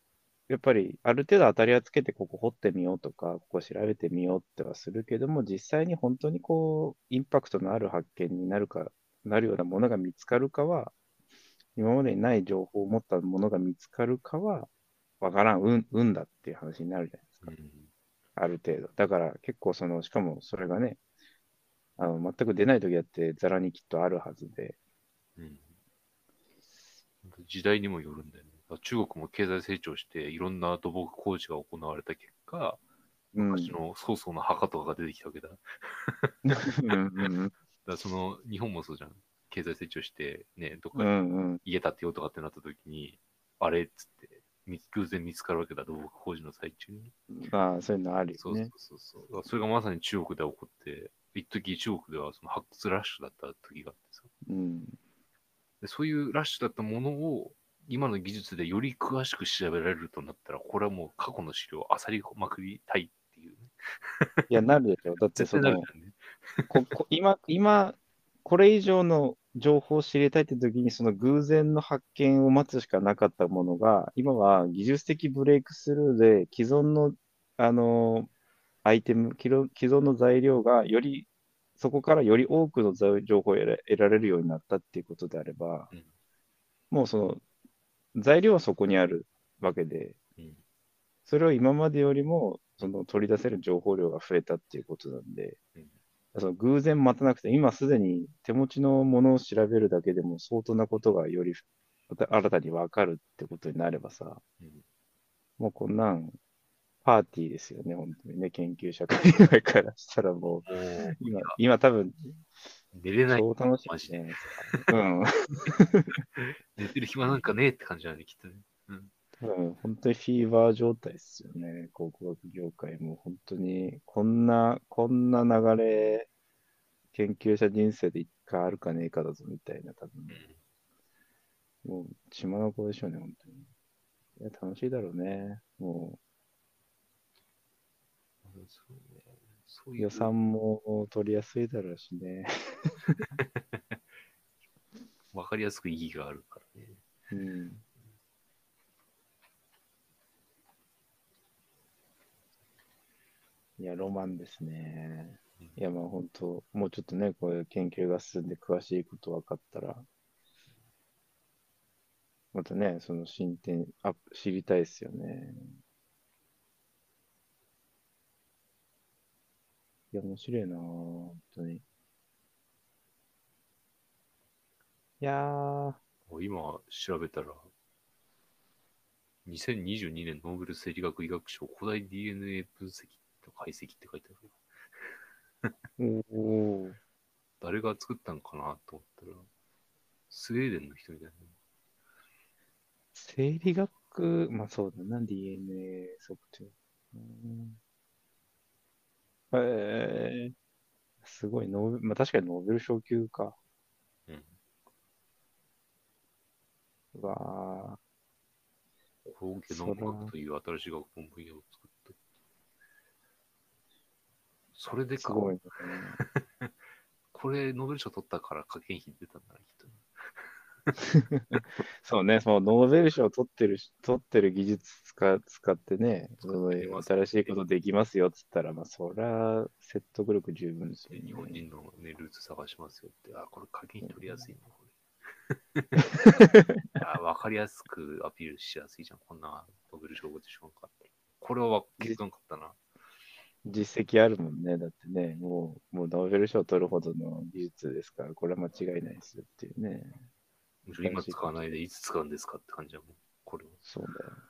やっぱりある程度当たりをつけてここ掘ってみようとか、ここ調べてみようってはするけども、実際に本当にこう、インパクトのある発見になるか、なるようなものが見つかるかは、今までにない情報を持ったものが見つかるかは、わからん、運、運だっていう話になるじゃないですか。 うん。 ある程度。だから結構その、しかもそれがね、あの、全く出ない時だってざらにきっとあるはずで。 うん。時代にもよるんだよね。中国も経済成長して、いろんな土木工事が行われた結果、 うん。 昔の曹操の墓とかが出てきたわけだ。だかうんうんらその、日本もそうじゃん。経済成長して、ね、どっかうにんうん。 家建てようとかってなった時に、あれっつって、み偶然見つかるわけだ、土木工事の最中に。 まあ、そういうのあるよそうそね。 うそうそう。だからそれがまさに中国で起こって、一時中国ではその発掘ラッシュだった時があってさ。 うん。 でそういうラッシュだったものを、今の技術でより詳しく調べられるとなったら、これはもう過去の資料を漁りまくりたいっていうね。 いや、なるでしょ。だって絶対なるその、 じゃんね。 こ、こ、今、今、これ以上の情報を知りたいって時に、その偶然の発見を待つしかなかったものが、今は技術的ブレイクスルーで既存の、あの、アイテム、既存既存の材料がより、そこからより多くの材情報を得ら得られるようになったっていうことであれば、 うん。 もうその材料はそこにあるわけで、 うん。 それを今までよりもその取り出せる情報量が増えたっていうことなんで、 うん。 その偶然待たなくて、今すでに手持ちのものを調べるだけでも相当なことがより新たに分かるってことになればさ、 うん。 もうこんなんパーティーですよね、本当にね、研究者界隈からしたらもう、 もう、い今、 や、 今多分寝れない。 超楽しいマジで。 ね。うん。 寝てる暇なんかねえって感じだね、きっとね。うん。 多分本当にフィーバー状態ですよね、考古学業界も。本当に、こんな、こんな流れ、研究者人生で一回あるかねえかだぞみたいな、多分、 うん。 もう血眼でしょうね、本当に。いや、楽しいだろうね。もそうね。そうう、 いう、 予算も取りやすいだろうしね。 わかりやすく意義があるからね。 うん。いや、ロマンですね。 うん。 いや、まあ本当、もうちょっとね、こういう研究が進んで詳しいこと分かったら、またね、その進展、あ、知りたいですよね。いや、面白いなぁ、本当に。いやー、 今調べたら、にせんにじゅうにねんノーベル生理学医学賞古代 ディーエヌエー 分析と解析って書いてある。 おお、 誰が作ったのかなと思ったら、スウェーデンの人みたいな。 生理学、まあそうだな、ディーエヌエー 測定。うん、えー、すごい、ノーベル、まあ確かにノーベル賞級か。 うん。 うわ高ー、 ゲノム学そら、 という新しい学問分野を作った。それでか。 すごいね。 これ、ノーベル賞取ったから科研費出たんだな、きっと。 そうね、そのノーベル賞を取ってるし、取ってる技術使使ってね、そ使っのてみます新しいことできますよっつったら、まあそりゃ説得力十分ですよで日本ね。 人の、ね、ルーツ探しますよって。あ、これ科研費取りやすいな、これ。あ、わかりやすくアピールしやすいじゃん。こんなノーベル賞でしょうかって。これは気づかじなかったな。 実績あるもんね。だってね、もう、もうノーベル賞を取るほどの技術ですから、これは間違いないですよっていうね。 むしろ今新しいこと。 使わないでいつ使うんですかって感じだもん。これそうだよ。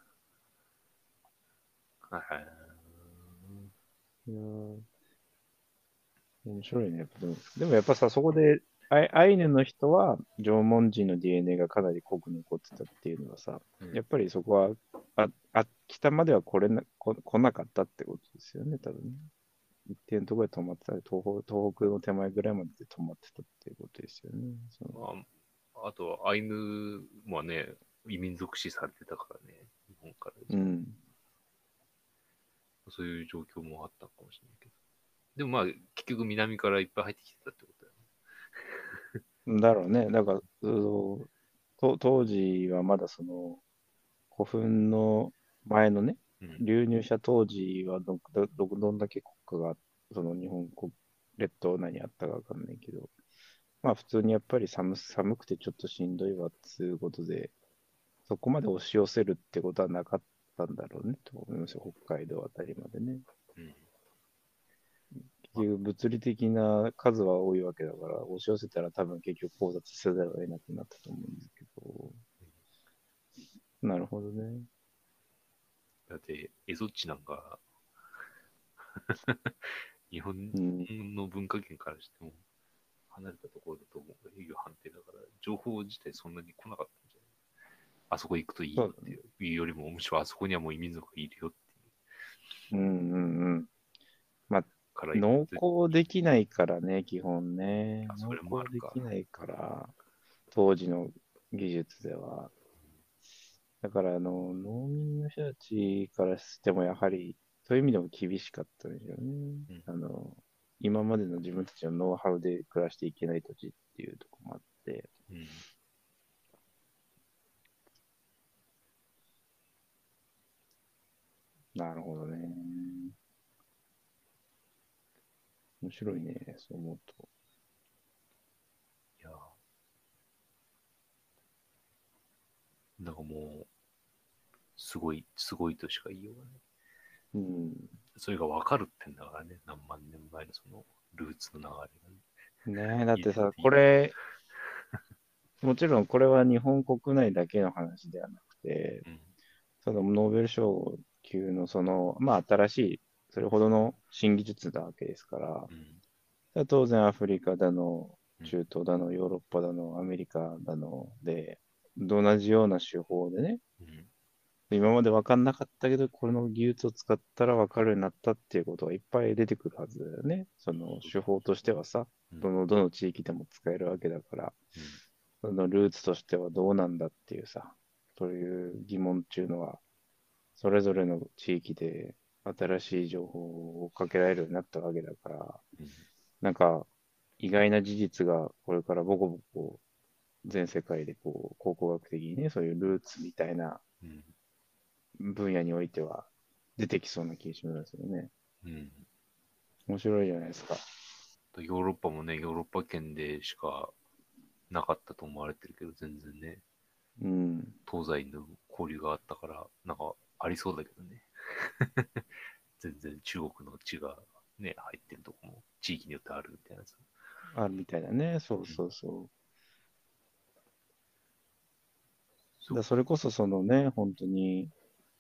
は。はいはい。 いやー、面白いね。やっぱでも、でもやっぱさ、そこで、アイアイヌの人は縄文人の ディーエヌエー がかなり濃く残ってたっていうのはさ、 うん。 やっぱりそこは、あ、あ、北までは来れな、こ来なかったってことですよね、多分ね。一定のところで止まってたり、東北、東北の手前ぐらいまでで止まってたっていうことですよね。そのまあ、あとはアイヌもね、異民族視されてたからね。日本から。 うん。 そういう状況もあったかもしれないけど。でもまあ、結局南からいっぱい入ってきてたってことだよだろうね。だから、うと当時はまだその古墳の、 前のね、 うん。 流入した当時はど、ど、どどんだけ国家が、その日本国、列島内にあったかわかんないけど、まあ普通にやっぱり寒、寒くてちょっとしんどいわっつうことで、そこまで押し寄せるってことはなかったんだろうね、と思いますよ、北海道あたりまでね。 うん。まあ、 結局物理的な数は多いわけだから、押し寄せたら多分結局交雑せざるを得なくなったと思うんですけど、なるほどね。 だって、エゾッチなんか、日本うん、 の文化圏からしても、離れたところだと思う。いう判定だから、情報自体そんなに来なかったんじゃない？あそこ行くといいよってそうだね。 いうよりも、むしろあそこにはもう異民族がいるよっていううんうんうん。まあ、 から行く濃と、 厚できないからね、基本ね。 あ、そ濃れもあるか。 厚できないから、当時の技術では。だから、あの、農民の人たちからしても、やはり、そういう意味でも厳しかったんでしょうね。 うん。 あの、今までの自分たちのノウハウで暮らしていけない土地っていうところもあって、 うん。 なるほどね。面白いね、そう思うと。 いや、なんかもう、すごい、すごいとしか言いようがない。 うん。 それがわかるってんだからね、何万年前のそのルーツの流れがね。 ねえ、だっいつってさ、 ていう。 これ、もちろんこれは日本国内だけの話ではなくて、 うん。 そのノーベル賞級のその、まあ新しい、それほどの新技術なわけですから、 うん当然アフリカだの、 うん中東だの、ヨーロッパだの、アメリカだので、同じような手法でね、 うん今まで分かんなかったけど、この技術を使ったら分かるようになったっていうことがいっぱい出てくるはずだよね。その手法としてはさ、 うんどの、どの地域でも使えるわけだから、 うんそのルーツとしてはどうなんだっていうさ、そういう疑問っていうのは、それぞれの地域で新しい情報を追っかけられるようになったわけだから、 うんなんか意外な事実がこれからボコボコ全世界でこう考古学的にね、そういうルーツみたいなうん分野においては出てきそうな気がしますよね。 うん面白いじゃないですか。 ヨーロッパもね、ヨーロッパ圏でしかなかったと思われてるけど、全然ね、 うん。 東西の交流があったから、なんかありそうだけどね。全然中国の血がね、入ってるとこも地域によってあるみたいなさ。 あるみたいだね。そううん、 そうそう。 そう。 だそれこそそのね、本当に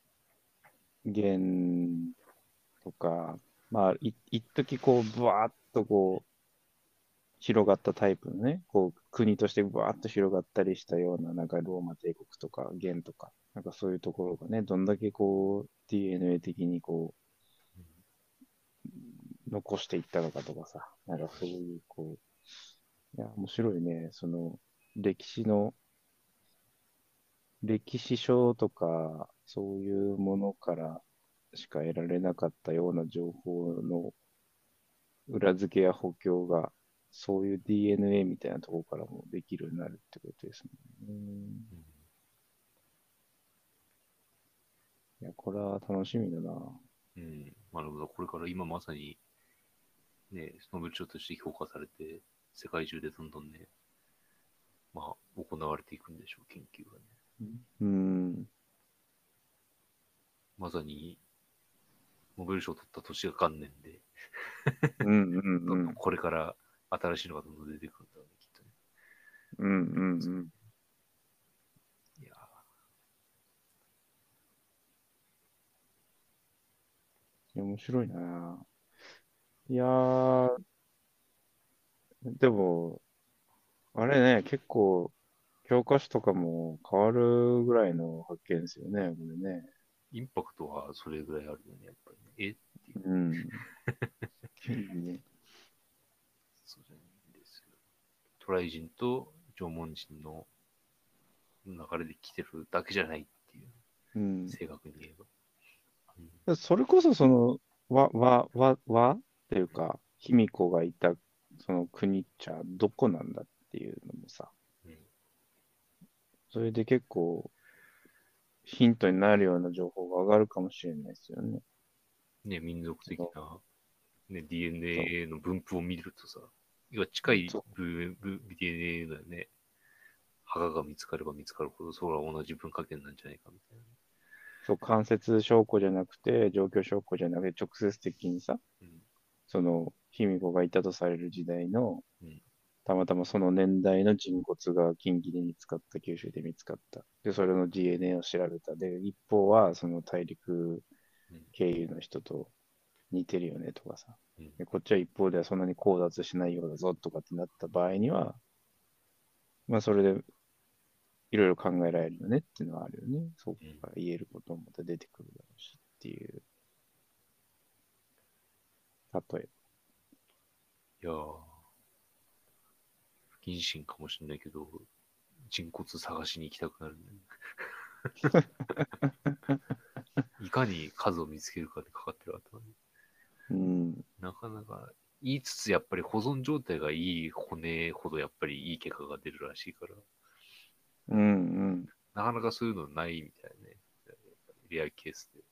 元とか、まあ、い一時こう、ブワーッとこう、広がったタイプのね、こう、国としてブワーッと広がったりしたような、なんかローマ帝国とか、元とか、なんかそういうところがね、どんだけこう、ディーエヌエー 的にこう、残していったのかとかさ、なんかそういう、こう、いや、面白いね、その、歴史の、歴史書とか、そういうものからしか得られなかったような情報の裏付けや補強が、そういう ディーエヌエー みたいなところからもできるようになるってことですもんね。 うんいや、これは楽しみだな。 うん、なるほど。これから今まさにね、ノーベル賞として評価されて、世界中でどんどんね、まあ、行われていくんでしょう、研究がね。 うん。 まさに、ノーベル賞を取った年が元年で、 うんうんどんどんうん。 これから新しいのがどんどん出てくるんだろうね、きっとね。 うんうんうん。 いやいや、面白いな。いやー、でも、あれね、結構、教科書とかも変わるぐらいの発見ですよね、これね。 ー、インパクトはそれぐらいあるよね、やっぱりね。えっていう。 うん。いいね。 そうじゃないんですよ。渡来人と縄文人の流れで来てるだけじゃないっていう、 うん。 正確に言えば。うん。 それこそ、その、わ、わ、わ、わっていうか、卑弥呼がいた、その国っちゃ、どこなんだっていうのもさ、 うん。 それで結構、 ヒントになるような情報が上がるかもしれないですよね。 ね、民族的な、ね、 そうディーエヌエー の分布を見るとさ、要は近いそう部部 ディーエヌエー だよね。墓が見つかれば見つかるほど、それは同じ文化圏なんじゃないかみたいな。 そう、間接証拠じゃなくて、状況証拠じゃなくて、直接的にさ、 うん。 その、卑弥呼がいたとされる時代の、 うん。 たまたまその年代の人骨が近畿で見つかった、九州で見つかった。で、それの ディーエヌエー を調べた。で、一方は、その大陸うん。 経由の人と似てるよねとかさ。 うん。 で、こっちは一方ではそんなに交雑しないようだぞとかってなった場合には、まあ、それでいろいろ考えられるよねっていうのはあるよね。そこうん。 から言えることもまた出てくるだろうしっていう、例えいやー、不謹慎かもしれないけど、人骨探しに行きたくなるね。いかに数を見つけるかでかかってる頭に。 ば。うん。 なかなか、言いつつやっぱり保存状態がいい骨ほどやっぱりいい結果が出るらしいから、 うんうん。 なかなかそういうのないみたいね。レアケースで。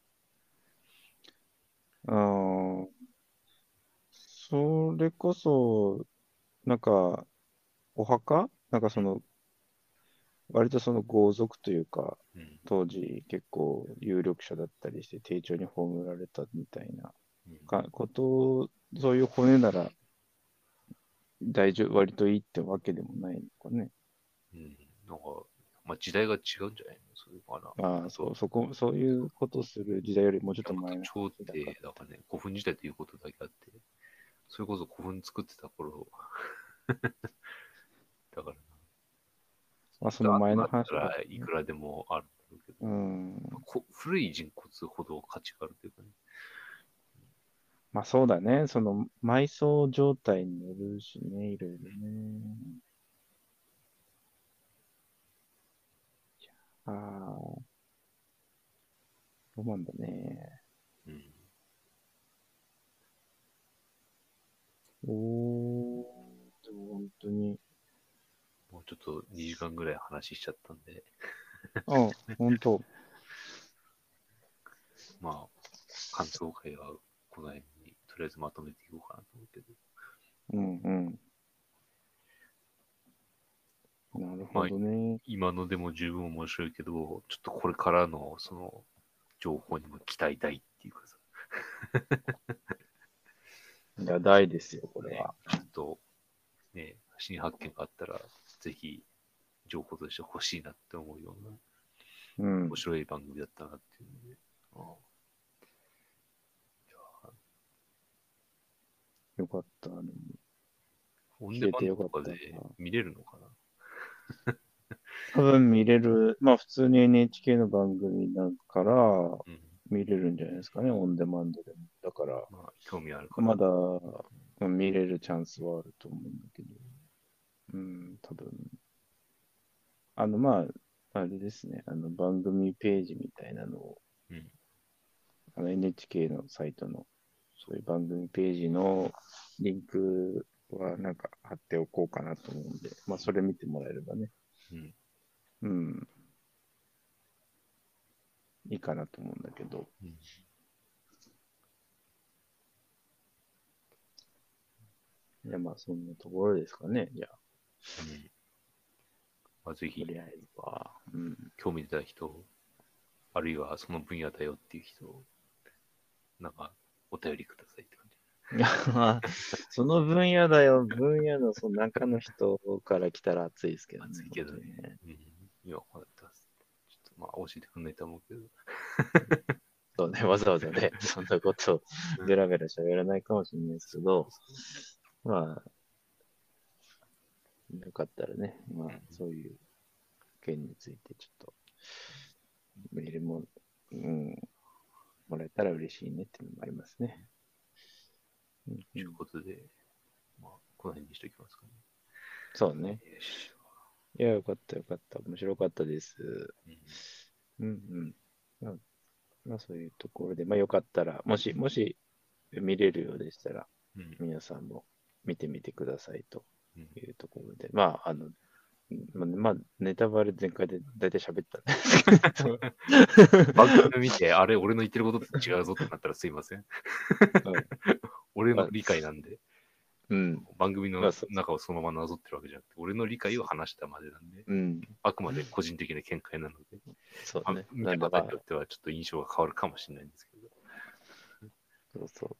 ああ、それこそ、なんか、お墓なんかその、割とその豪族というか、 うん。 当時結構有力者だったりして、丁重に葬られたみたいなうん。 かことを、そういう骨なら大丈夫、割といいってわけでもないのかね。 うん。なんか、まあ時代が違うんじゃないのそういうのかな。 ああ、 あと、 そう、そこ、そういうことする時代よりもうちょっと大和前の朝話だから。 廷だからね、古墳時代ということだけあって、それこそ古墳作ってた頃、だからな。 まあ、その前の後だった話だからね。 らいくらでもあるんだろうけど、 うん。 こ古い人骨ほど価値があるというかね。 まあそうだね。その埋葬状態によるしね、いろいろね。ああ、そうなんだね。 うん。 おー、でも本当に。 もうちょっとにじかんぐらい話しちゃったんで、 あ、本当。 まあ、感想会はこの辺にとりあえずまとめていこうかなと思うけど、 うんうん。なるほまあ、 どね。 今のでも十分面白いけど、ちょっとこれからのその情報にも期待大っていうかさ、 いや、大ですよ、これね、 は。 ちょっとね、新発見があったら、ぜひ情報として欲しいなって思うようなうん。 面白い番組だったなっていうので、ああいやよかった。でもオン聞けデマンドとてよかった。 かで見れるのかな。 多分見れる。まあ普通に エヌエイチケー の番組だからうん。 見れるんじゃないですかね、オンデマンドでも。だから、 まあ、興味ある方。 まだうん見れるチャンスはあると思うんだけど。うん、多分。あの、まあ、あれですね。あの、番組ページみたいなのを、 うん。 あの エヌエイチケー のサイトの、そういう番組ページのリンクはなんか貼っておこうかなと思うんで、まあ、それ見てもらえればね。 うん。 うん、いいかなと思うんだけど。 うん。 いや、まあ、そんなところですかね。じゃあ、 うん。まあ、ぜひ、 とりあえずは。うん。 興味出た人、あるいはその分野だよっていう人、なんか、お便りくださいって感じ。 まあ、その分野だよ、分野のその中の人から来たら熱いですけどね、 熱いけどね。 本当にね。 うん。いや、わかったっす。ちょっと、まあ、教えてくんないと思うけど。 そうね、わざわざね、そんなことうん。 ベラベラ喋らないかもしれないですけど、 そうそうまあ、よかったらね、まあ、 うん。 そういう件についてちょっとメールも、うん、もらえたら嬉しいねっていうのもありますね。うんうというん、 ことで、まあ、この辺にしておきますかね。 そうね。 よし。 いや、よかったよかった。面白かったです。 うん。 うんうん。まあ、まあ、そういうところで、まあよかったら、もし、もし見れるようでしたら、 うん。 皆さんも見てみてくださいとうん。 いうところで、まあ、あの、 まあ、まあ、ネタバレ全開で大体喋ったんですけど。 番組見て、あれ、俺の言ってることと違うぞってなったらすいません。 はい俺の理解なんで、 うん。 番組のまあそう中をそのままなぞってるわけじゃなくて、俺の理解を話したまでなんで、 うん。 あくまで個人的な見解なので、まあそうね。 見たなんでまあ、 方によってはちょっと印象が変わるかもしれないんですけど。 そうそう。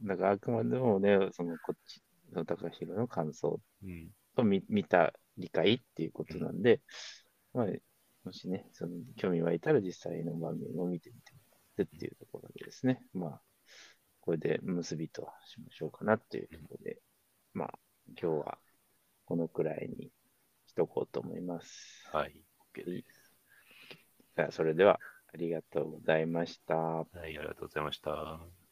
だからあくまでもね、そのこっちの高弘の感想うん。 と見見た理解っていうこうん。 となんで、まあ、もしね、その興味湧いたら実際の番組を見てみてもらってっていうところでですね、まあ、これで結びとしましょうかなっていうところで、まあ、今日はこのくらいにしとこうと思います。 はい。OK はい。 です。 じゃあそれではありがとうございました。 はい、ありがとうございました。